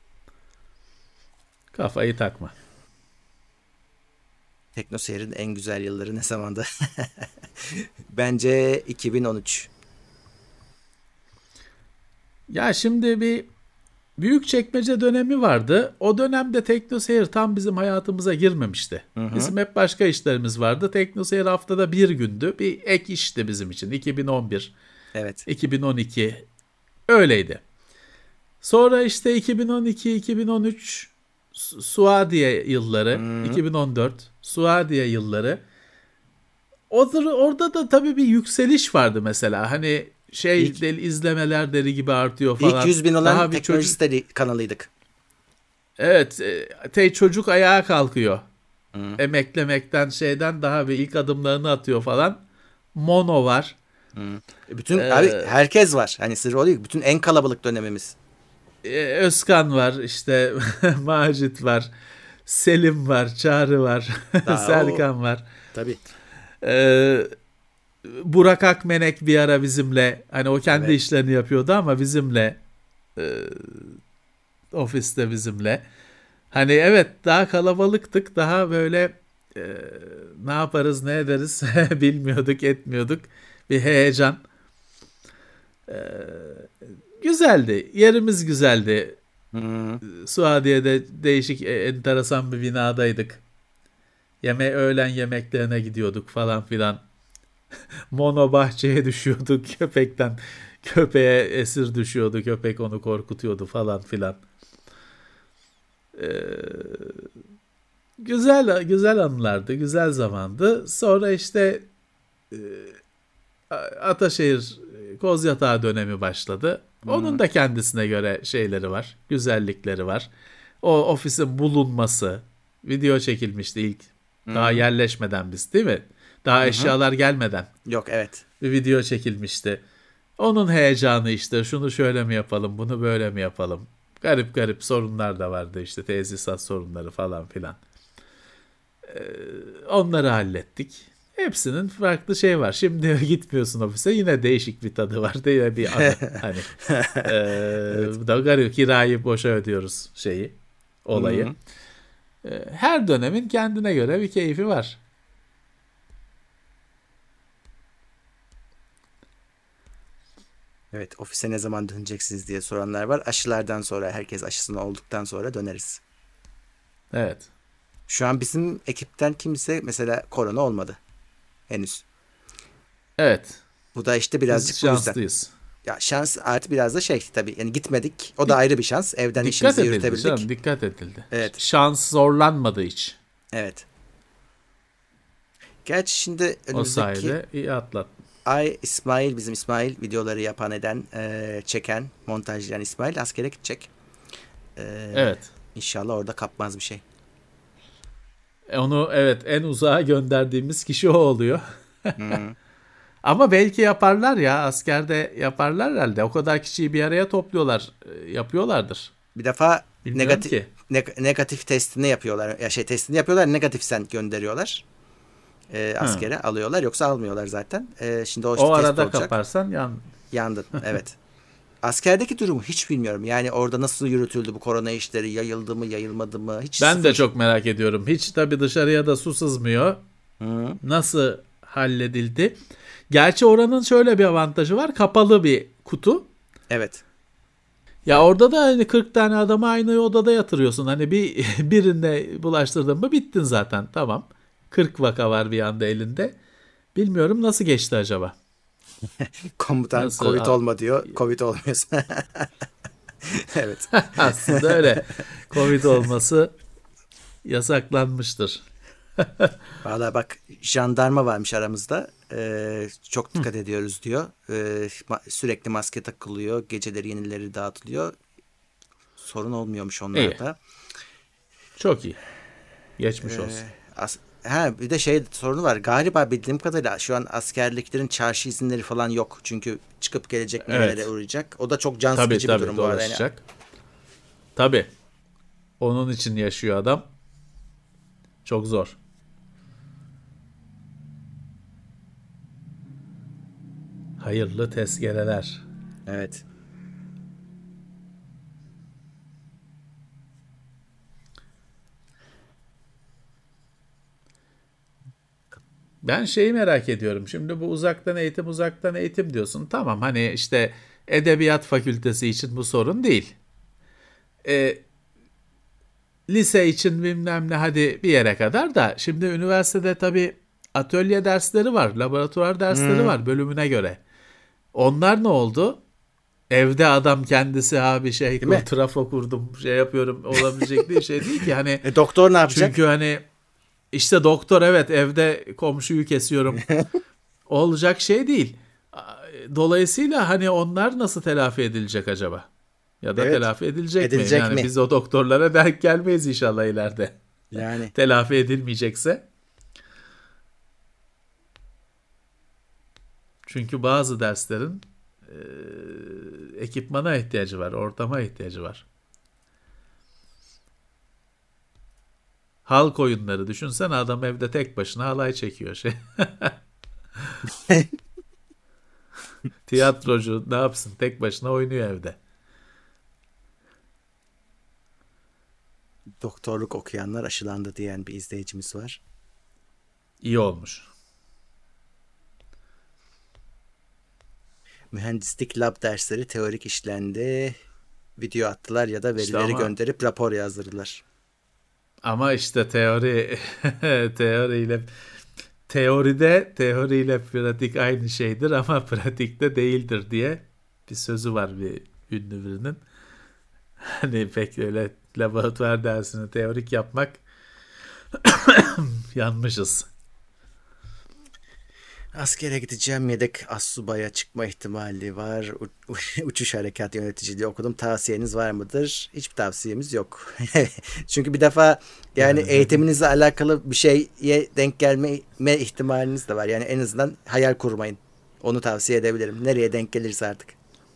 Kafayı takma. TeknoSeyir'in en güzel yılları ne zamandı? Bence iki bin on üç. Ya şimdi bir Büyükçekmece dönemi vardı. O dönemde TeknoSeyir tam bizim hayatımıza girmemişti. Hı hı. Bizim hep başka işlerimiz vardı. TeknoSeyir haftada bir gündü. Bir ek işti bizim için. iki bin on bir, evet. iki bin on iki öyleydi. Sonra işte iki bin on iki, iki bin on üç Suadiye yılları, hı. iki bin on dört Suadiye yılları. Orada da tabii bir yükseliş vardı mesela. Hani şey ilk, deli, izlemeler deli gibi artıyor falan. İlk yüz bin olan teknoloji çocuk... kanalıydık. Evet. Te, çocuk ayağa kalkıyor. Hmm. Emeklemekten şeyden daha bir ilk adımlarını atıyor falan. Mono var. Hmm. Bütün ee, abi herkes var. Hani sırrı o değil. Bütün en kalabalık dönemimiz. Özkan var. İşte Macit var. Selim var. Çağrı var. Serkan o... var. Tabii. Eee Burak Akmenek bir ara bizimle, hani o kendi evet. işlerini yapıyordu ama bizimle e, ofiste bizimle. Hani evet daha kalabalıktık, daha böyle e, ne yaparız ne ederiz bilmiyorduk etmiyorduk, bir heyecan. E, güzeldi, yerimiz güzeldi. Hı-hı. Suadiye'de değişik enteresan bir binadaydık. Yeme öğlen yemeklerine gidiyorduk falan filan. Mono bahçeye düşüyordu köpekten. Köpeğe esir düşüyordu. Köpek onu korkutuyordu falan filan. Ee, güzel güzel anılardı. Güzel zamandı. Sonra işte e, Ataşehir Kozyatağı dönemi başladı. Hmm. Onun da kendisine göre şeyleri var. Güzellikleri var. O ofisin bulunması. Video çekilmişti ilk. Hmm. Daha yerleşmeden biz, değil mi? Daha Hı-hı. eşyalar gelmeden. Yok evet. Bir video çekilmişti. Onun heyecanı işte, şunu şöyle mi yapalım, bunu böyle mi yapalım. Garip garip sorunlar da vardı işte, tesisat sorunları falan filan. Ee, onları hallettik. Hepsinin farklı şey var. Şimdi gitmiyorsun ofise, yine değişik bir tadı var. Yine bir adı. Hani e, evet. Da garip, kirayı boşa ödüyoruz şeyi, olayı. E, her dönemin kendine göre bir keyfi var. Evet, ofise ne zaman döneceksiniz diye soranlar var. Aşılardan sonra, herkes aşısını olduktan sonra döneriz. Evet. Şu an bizim ekipten kimse mesela korona olmadı henüz. Evet. Bu da işte birazcık Biz bu yüzden. şanslıyız. Ya şans artı biraz da şey tabii. Yani gitmedik. O da ayrı bir şans. Evden Dikkat işimizi edildi yürütebildik. canım, dikkat edildi. Evet. Şans zorlanmadı hiç. Evet. Gerçi şimdi O önümüzdeki sayede iyi atlattı. ay İsmail, bizim İsmail videoları yapan eden, e, çeken, montajlayan İsmail askere gidecek. E, Evet. İnşallah orada kapmaz bir şey. E Onu evet, en uzağa gönderdiğimiz kişi o oluyor. Hmm. Ama belki yaparlar ya, askerde yaparlar herhalde. O kadar kişiyi bir araya topluyorlar, e, yapıyorlardır. Bir defa Bilmiyorum negatif ki. ne- negatif testini yapıyorlar. Ya şey testini yapıyorlar, negatifsen gönderiyorlar. E, askere Hı. alıyorlar, yoksa almıyorlar zaten. E, şimdi o, O işte test arada olacak. kaparsan yan. Yandın. Evet. Askerdeki durumu hiç bilmiyorum. Yani orada nasıl yürütüldü bu korona işleri, yayıldı mı, yayılmadı mı? Hiç Ben sıfır. de çok merak ediyorum. Hiç tabii dışarıya da su sızmıyor. Hı. Nasıl halledildi? Gerçi oranın şöyle bir avantajı var. Kapalı bir kutu. Evet. Ya orada da hani kırk tane adamı aynı odada yatırıyorsun. Hani bir birine bulaştırdın mı bittin zaten. Tamam. kırk vaka var bir anda elinde. Bilmiyorum nasıl geçti acaba? Komutan Nasıl? Covid olma diyor. Covid olmuyorsun. Evet. Aslında öyle. Covid olması yasaklanmıştır. Valla bak, jandarma varmış aramızda. Ee, çok dikkat ediyoruz diyor. Ee, ma- sürekli maske takılıyor. Geceleri yenileri dağıtılıyor. Sorun olmuyormuş İyi. onlarda. Çok iyi. Geçmiş Ee, olsun. as- ha bir de şey sorunu var. Galiba bildiğim kadarıyla şu an askerliklerin çarşı izinleri falan yok. Çünkü çıkıp gelecek, nerelere Evet. uğrayacak. O da çok can Tabii sıkıcı bir tabii durum bu arada. Yani dolaşacak. Tabii. Onun için yaşıyor adam. Çok zor. Hayırlı tezkereler. evet. Ben şeyi merak ediyorum. Şimdi bu uzaktan eğitim, uzaktan eğitim diyorsun. Tamam, hani işte edebiyat fakültesi için bu sorun değil. E, lise için bilmem ne, hadi bir yere kadar da. Şimdi üniversitede tabii atölye dersleri var, laboratuvar dersleri Hmm, var bölümüne göre. Onlar ne oldu? Evde adam kendisi abi şey değil mi? trafo kurdum, şey yapıyorum, olabilecek bir şey değil ki. Hani E, doktor ne yapacak? çünkü hani işte doktor, evet evde komşuyu kesiyorum, olacak şey değil. Dolayısıyla hani onlar nasıl telafi edilecek acaba? Ya da Evet. telafi edilecek mi? Edilecek Yani mi? biz o doktorlara denk gelmeyiz inşallah ileride. Yani Telafi edilmeyecekse. Çünkü bazı derslerin e, ekipmana ihtiyacı var, ortama ihtiyacı var. Halk oyunları düşünsen, adam evde tek başına halay çekiyor şey. Tiyatrocu ne yapsın? Tek başına oynuyor evde. doktorluk okuyanlar aşılandı diyen bir izleyicimiz var. İyi olmuş. Mühendislik lab dersleri teorik işlendi. Video attılar ya da İşte verileri ama gönderip rapor yazdırdılar. ama işte teori teoriyle teoride teoriyle pratik aynı şeydir ama pratikte değildir diye bir sözü var bir ünlü birinin. Hani pek öyle laboratuvar dersini teorik yapmak yanmışız. Askere gideceğim, yedek astsubaya çıkma ihtimali var. U- uçuş harekat yöneticiliği okudum. Tavsiyeniz var mıdır? Hiçbir tavsiyemiz yok. Çünkü bir defa yani Yani, eğitiminizle alakalı bir şeye denk gelme ihtimaliniz de var. Yani en azından hayal kurmayın. Onu tavsiye edebilirim. Nereye denk gelirse artık.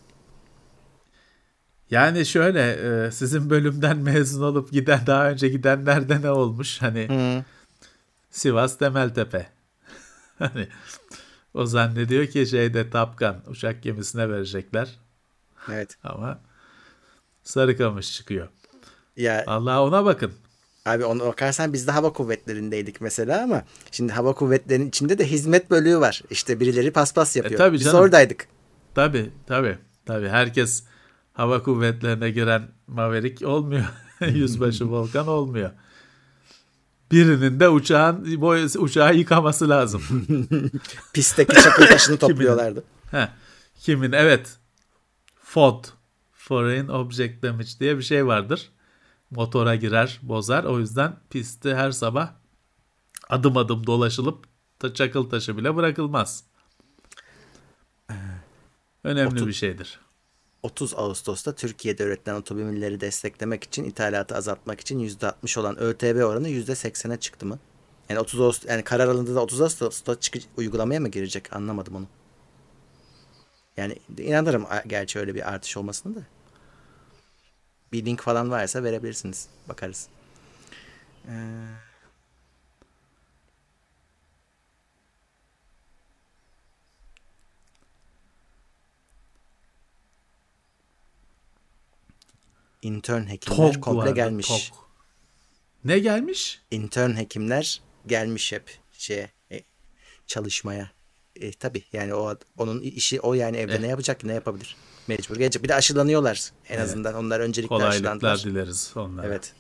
yani şöyle e, sizin bölümden mezun olup giden, daha önce gidenlerde ne olmuş? Hani Hı. Sivas Temeltepe. Hani o zannediyor ki şeyde Top Gun uçak gemisine verecekler. Evet. Ama Sarıkamış çıkıyor. Ya Allah ona bakın. abi ona bakarsan biz de hava kuvvetlerindeydik mesela ama şimdi hava kuvvetlerinin içinde de hizmet bölüğü var. İşte birileri paspas E yapıyor. tabii Biz canım. oradaydık. Tabii tabii. Tabii herkes hava kuvvetlerine giren Maverick olmuyor. Yüzbaşı Volkan olmuyor. Birinin de uçağın boy, uçağı yıkaması lazım. Pistteki çakıl taşını topluyorlardı. Heh, kimin? Evet. F O D. Foreign Object Damage diye bir şey vardır. Motora girer, bozar. O yüzden pistte her sabah adım adım dolaşılıp da çakıl taşı bile bırakılmaz. Önemli Otu- bir şeydir. otuz Ağustos'ta Türkiye'de üretilen otomobilleri desteklemek için, ithalatı azaltmak için yüzde altmış olan ÖTV oranı yüzde seksene çıktı mı? Yani otuz Ağustos, yani karar alındı da otuz Ağustos'ta çıkı- uygulamaya mı girecek? Anlamadım onu. Yani inanırım a- gerçi öyle bir artış olmasını da. Bir link falan varsa verebilirsiniz. Bakarız. Ee, intern hekimler T O G komple vardı. gelmiş. T O G. Ne gelmiş? Intern hekimler gelmiş hep şeye e, çalışmaya. E, tabii yani o onun işi o, yani evde Eh. ne yapacak ki, ne yapabilir? Mecbur gelecek. Bir de aşılanıyorlar en Evet. azından. Onlar öncelikle Kolaylıklar aşılandılar. dileriz onlara. Evet.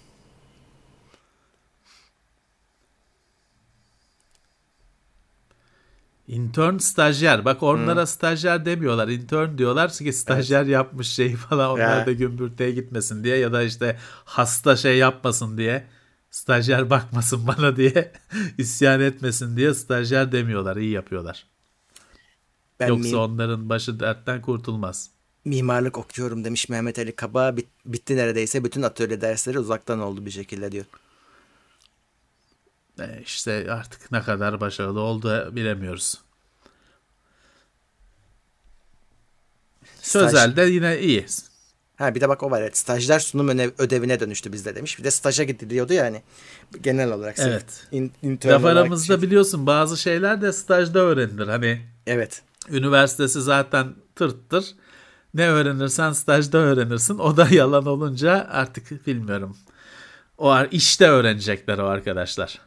Intern stajyer. Bak onlara stajyer demiyorlar. Intern diyorlar ki stajyer yapmış şeyi falan. Onlar Ya. da gümbürtüye gitmesin diye ya da işte hasta şey yapmasın diye. Stajyer bakmasın bana diye isyan etmesin diye stajyer demiyorlar. İyi yapıyorlar. Ben Yoksa mi- onların başı dertten kurtulmaz. mimarlık okuyorum demiş Mehmet Ali Kaba. Bit- bitti neredeyse. Bütün atölye dersleri uzaktan oldu bir şekilde diyor. E işte artık ne kadar başarılı oldu bilemiyoruz. Staj- Sözel'de yine iyi. Ha bir de bak o var. Evet. Stajlar sunum öne- ödevine dönüştü bizde demiş. Bir de staja gidiliyordu yani. Genel olarak. sırf Evet. in- intern Laf olarak aramızda şey- biliyorsun bazı şeyler de stajda öğrenilir. Hani Evet. üniversitesi zaten tırttır. Ne öğrenirsen stajda öğrenirsin. O da yalan olunca artık bilmiyorum. O ar- işte öğrenecekler o arkadaşlar.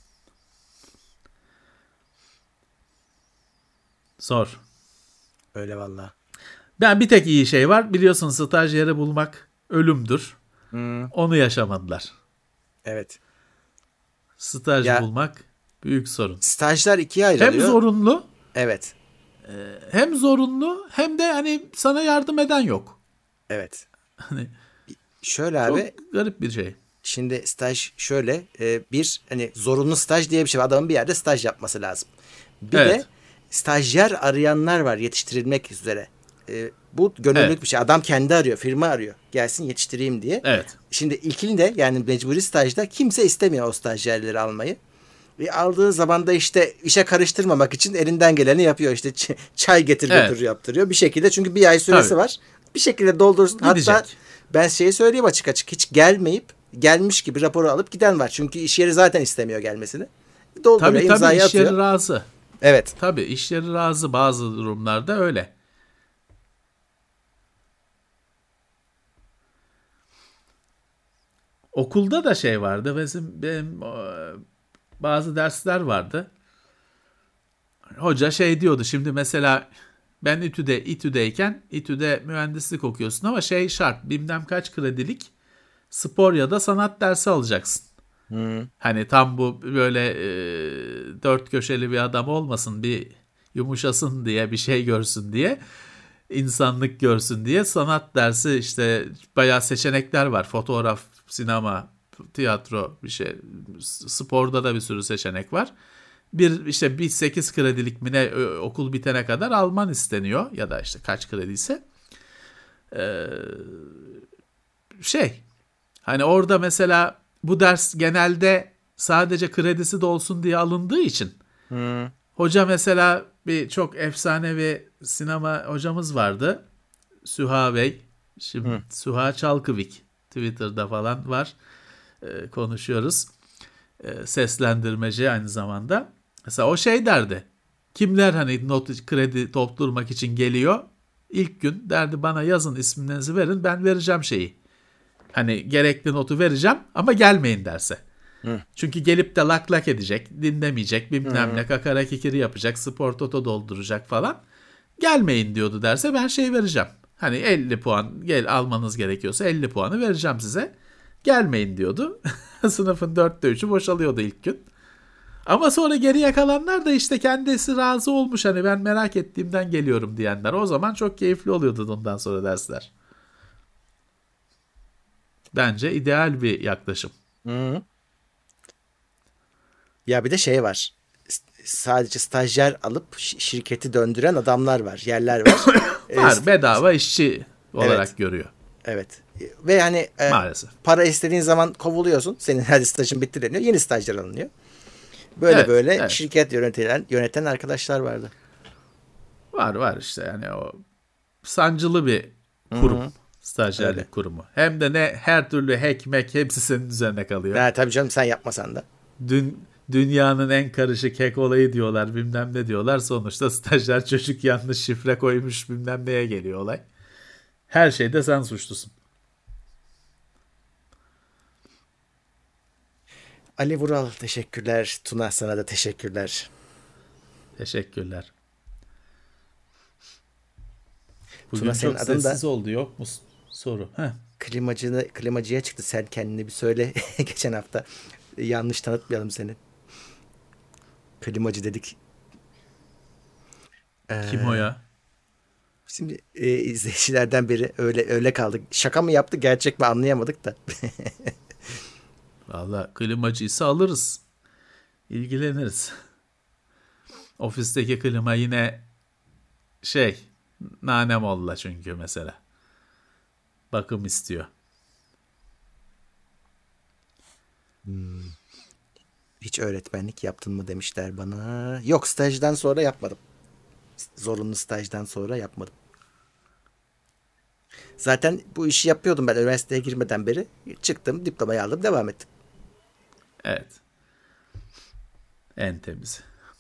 Zor. Öyle valla. Ben bir tek iyi şey var. Biliyorsun stajyeri bulmak ölümdür. Hmm, Onu yaşamadılar. evet. Staj Ya- bulmak büyük sorun. Stajlar ikiye Hem ayrılıyor. zorunlu, Evet. hem zorunlu hem de hani sana yardım eden yok. Evet. Hani Şöyle çok abi. garip bir şey. Şimdi staj şöyle. e, bir hani zorunlu staj diye bir şey var. Adamın bir yerde staj yapması lazım. Bir Evet. de stajyer arayanlar var yetiştirilmek üzere. E, bu gönüllülük Evet. bir şey. Adam kendi arıyor. Firma arıyor. Gelsin yetiştireyim diye. Evet. Şimdi ilkinde yani mecburi stajda kimse istemiyor o stajyerleri almayı. Ve aldığı zaman da işte işe karıştırmamak için elinden geleni yapıyor. İşte ç- çay getir Evet. götür yaptırıyor bir şekilde. Çünkü bir ay süresi Tabii. var. Bir şekilde doldursun. Gidecek. Hatta ben şeyi söyleyeyim açık açık. Hiç gelmeyip gelmiş gibi raporu alıp giden var. Çünkü iş yeri zaten istemiyor gelmesini. Dolduruyor, Tabii tabii imzayı iş atıyor. yeri razı. Evet. Tabii iş yeri razı bazı durumlarda öyle. Okulda da şey vardı. Bizim benim e, bazı dersler vardı. Hoca şey diyordu. Şimdi mesela ben İTÜ'de İTÜ'deyken İTÜ'de mühendislik okuyorsun ama şey şart. Bilmem kaç kredilik spor ya da sanat dersi alacaksın. Hı. Hani tam bu böyle e, dört köşeli bir adam olmasın, bir yumuşasın diye, bir şey görsün diye, insanlık görsün diye sanat dersi işte bayağı seçenekler var. Fotoğraf, sinema, tiyatro, bir şey, sporda da bir sürü seçenek var. Bir işte bir sekiz kredilik mi ne ö, okul bitene kadar alman isteniyor ya da işte kaç krediyse. Ee, şey hani orada mesela bu ders genelde sadece kredisi de olsun diye alındığı için Hı. hoca mesela bir çok efsanevi sinema hocamız vardı. Süha Bey. Şimdi Hı. Süha Çalkıvik Twitter'da falan var. Ee, konuşuyoruz. Ee, seslendirmeci aynı zamanda. Mesela o şey derdi. Kimler hani not kredi toplamak için geliyor? İlk gün derdi bana yazın isminizi verin ben vereceğim şeyi. Hani gerekli notu vereceğim ama gelmeyin derse. Hı. Çünkü gelip de lak lak edecek, dinlemeyecek, bilmem ne kakara kikiri yapacak, spor toto dolduracak falan. Gelmeyin diyordu derse ben şey vereceğim. Hani elli puan gel almanız gerekiyorsa elli puanı vereceğim size. Gelmeyin diyordu. Sınıfın dörtte üçü boşalıyordu ilk gün. Ama sonra geriye kalanlar da işte kendisi razı olmuş. Hani ben merak ettiğimden geliyorum diyenler. O zaman çok keyifli oluyordu ondan sonra dersler. Bence ideal bir yaklaşım. Hı. Ya bir de şey var. Sadece stajyer alıp şirketi döndüren adamlar var. Yerler var. Var. Bedava işçi olarak evet. görüyor. Evet. Ve hani maalesef. E, para istediğin zaman kovuluyorsun. Senin hadi stajın bitti deniyor. Yeni stajyer alınıyor. Böyle evet, böyle evet. şirket yöneten, yöneten arkadaşlar vardı. Var var işte yani o sancılı bir kurum. Hı-hı. Stajyerlik öyle. Kurumu. Hem de ne her türlü hack mack hepsi senin üzerine kalıyor. Ha, tabii canım sen yapmasan da. Dün dünyanın en karışık hack olayı diyorlar bilmem ne diyorlar. Sonuçta stajyer çocuk yanlış şifre koymuş bilmem neye geliyor olay. Her şeyde sen suçlusun. Ali Vural teşekkürler. Tuna sana da teşekkürler. Teşekkürler. Bugün Tuna, senin çok adın sessiz da oldu yok mu soru? Heh. Klimacını, klimacıya çıktı. Sen kendini bir söyle. Geçen hafta yanlış tanıtmayalım seni. Klimacı dedik. Kim ee, o ya? Şimdi e, izleyicilerden biri öyle öyle kaldık. Şaka mı yaptı gerçek mi anlayamadık da. Valla klimacıysa alırız. İlgileniriz. Ofisteki klima yine şey nane molla çünkü mesela. Bakım istiyor. Hmm. Hiç öğretmenlik yaptın mı demişler bana. Yok, stajdan sonra yapmadım. Zorunlu stajdan sonra yapmadım. Zaten bu işi yapıyordum ben üniversiteye girmeden beri. Çıktım, diplomayı aldım, devam ettim. Evet. En temiz.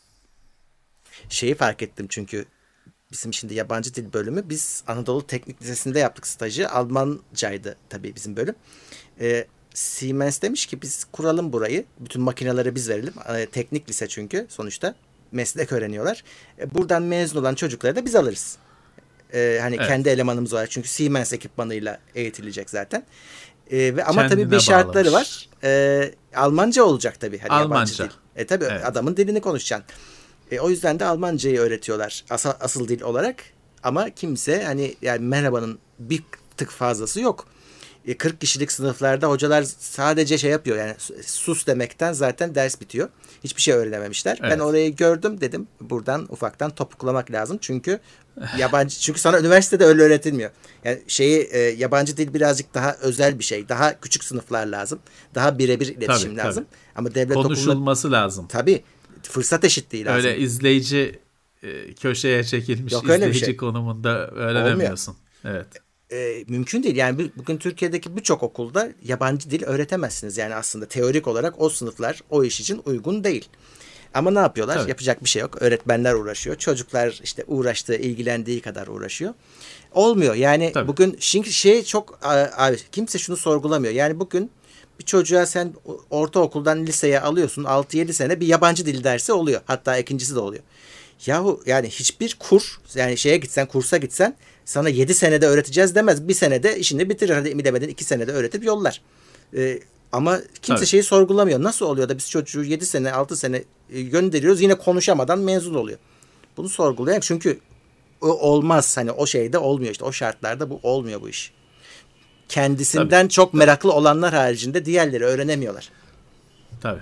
Şeyi fark ettim çünkü bizim şimdi yabancı dil bölümü biz Anadolu Teknik Lisesi'nde yaptık stajı. Almancaydı tabii bizim bölüm. Ee, Siemens demiş ki biz kuralım burayı. Bütün makineleri biz verelim. Ee, teknik lise çünkü sonuçta. Meslek öğreniyorlar. Ee, buradan mezun olan çocukları da biz alırız. Ee, hani evet. kendi elemanımız olarak. Çünkü Siemens ekipmanıyla eğitilecek zaten. Ee, ve ama kendine tabii bir şartları var. Ee, Almanca olacak tabii. Hani Almanca. Dil. E tabii evet. adamın dilini konuşacaksın. E, o yüzden de Almancayı öğretiyorlar asıl, asıl dil olarak. Ama kimse hani yani merhabanın bir tık fazlası yok. E, kırk kişilik sınıflarda hocalar sadece şey yapıyor yani sus demekten zaten ders bitiyor. Hiçbir şey öğrenememişler. Evet. Ben orayı gördüm, dedim buradan ufaktan topuklamak lazım. Çünkü yabancı çünkü sana üniversitede öyle öğretilmiyor. Yani şeyi e, yabancı dil birazcık daha özel bir şey. Daha küçük sınıflar lazım. Daha birebir iletişim tabii, lazım. Tabii. Ama devlet konuşulması okulunda, lazım. Tabii. Fırsat eşitliği lazım. Öyle izleyici e, köşeye çekilmiş yok, izleyici şey. konumunda öğrenemiyorsun. Olmuyor. Evet. E, mümkün değil. Yani bugün Türkiye'deki birçok okulda yabancı dil öğretemezsiniz. Yani aslında teorik olarak o sınıflar o iş için uygun değil. Ama ne yapıyorlar? Tabii. Yapacak bir şey yok. Öğretmenler uğraşıyor. Çocuklar işte uğraştığı, ilgilendiği kadar uğraşıyor. Olmuyor. Yani tabii. Bugün şimdi şey çok abi kimse şunu sorgulamıyor. Yani bugün bir çocuğa sen ortaokuldan liseye alıyorsun. altı yedi sene bir yabancı dil dersi oluyor. Hatta ikincisi de oluyor. Yahu yani hiçbir kur yani şeye gitsen kursa gitsen sana yedi senede öğreteceğiz demez. Bir senede işini bitirir. Hadi mi demedin iki senede öğretip yollar. Ee, ama kimse tabii. şeyi sorgulamıyor. Nasıl oluyor da biz çocuğu yedi sene altı sene gönderiyoruz yine konuşamadan mezun oluyor. Bunu sorgulayan çünkü o olmaz. Hani o şeyde olmuyor işte o şartlarda bu olmuyor bu iş. Kendisinden tabii. çok meraklı olanlar haricinde diğerleri öğrenemiyorlar. Tabii.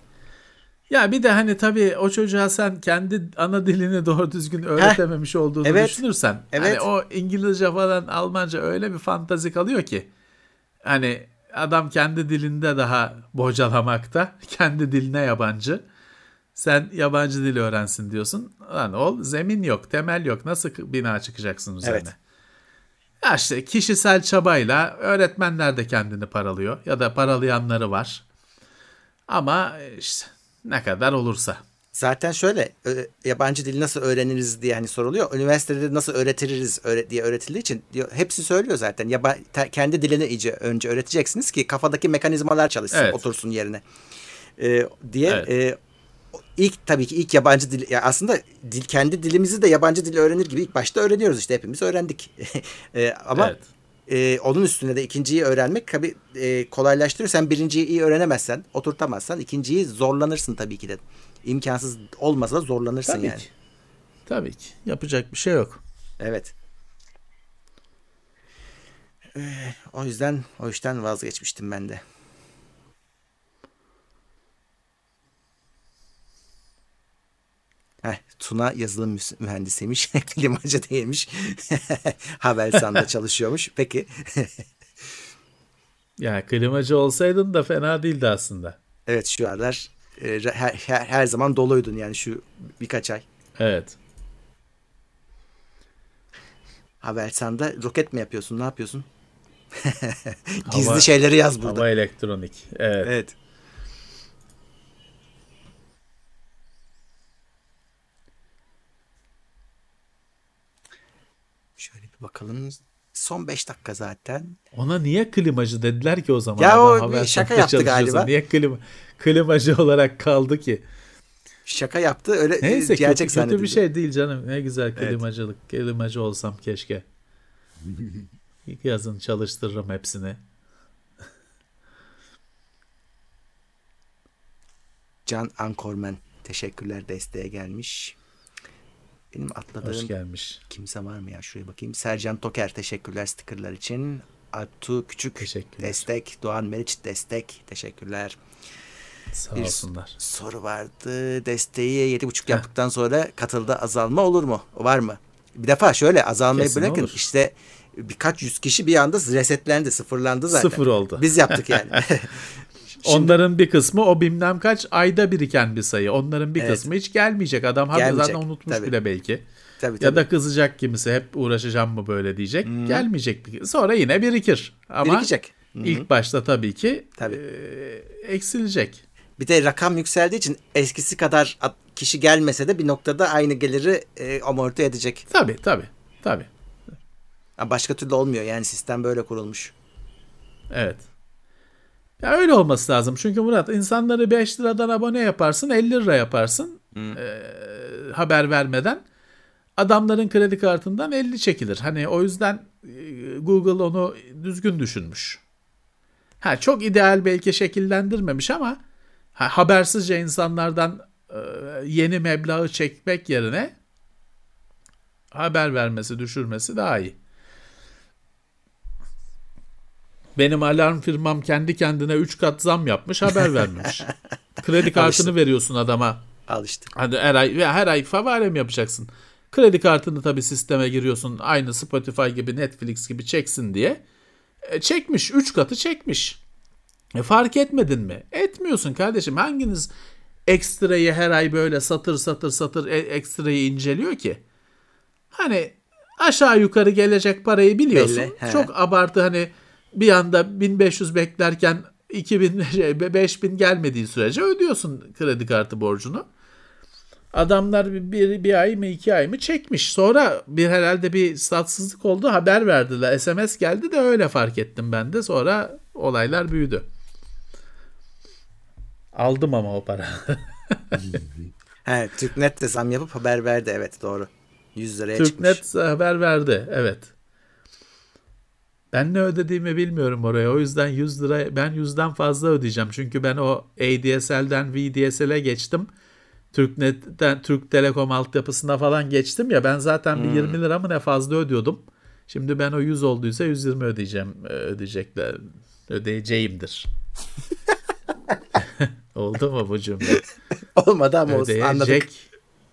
Ya bir de hani tabii o çocuğa sen kendi ana dilini doğru düzgün öğretememiş Heh, olduğunu evet, düşünürsen evet. Hani o İngilizce falan Almanca öyle bir fantazi kalıyor ki hani adam kendi dilinde daha bocalamakta, kendi diline yabancı. Sen yabancı dil öğrensin diyorsun. Lan ol zemin yok, temel yok. Nasıl bina çıkacaksın üzerine? Evet. Ya işte kişisel çabayla öğretmenler de kendini paralıyor ya da paralayanları var. Ama işte ne kadar olursa. Zaten şöyle ö- yabancı dili nasıl öğreniriz diye hani soruluyor. Üniversitede nasıl öğretiriz öğre- diye öğretildiği için diyor, hepsi söylüyor zaten. Yaba, te- kendi dilini iyice önce öğreteceksiniz ki kafadaki mekanizmalar çalışsın, Evet. otursun yerine. Ee, diye Evet. e, ilk tabii ki ilk yabancı dil ya aslında dil kendi dilimizi de yabancı dil öğrenir gibi ilk başta öğreniyoruz işte hepimiz öğrendik. Ee, ama Evet. e, onun üstüne de ikinciyi öğrenmek tabii e, kolaylaştırıyor. Sen birinciyi iyi öğrenemezsen, oturtamazsan ikinciyi zorlanırsın tabii ki de. İmkansız olmasa da zorlanırsın Tabii yani. ki. Tabii ki. Yapacak bir şey yok. Evet. O yüzden o işten vazgeçmiştim ben de. Heh, Tuna yazılım müs- mühendisiymiş. Klimacı değilmiş. Havelsan'da çalışıyormuş. Peki. Yani klimacı olsaydın da fena değildi aslında. Evet şu aralar e, her, her, her zaman doluydun yani şu birkaç ay. Evet. Havelsan'da roket mi yapıyorsun? Ne yapıyorsun? Gizli Hava şeyleri yaz burada. hava elektronik. Evet. Evet. Şöyle bir bakalım. Son beş dakika zaten. Ona niye klimacı dediler ki o zaman? Ya Adam o bir Havelsan'da şaka yaptı çalışıyorsa galiba. niye klima, klimacı olarak kaldı ki? Şaka yaptı. Öyle e, Neyse, gerçek kötü, kötü zannedildi. bir şey değil canım. Ne güzel Evet. klimacılık. Klimacı olsam keşke. Yazın çalıştırırım hepsini. Can Ankormen. Teşekkürler desteğe gelmiş. Benim Hoş atladığım gelmiş. kimse var mı ya? Şuraya bakayım. Sercan Toker teşekkürler stickerlar için. Alptu Küçük Teşekkürler. destek. Doğan Meriç destek. Teşekkürler. Sağ Bir olsunlar. soru vardı. Desteği yedi buçuk Heh. yaptıktan sonra katılda azalma olur mu? Var mı? Bir defa şöyle azalmayı Kesin bırakın. olur. İşte birkaç yüz kişi bir anda resetlendi. Sıfırlandı zaten. Sıfır oldu. Biz yaptık yani. Şimdi- Onların bir kısmı o bilmem kaç ayda biriken bir sayı. Onların bir Evet. kısmı hiç gelmeyecek. Adam Gelmeyecek, zaten unutmuş tabii. bile belki. Tabii, Ya tabii. da kızacak kimisi, hep uğraşacağım mı böyle diyecek. Gelmeyecek. Bir, sonra yine birikir. Ama Birikecek. Hı hı. ilk başta tabii ki Tabii. e, eksilecek. Bir de rakam yükseldiği için eskisi kadar at- kişi gelmese de bir noktada aynı geliri e, amorti edecek. Tabii tabii. Tabii. Ha, başka türlü olmuyor yani sistem böyle kurulmuş. Evet. Ya öyle olması lazım. Çünkü Murat, insanları beş liradan abone yaparsın, elli lira yaparsın e, haber vermeden. Adamların kredi kartından elli çekilir. Hani o yüzden e, Google onu düzgün düşünmüş. Ha, çok ideal belki şekillendirmemiş ama ha, habersizce insanlardan e, yeni meblağı çekmek yerine haber vermesi, düşürmesi daha iyi. Benim alarm firmam kendi kendine üç kat zam yapmış, haber vermemiş. Kredi kartını Alıştı. veriyorsun adama. Al işte. Hadi her ay ve her ay favare mi yapacaksın? Kredi kartını tabii sisteme giriyorsun. Aynı Spotify gibi, Netflix gibi çeksin diye. E, çekmiş. Üç katı çekmiş. E, fark etmedin mi? Etmiyorsun kardeşim. Hanginiz ekstrayı her ay böyle satır satır satır e, ekstrayı inceliyor ki? Hani aşağı yukarı gelecek parayı biliyorsun. Belli, he. Çok abartı, hani bir anda bin beş yüz beklerken iki bin, beş bin gelmediği sürece ödüyorsun kredi kartı borcunu. Adamlar bir, bir ay mı iki ay mı çekmiş. Sonra bir herhalde bir tatsızlık oldu, haber verdiler. S M S geldi de öyle fark ettim ben de. Sonra olaylar büyüdü. Aldım ama o para. He, Türknet de zam yapıp haber verdi. Evet doğru. yüz liraya çıkmış. Türknet haber verdi. Evet. Ben ne ödediğimi bilmiyorum oraya. O yüzden yüz lira, ben yüzden fazla ödeyeceğim. Çünkü ben o A D S L'den V D S L'e geçtim. Türknet'ten Türk Telekom altyapısına falan geçtim ya, ben zaten bir yirmi lira mı ne fazla ödüyordum. Şimdi ben o yüz olduysa yüz yirmi ödeyeceğim, ödeyecekler, ödeyeceğimdir. Oldu mu bu cümle? Olmadı ama olsun, anladık. Ödeyecek.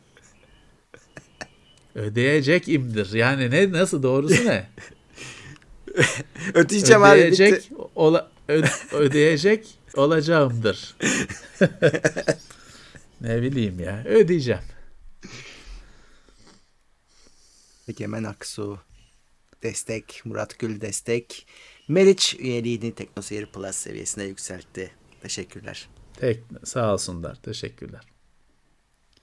Ödeyecek imdir. Yani ne, nasıl, doğrusu ne? Ödeyeceğim abi. Ödeyecek Bitti. ola, ö, ödeyecek olacağımdır. Ne bileyim ya. Ödeyeceğim. Egemen Aksu destek. Murat Gül destek. Meriç üyeliğini Teknoseyir Plus seviyesine yükseltti. Teşekkürler. Tek, sağ olsunlar. Teşekkürler.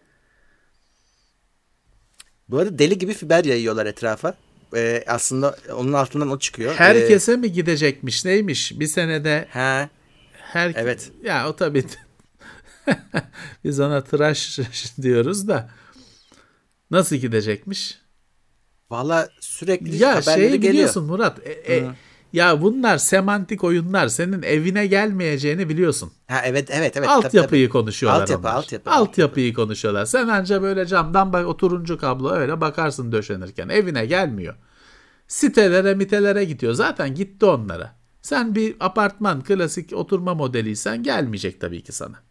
Bu arada deli gibi fiber yayıyorlar etrafa. Ee, aslında onun altından o çıkıyor. Herkese ee, mi gidecekmiş neymiş? Bir senede he, her evet. Ya o tabii biz ona tıraş diyoruz da nasıl gidecekmiş? Valla sürekli ya haberleri şey geliyor. Biliyorsun Murat. E, e, ya bunlar semantik oyunlar. Senin evine gelmeyeceğini biliyorsun. Ha evet evet evet. Altyapıyı konuşuyorlar altyapı, onlar. Altyapı, Altyapıyı altyapı. konuşuyorlar. Sen anca böyle camdan bak, o turuncu kablo öyle bakarsın döşenirken. Evine gelmiyor. Sitelere mitelere gidiyor. Zaten gitti onlara. Sen bir apartman klasik oturma modeliysen gelmeyecek tabii ki sana.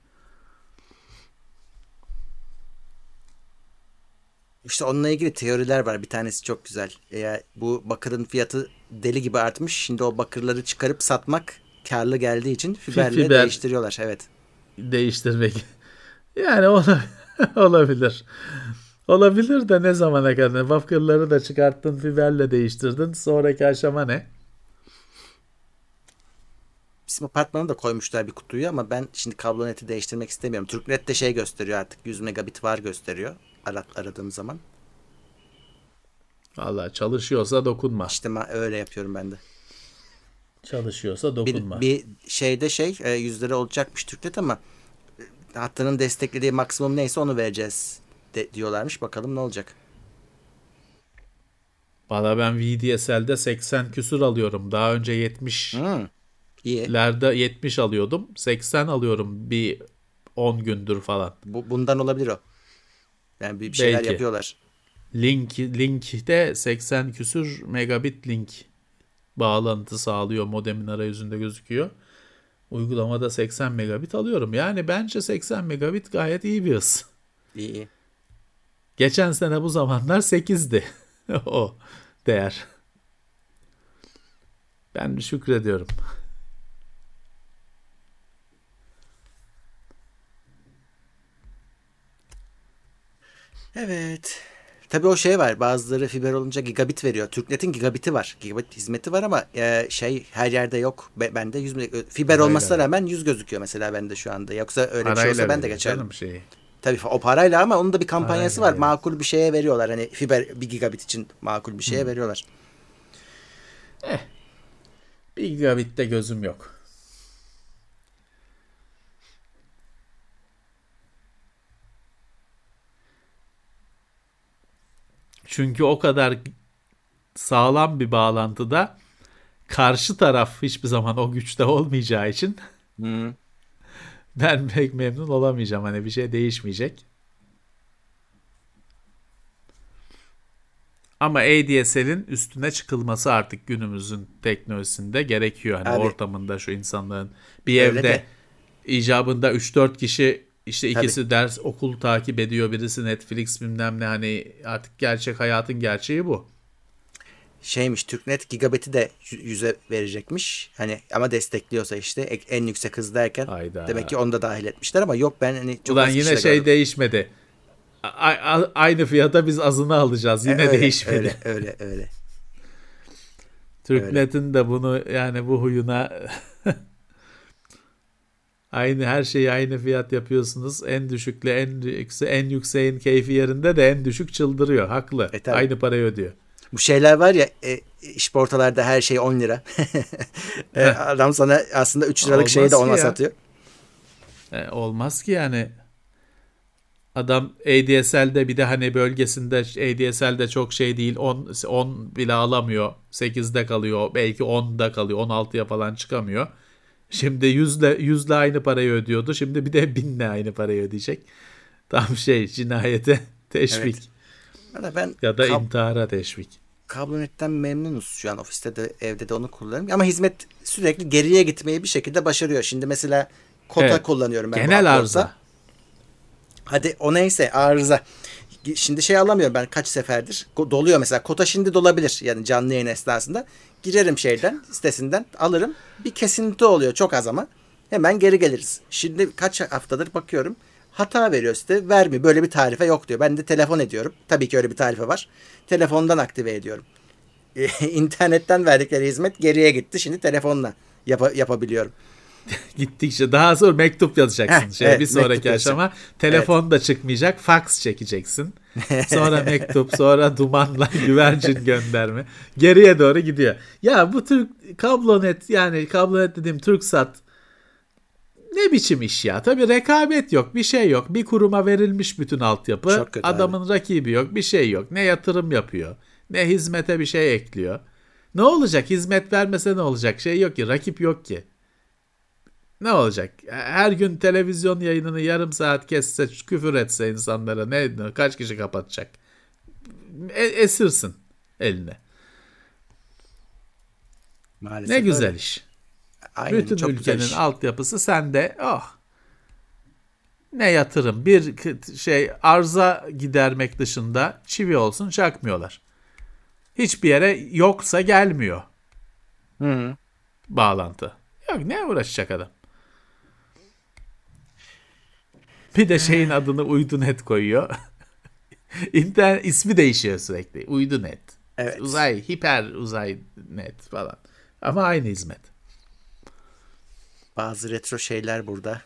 İşte onunla ilgili teoriler var. Bir tanesi çok güzel. Eğer bu bakırın fiyatı deli gibi artmış. Şimdi o bakırları çıkarıp satmak karlı geldiği için fiberle Fiber değiştiriyorlar. Evet. Değiştirmek. Yani olabilir. Olabilir de ne zamana kadar? Bakırları da çıkarttın, fiberle değiştirdin. Sonraki aşama ne? Bizim apartmana da koymuşlar bir kutuyu ama ben şimdi kablo neti değiştirmek istemiyorum. Türknet de şey gösteriyor artık. yüz megabit var gösteriyor. Arat, aradığım zaman. Vallahi çalışıyorsa dokunma. İşte öyle yapıyorum ben de. Çalışıyorsa dokunma. Bir, bir şeyde şey yüzleri olacakmış Türknet ama hattının desteklediği maksimum neyse onu vereceğiz de, diyorlarmış. Bakalım ne olacak. Valla ben V D S L'de seksen küsur alıyorum. Daha önce yetmişlerde hmm, yetmiş alıyordum. seksen alıyorum bir on gündür falan. Bu, bundan olabilir o. Yani bir şeyler Belki. yapıyorlar. Link linkte seksen küsür megabit link bağlantı sağlıyor, modemin arayüzünde gözüküyor. Uygulamada seksen megabit alıyorum. Yani bence seksen megabit gayet iyi bir hız. İyi iyi. Geçen sene bu zamanlar sekizdi o değer. Ben şükrediyorum. Evet. Tabii o şey var. Bazıları fiber olunca gigabit veriyor. Türknet'in gigabiti var. Gigabit hizmeti var ama e, şey her yerde yok. Be, bende yüz fiber parayla olmasına rağmen yüz gözüküyor mesela bende şu anda. Yoksa öyle parayla bir şey olsa ben de geçerdim. Şey. Tabii o parayla ama onun da bir kampanyası parayla var. Yani. Makul bir şeye veriyorlar. Hani fiber bir gigabit için makul bir şeye hmm. veriyorlar. Eh. Bir gigabitte gözüm yok. Çünkü o kadar sağlam bir bağlantıda karşı taraf hiçbir zaman o güçte olmayacağı için hmm. ben pek memnun olamayacağım. Hani bir şey değişmeyecek. Ama A D S L'in üstüne çıkılması artık günümüzün teknolojisinde gerekiyor. Hani Abi, ortamında şu insanların bir evde de. icabında üç dört kişi işte ikisi Tabii. ders okul takip ediyor, birisi Netflix bilmem ne, hani artık gerçek hayatın gerçeği bu. Şeymiş, Türknet gigabit'i de yüze verecekmiş. Hani ama destekliyorsa işte en yüksek hız derken Hayda. Demek ki onu da dahil etmişler ama yok ben hani çok Ulan yine şey gördüm. Değişmedi. A- a- aynı fiyata biz azını alacağız. Yine e, öyle, değişmedi. Öyle öyle öyle. Türknet'in öyle. de bunu yani bu huyuna aynı her şeyi aynı fiyat yapıyorsunuz. En düşükle en yükse en yükseğin keyfi yerinde de en düşük çıldırıyor. Haklı. E, aynı parayı ödüyor. Bu şeyler var ya e, işportalarda her şey on lira. e, adam sana aslında üç liralık olmaz şeyi de ona satıyor. E, olmaz ki yani. Adam A D S L'de bir de hani bölgesinde A D S L'de çok şey değil. on, on bile alamıyor. sekizde kalıyor. Belki onda kalıyor. on altıya falan çıkamıyor. Şimdi yüzle, yüzle aynı parayı ödüyordu. Şimdi bir de binle aynı parayı ödeyecek. Tam şey cinayete teşvik. Evet. Ben ya da kab- intihara teşvik. Kablonetten memnunuz şu an, ofiste de evde de onu kullanıyorum. Ama hizmet sürekli geriye gitmeyi bir şekilde başarıyor. Şimdi mesela kota evet. kullanıyorum ben. Genel arıza. Hadi o neyse arıza. Şimdi şey alamıyorum ben kaç seferdir. Doluyor mesela. Kota şimdi dolabilir. Yani canlı yayın esnasında. Girerim şeyden, sitesinden alırım. Bir kesinti oluyor çok az ama. Hemen geri geliriz. Şimdi kaç haftadır bakıyorum. Hata veriyor site. Vermiyor. Böyle bir tarife yok diyor. Ben de telefon ediyorum. Tabii ki öyle bir tarife var. Telefondan aktive ediyorum. İnternetten verdikleri hizmet geriye gitti. Şimdi telefonla yap- yapabiliyorum. Gittikçe daha sonra mektup yazacaksın. Heh, şey, evet, bir sonraki aşama telefon evet. da çıkmayacak. Fax çekeceksin. Sonra mektup, sonra dumanla güvercin gönderme. Geriye doğru gidiyor. Ya bu Türk kablonet, yani kablonet dediğim Turksat ne biçim iş ya? Tabii rekabet yok, bir şey yok. Bir kuruma verilmiş bütün altyapı. Adamın abi. Rakibi yok, bir şey yok. Ne yatırım yapıyor, ne hizmete bir şey ekliyor. Ne olacak? Hizmet vermese ne olacak? Şey yok ki, rakip yok ki. Ne olacak? Her gün televizyon yayınını yarım saat kesse, küfür etse insanlara ne, kaç kişi kapatacak? E, esirsin eline. Maalesef ne güzel öyle. İş. Aynen, bütün ülkenin altyapısı sende. Oh. Ne yatırım? Bir şey arıza gidermek dışında çivi olsun çakmıyorlar. Hiçbir yere yoksa gelmiyor. Hı. Bağlantı. Yok, ne uğraşacak adam? Bir de şeyin adını Uydunet koyuyor. İnternet ismi değişiyor sürekli. Uydunet. Evet. Uzay, hiper uzay net falan. Ama aynı hizmet. Bazı retro şeyler burada.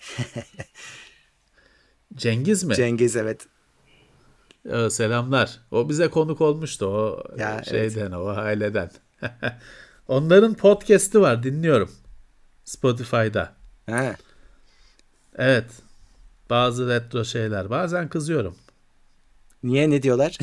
Cengiz mi? Cengiz, evet. Ee, selamlar. O bize konuk olmuştu. O ya, şeyden, evet. o aileden. Onların podcast'i var. Dinliyorum. Spotify'da. He. Evet. Bazı retro şeyler. Bazen kızıyorum. Niye? Ne diyorlar?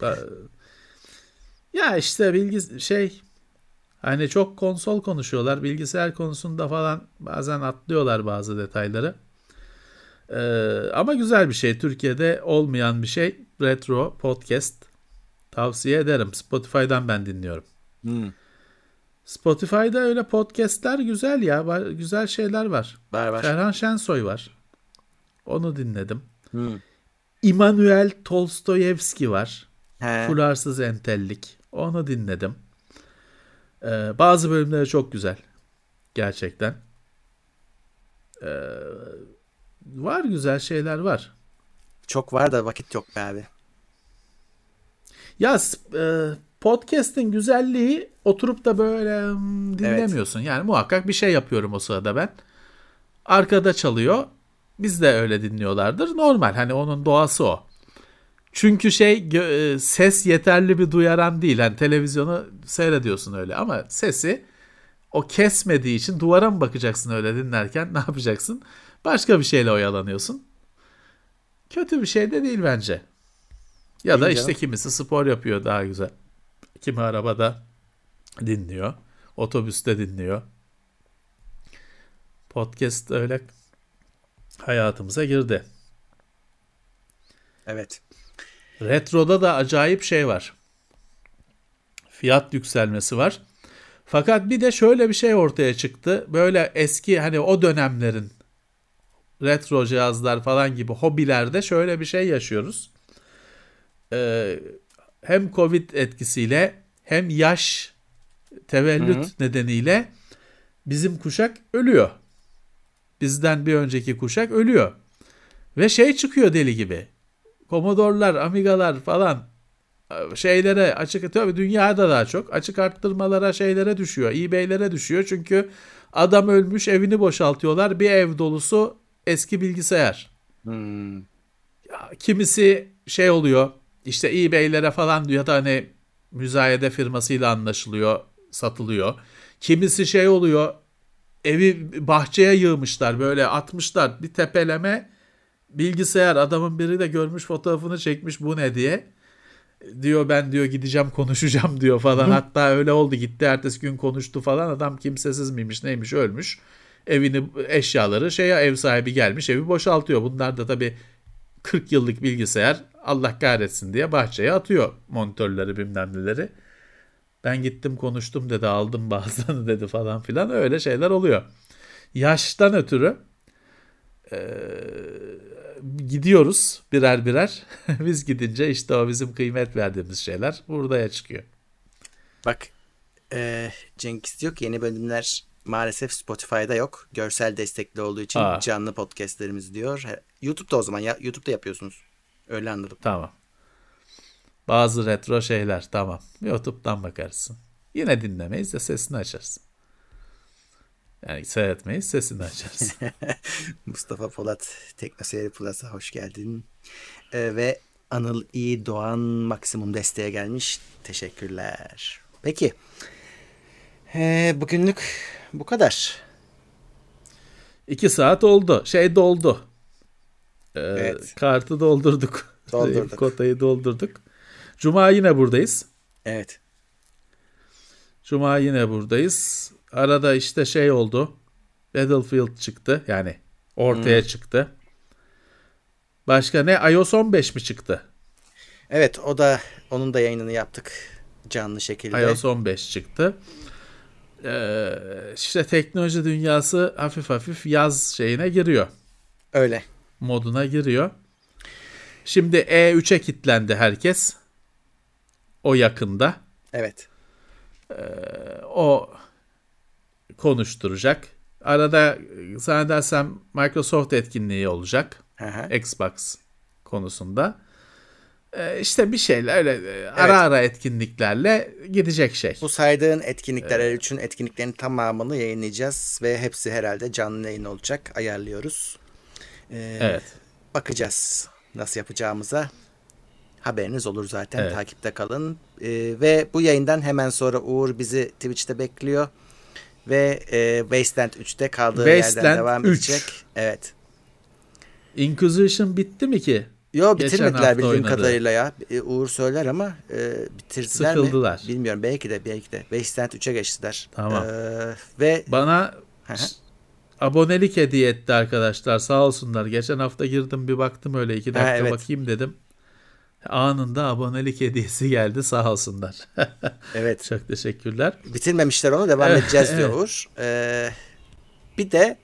Ya işte bilgi şey, hani çok konsol konuşuyorlar. Bilgisayar konusunda falan bazen atlıyorlar bazı detayları. Ee, ama güzel bir şey. Türkiye'de olmayan bir şey. Retro podcast. Tavsiye ederim. Spotify'dan ben dinliyorum. Hmm. Spotify'da öyle podcastler güzel ya. Var, güzel şeyler var. Var var. Ferhan Şensoy var. Onu dinledim. Hmm. İmanuel Tolstoyevski var. He. Fularsız entellik. Onu dinledim. Ee, bazı bölümleri çok güzel. Gerçekten. Ee, var güzel şeyler var. Çok var da vakit yok be abi. Ya e, podcast'in güzelliği oturup da böyle dinlemiyorsun. Evet. Yani muhakkak bir şey yapıyorum o sırada ben. Arkada çalıyor. Biz de öyle dinliyorlardır. Normal, hani onun doğası o. Çünkü şey, ses yeterli bir duyaran değil. Hani televizyonu seyrediyorsun öyle ama sesi o kesmediği için duvara mı bakacaksın öyle dinlerken, ne yapacaksın? Başka bir şeyle oyalanıyorsun. Kötü bir şey de değil bence. Ya değil da işte canım. Kimisi spor yapıyor daha güzel. Kimi arabada dinliyor. Otobüste dinliyor. Podcast öyle hayatımıza girdi. Evet. Retro'da da acayip şey var. Fiyat yükselmesi var. Fakat bir de şöyle bir şey ortaya çıktı. Böyle eski, hani o dönemlerin retro cihazlar falan gibi hobilerde şöyle bir şey yaşıyoruz. Ee, hem Covid etkisiyle hem yaş tevellüt hı hı. nedeniyle bizim kuşak ölüyor. Bizden bir önceki kuşak ölüyor. Ve şey çıkıyor deli gibi. Commodore'lar, Amiga'lar falan şeylere açık, tabii dünyada daha çok açık arttırmalara, şeylere düşüyor. eBay'lere düşüyor. Çünkü adam ölmüş, evini boşaltıyorlar. Bir ev dolusu eski bilgisayar. Hmm. Ya, kimisi şey oluyor. İşte eBay'lere falan ya da hani müzayede firmasıyla anlaşılıyor, satılıyor. Kimisi şey oluyor. Evi bahçeye yığmışlar, böyle atmışlar bir tepeleme bilgisayar, adamın biri de görmüş, fotoğrafını çekmiş, bu ne diye. Diyor ben diyor gideceğim konuşacağım diyor falan. Hatta öyle oldu, gitti ertesi gün konuştu falan. Adam kimsesiz miymiş neymiş, ölmüş. Evini, eşyaları şeye, ev sahibi gelmiş evi boşaltıyor. Bunlar da tabii kırk yıllık bilgisayar, Allah kahretsin diye bahçeye atıyor monitörleri bilmem neleri. Ben gittim konuştum dedi, aldım bazılarını dedi falan filan, öyle şeyler oluyor. Yaştan ötürü Ee, gidiyoruz birer birer. Biz gidince işte o bizim kıymet verdiğimiz şeyler buraya çıkıyor. Bak e, Cengiz diyor ki yeni bölümler maalesef Spotify'da yok. Görsel destekli olduğu için Aa. canlı podcastlerimiz diyor. YouTube'da o zaman ya YouTube'da yapıyorsunuz. Öyle anladım. Tamam. Bazı retro şeyler tamam. YouTube'dan bakarsın. Yine dinlemeyiz de sesini açarsın. Yani seyretmeyiz, sesini açarız. Mustafa Polat Teknoseyir Plus'a hoş geldin. Ee, ve Anıl İyi Doğan maksimum desteğe gelmiş. Teşekkürler. Peki. Ee, bugünlük bu kadar. İki saat oldu. Şey doldu. Ee, Evet. Kartı doldurduk. Doldurduk. Kotayı doldurduk. Cuma yine buradayız. Evet. Cuma yine buradayız. Arada işte şey oldu. Battlefield çıktı. Yani ortaya hmm. çıktı. Başka ne? iOS on beş mi çıktı? Evet, o da onun da yayınını yaptık canlı şekilde. iOS on beş çıktı. Ee, işte teknoloji dünyası hafif hafif yaz şeyine giriyor. Öyle. Moduna giriyor. Şimdi E üçe kilitlendi herkes. O yakında. Evet. Ee, o konuşturacak. Arada zannedersem Microsoft etkinliği olacak. Aha. Xbox konusunda. Ee, işte bir şeyler öyle evet. ara ara etkinliklerle gidecek şey. Bu saydığın etkinlikler evet. E üçün etkinliklerin tamamını yayınlayacağız ve hepsi herhalde canlı yayın olacak. Ayarlıyoruz. Ee, evet. Bakacağız nasıl yapacağımıza. Haberiniz olur zaten. Evet. Takipte kalın. Ee, ve bu yayından hemen sonra Uğur bizi Twitch'te bekliyor. Ve e, Wasteland üçte kaldığı Wasteland yerden devam üç. Edecek. Evet. Inquisition bitti mi ki? Yok, bitirmediler bildiğim kadarıyla ya. E, Uğur söyler ama e, bitirdiler Sıkıldılar. mi? Bilmiyorum. Belki de belki de. Wasteland üçe geçtiler. Tamam. Ee, ve bana abonelik hediye etti arkadaşlar. Sağ olsunlar. Geçen hafta girdim bir baktım öyle iki dakika ha, evet. bakayım dedim. Anında abonelik hediyesi geldi, sağ olsunlar. Evet. Çok teşekkürler. Bitirmemişler onu, devam edeceğiz diyor Uğur. Ee, bir de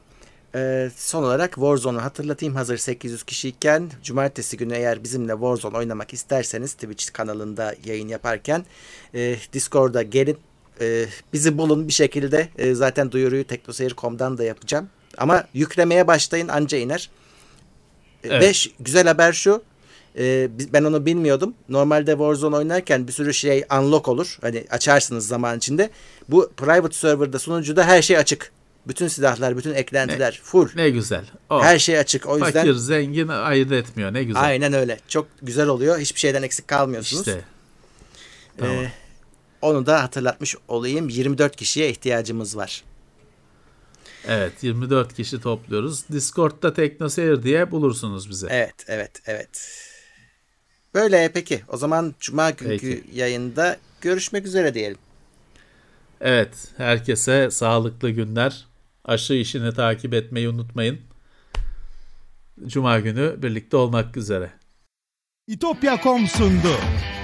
e, son olarak Warzone'u hatırlatayım. Hazır sekiz yüz kişiyken cumartesi günü eğer bizimle Warzone oynamak isterseniz Twitch kanalında yayın yaparken e, Discord'a gelin. E, bizi bulun bir şekilde. E, zaten duyuruyu teknoseyir nokta com'dan da yapacağım. Ama yüklemeye başlayın, anca iner. E, evet. Ve güzel haber şu. Ee, ben onu bilmiyordum. Normalde Warzone oynarken bir sürü şey unlock olur. Hani açarsınız zaman içinde. Bu private server'da, sunucuda her şey açık. Bütün silahlar, bütün eklentiler ne, full. Ne güzel. O. Her şey açık. O yüzden fakir, zengin ayırt etmiyor. Ne güzel. Aynen öyle. Çok güzel oluyor. Hiçbir şeyden eksik kalmıyorsunuz. İşte. Tamam. Ee, onu da hatırlatmış olayım. yirmi dört kişiye ihtiyacımız var. Evet, yirmi dört kişi topluyoruz. Discord'da TeknoSeyir diye bulursunuz bizi. Evet, evet, evet. Böyle peki. O zaman Cuma günkü peki. Yayında görüşmek üzere diyelim. Evet. Herkese sağlıklı günler. Aşı işini takip etmeyi unutmayın. Cuma günü birlikte olmak üzere. İtopya nokta com sundu.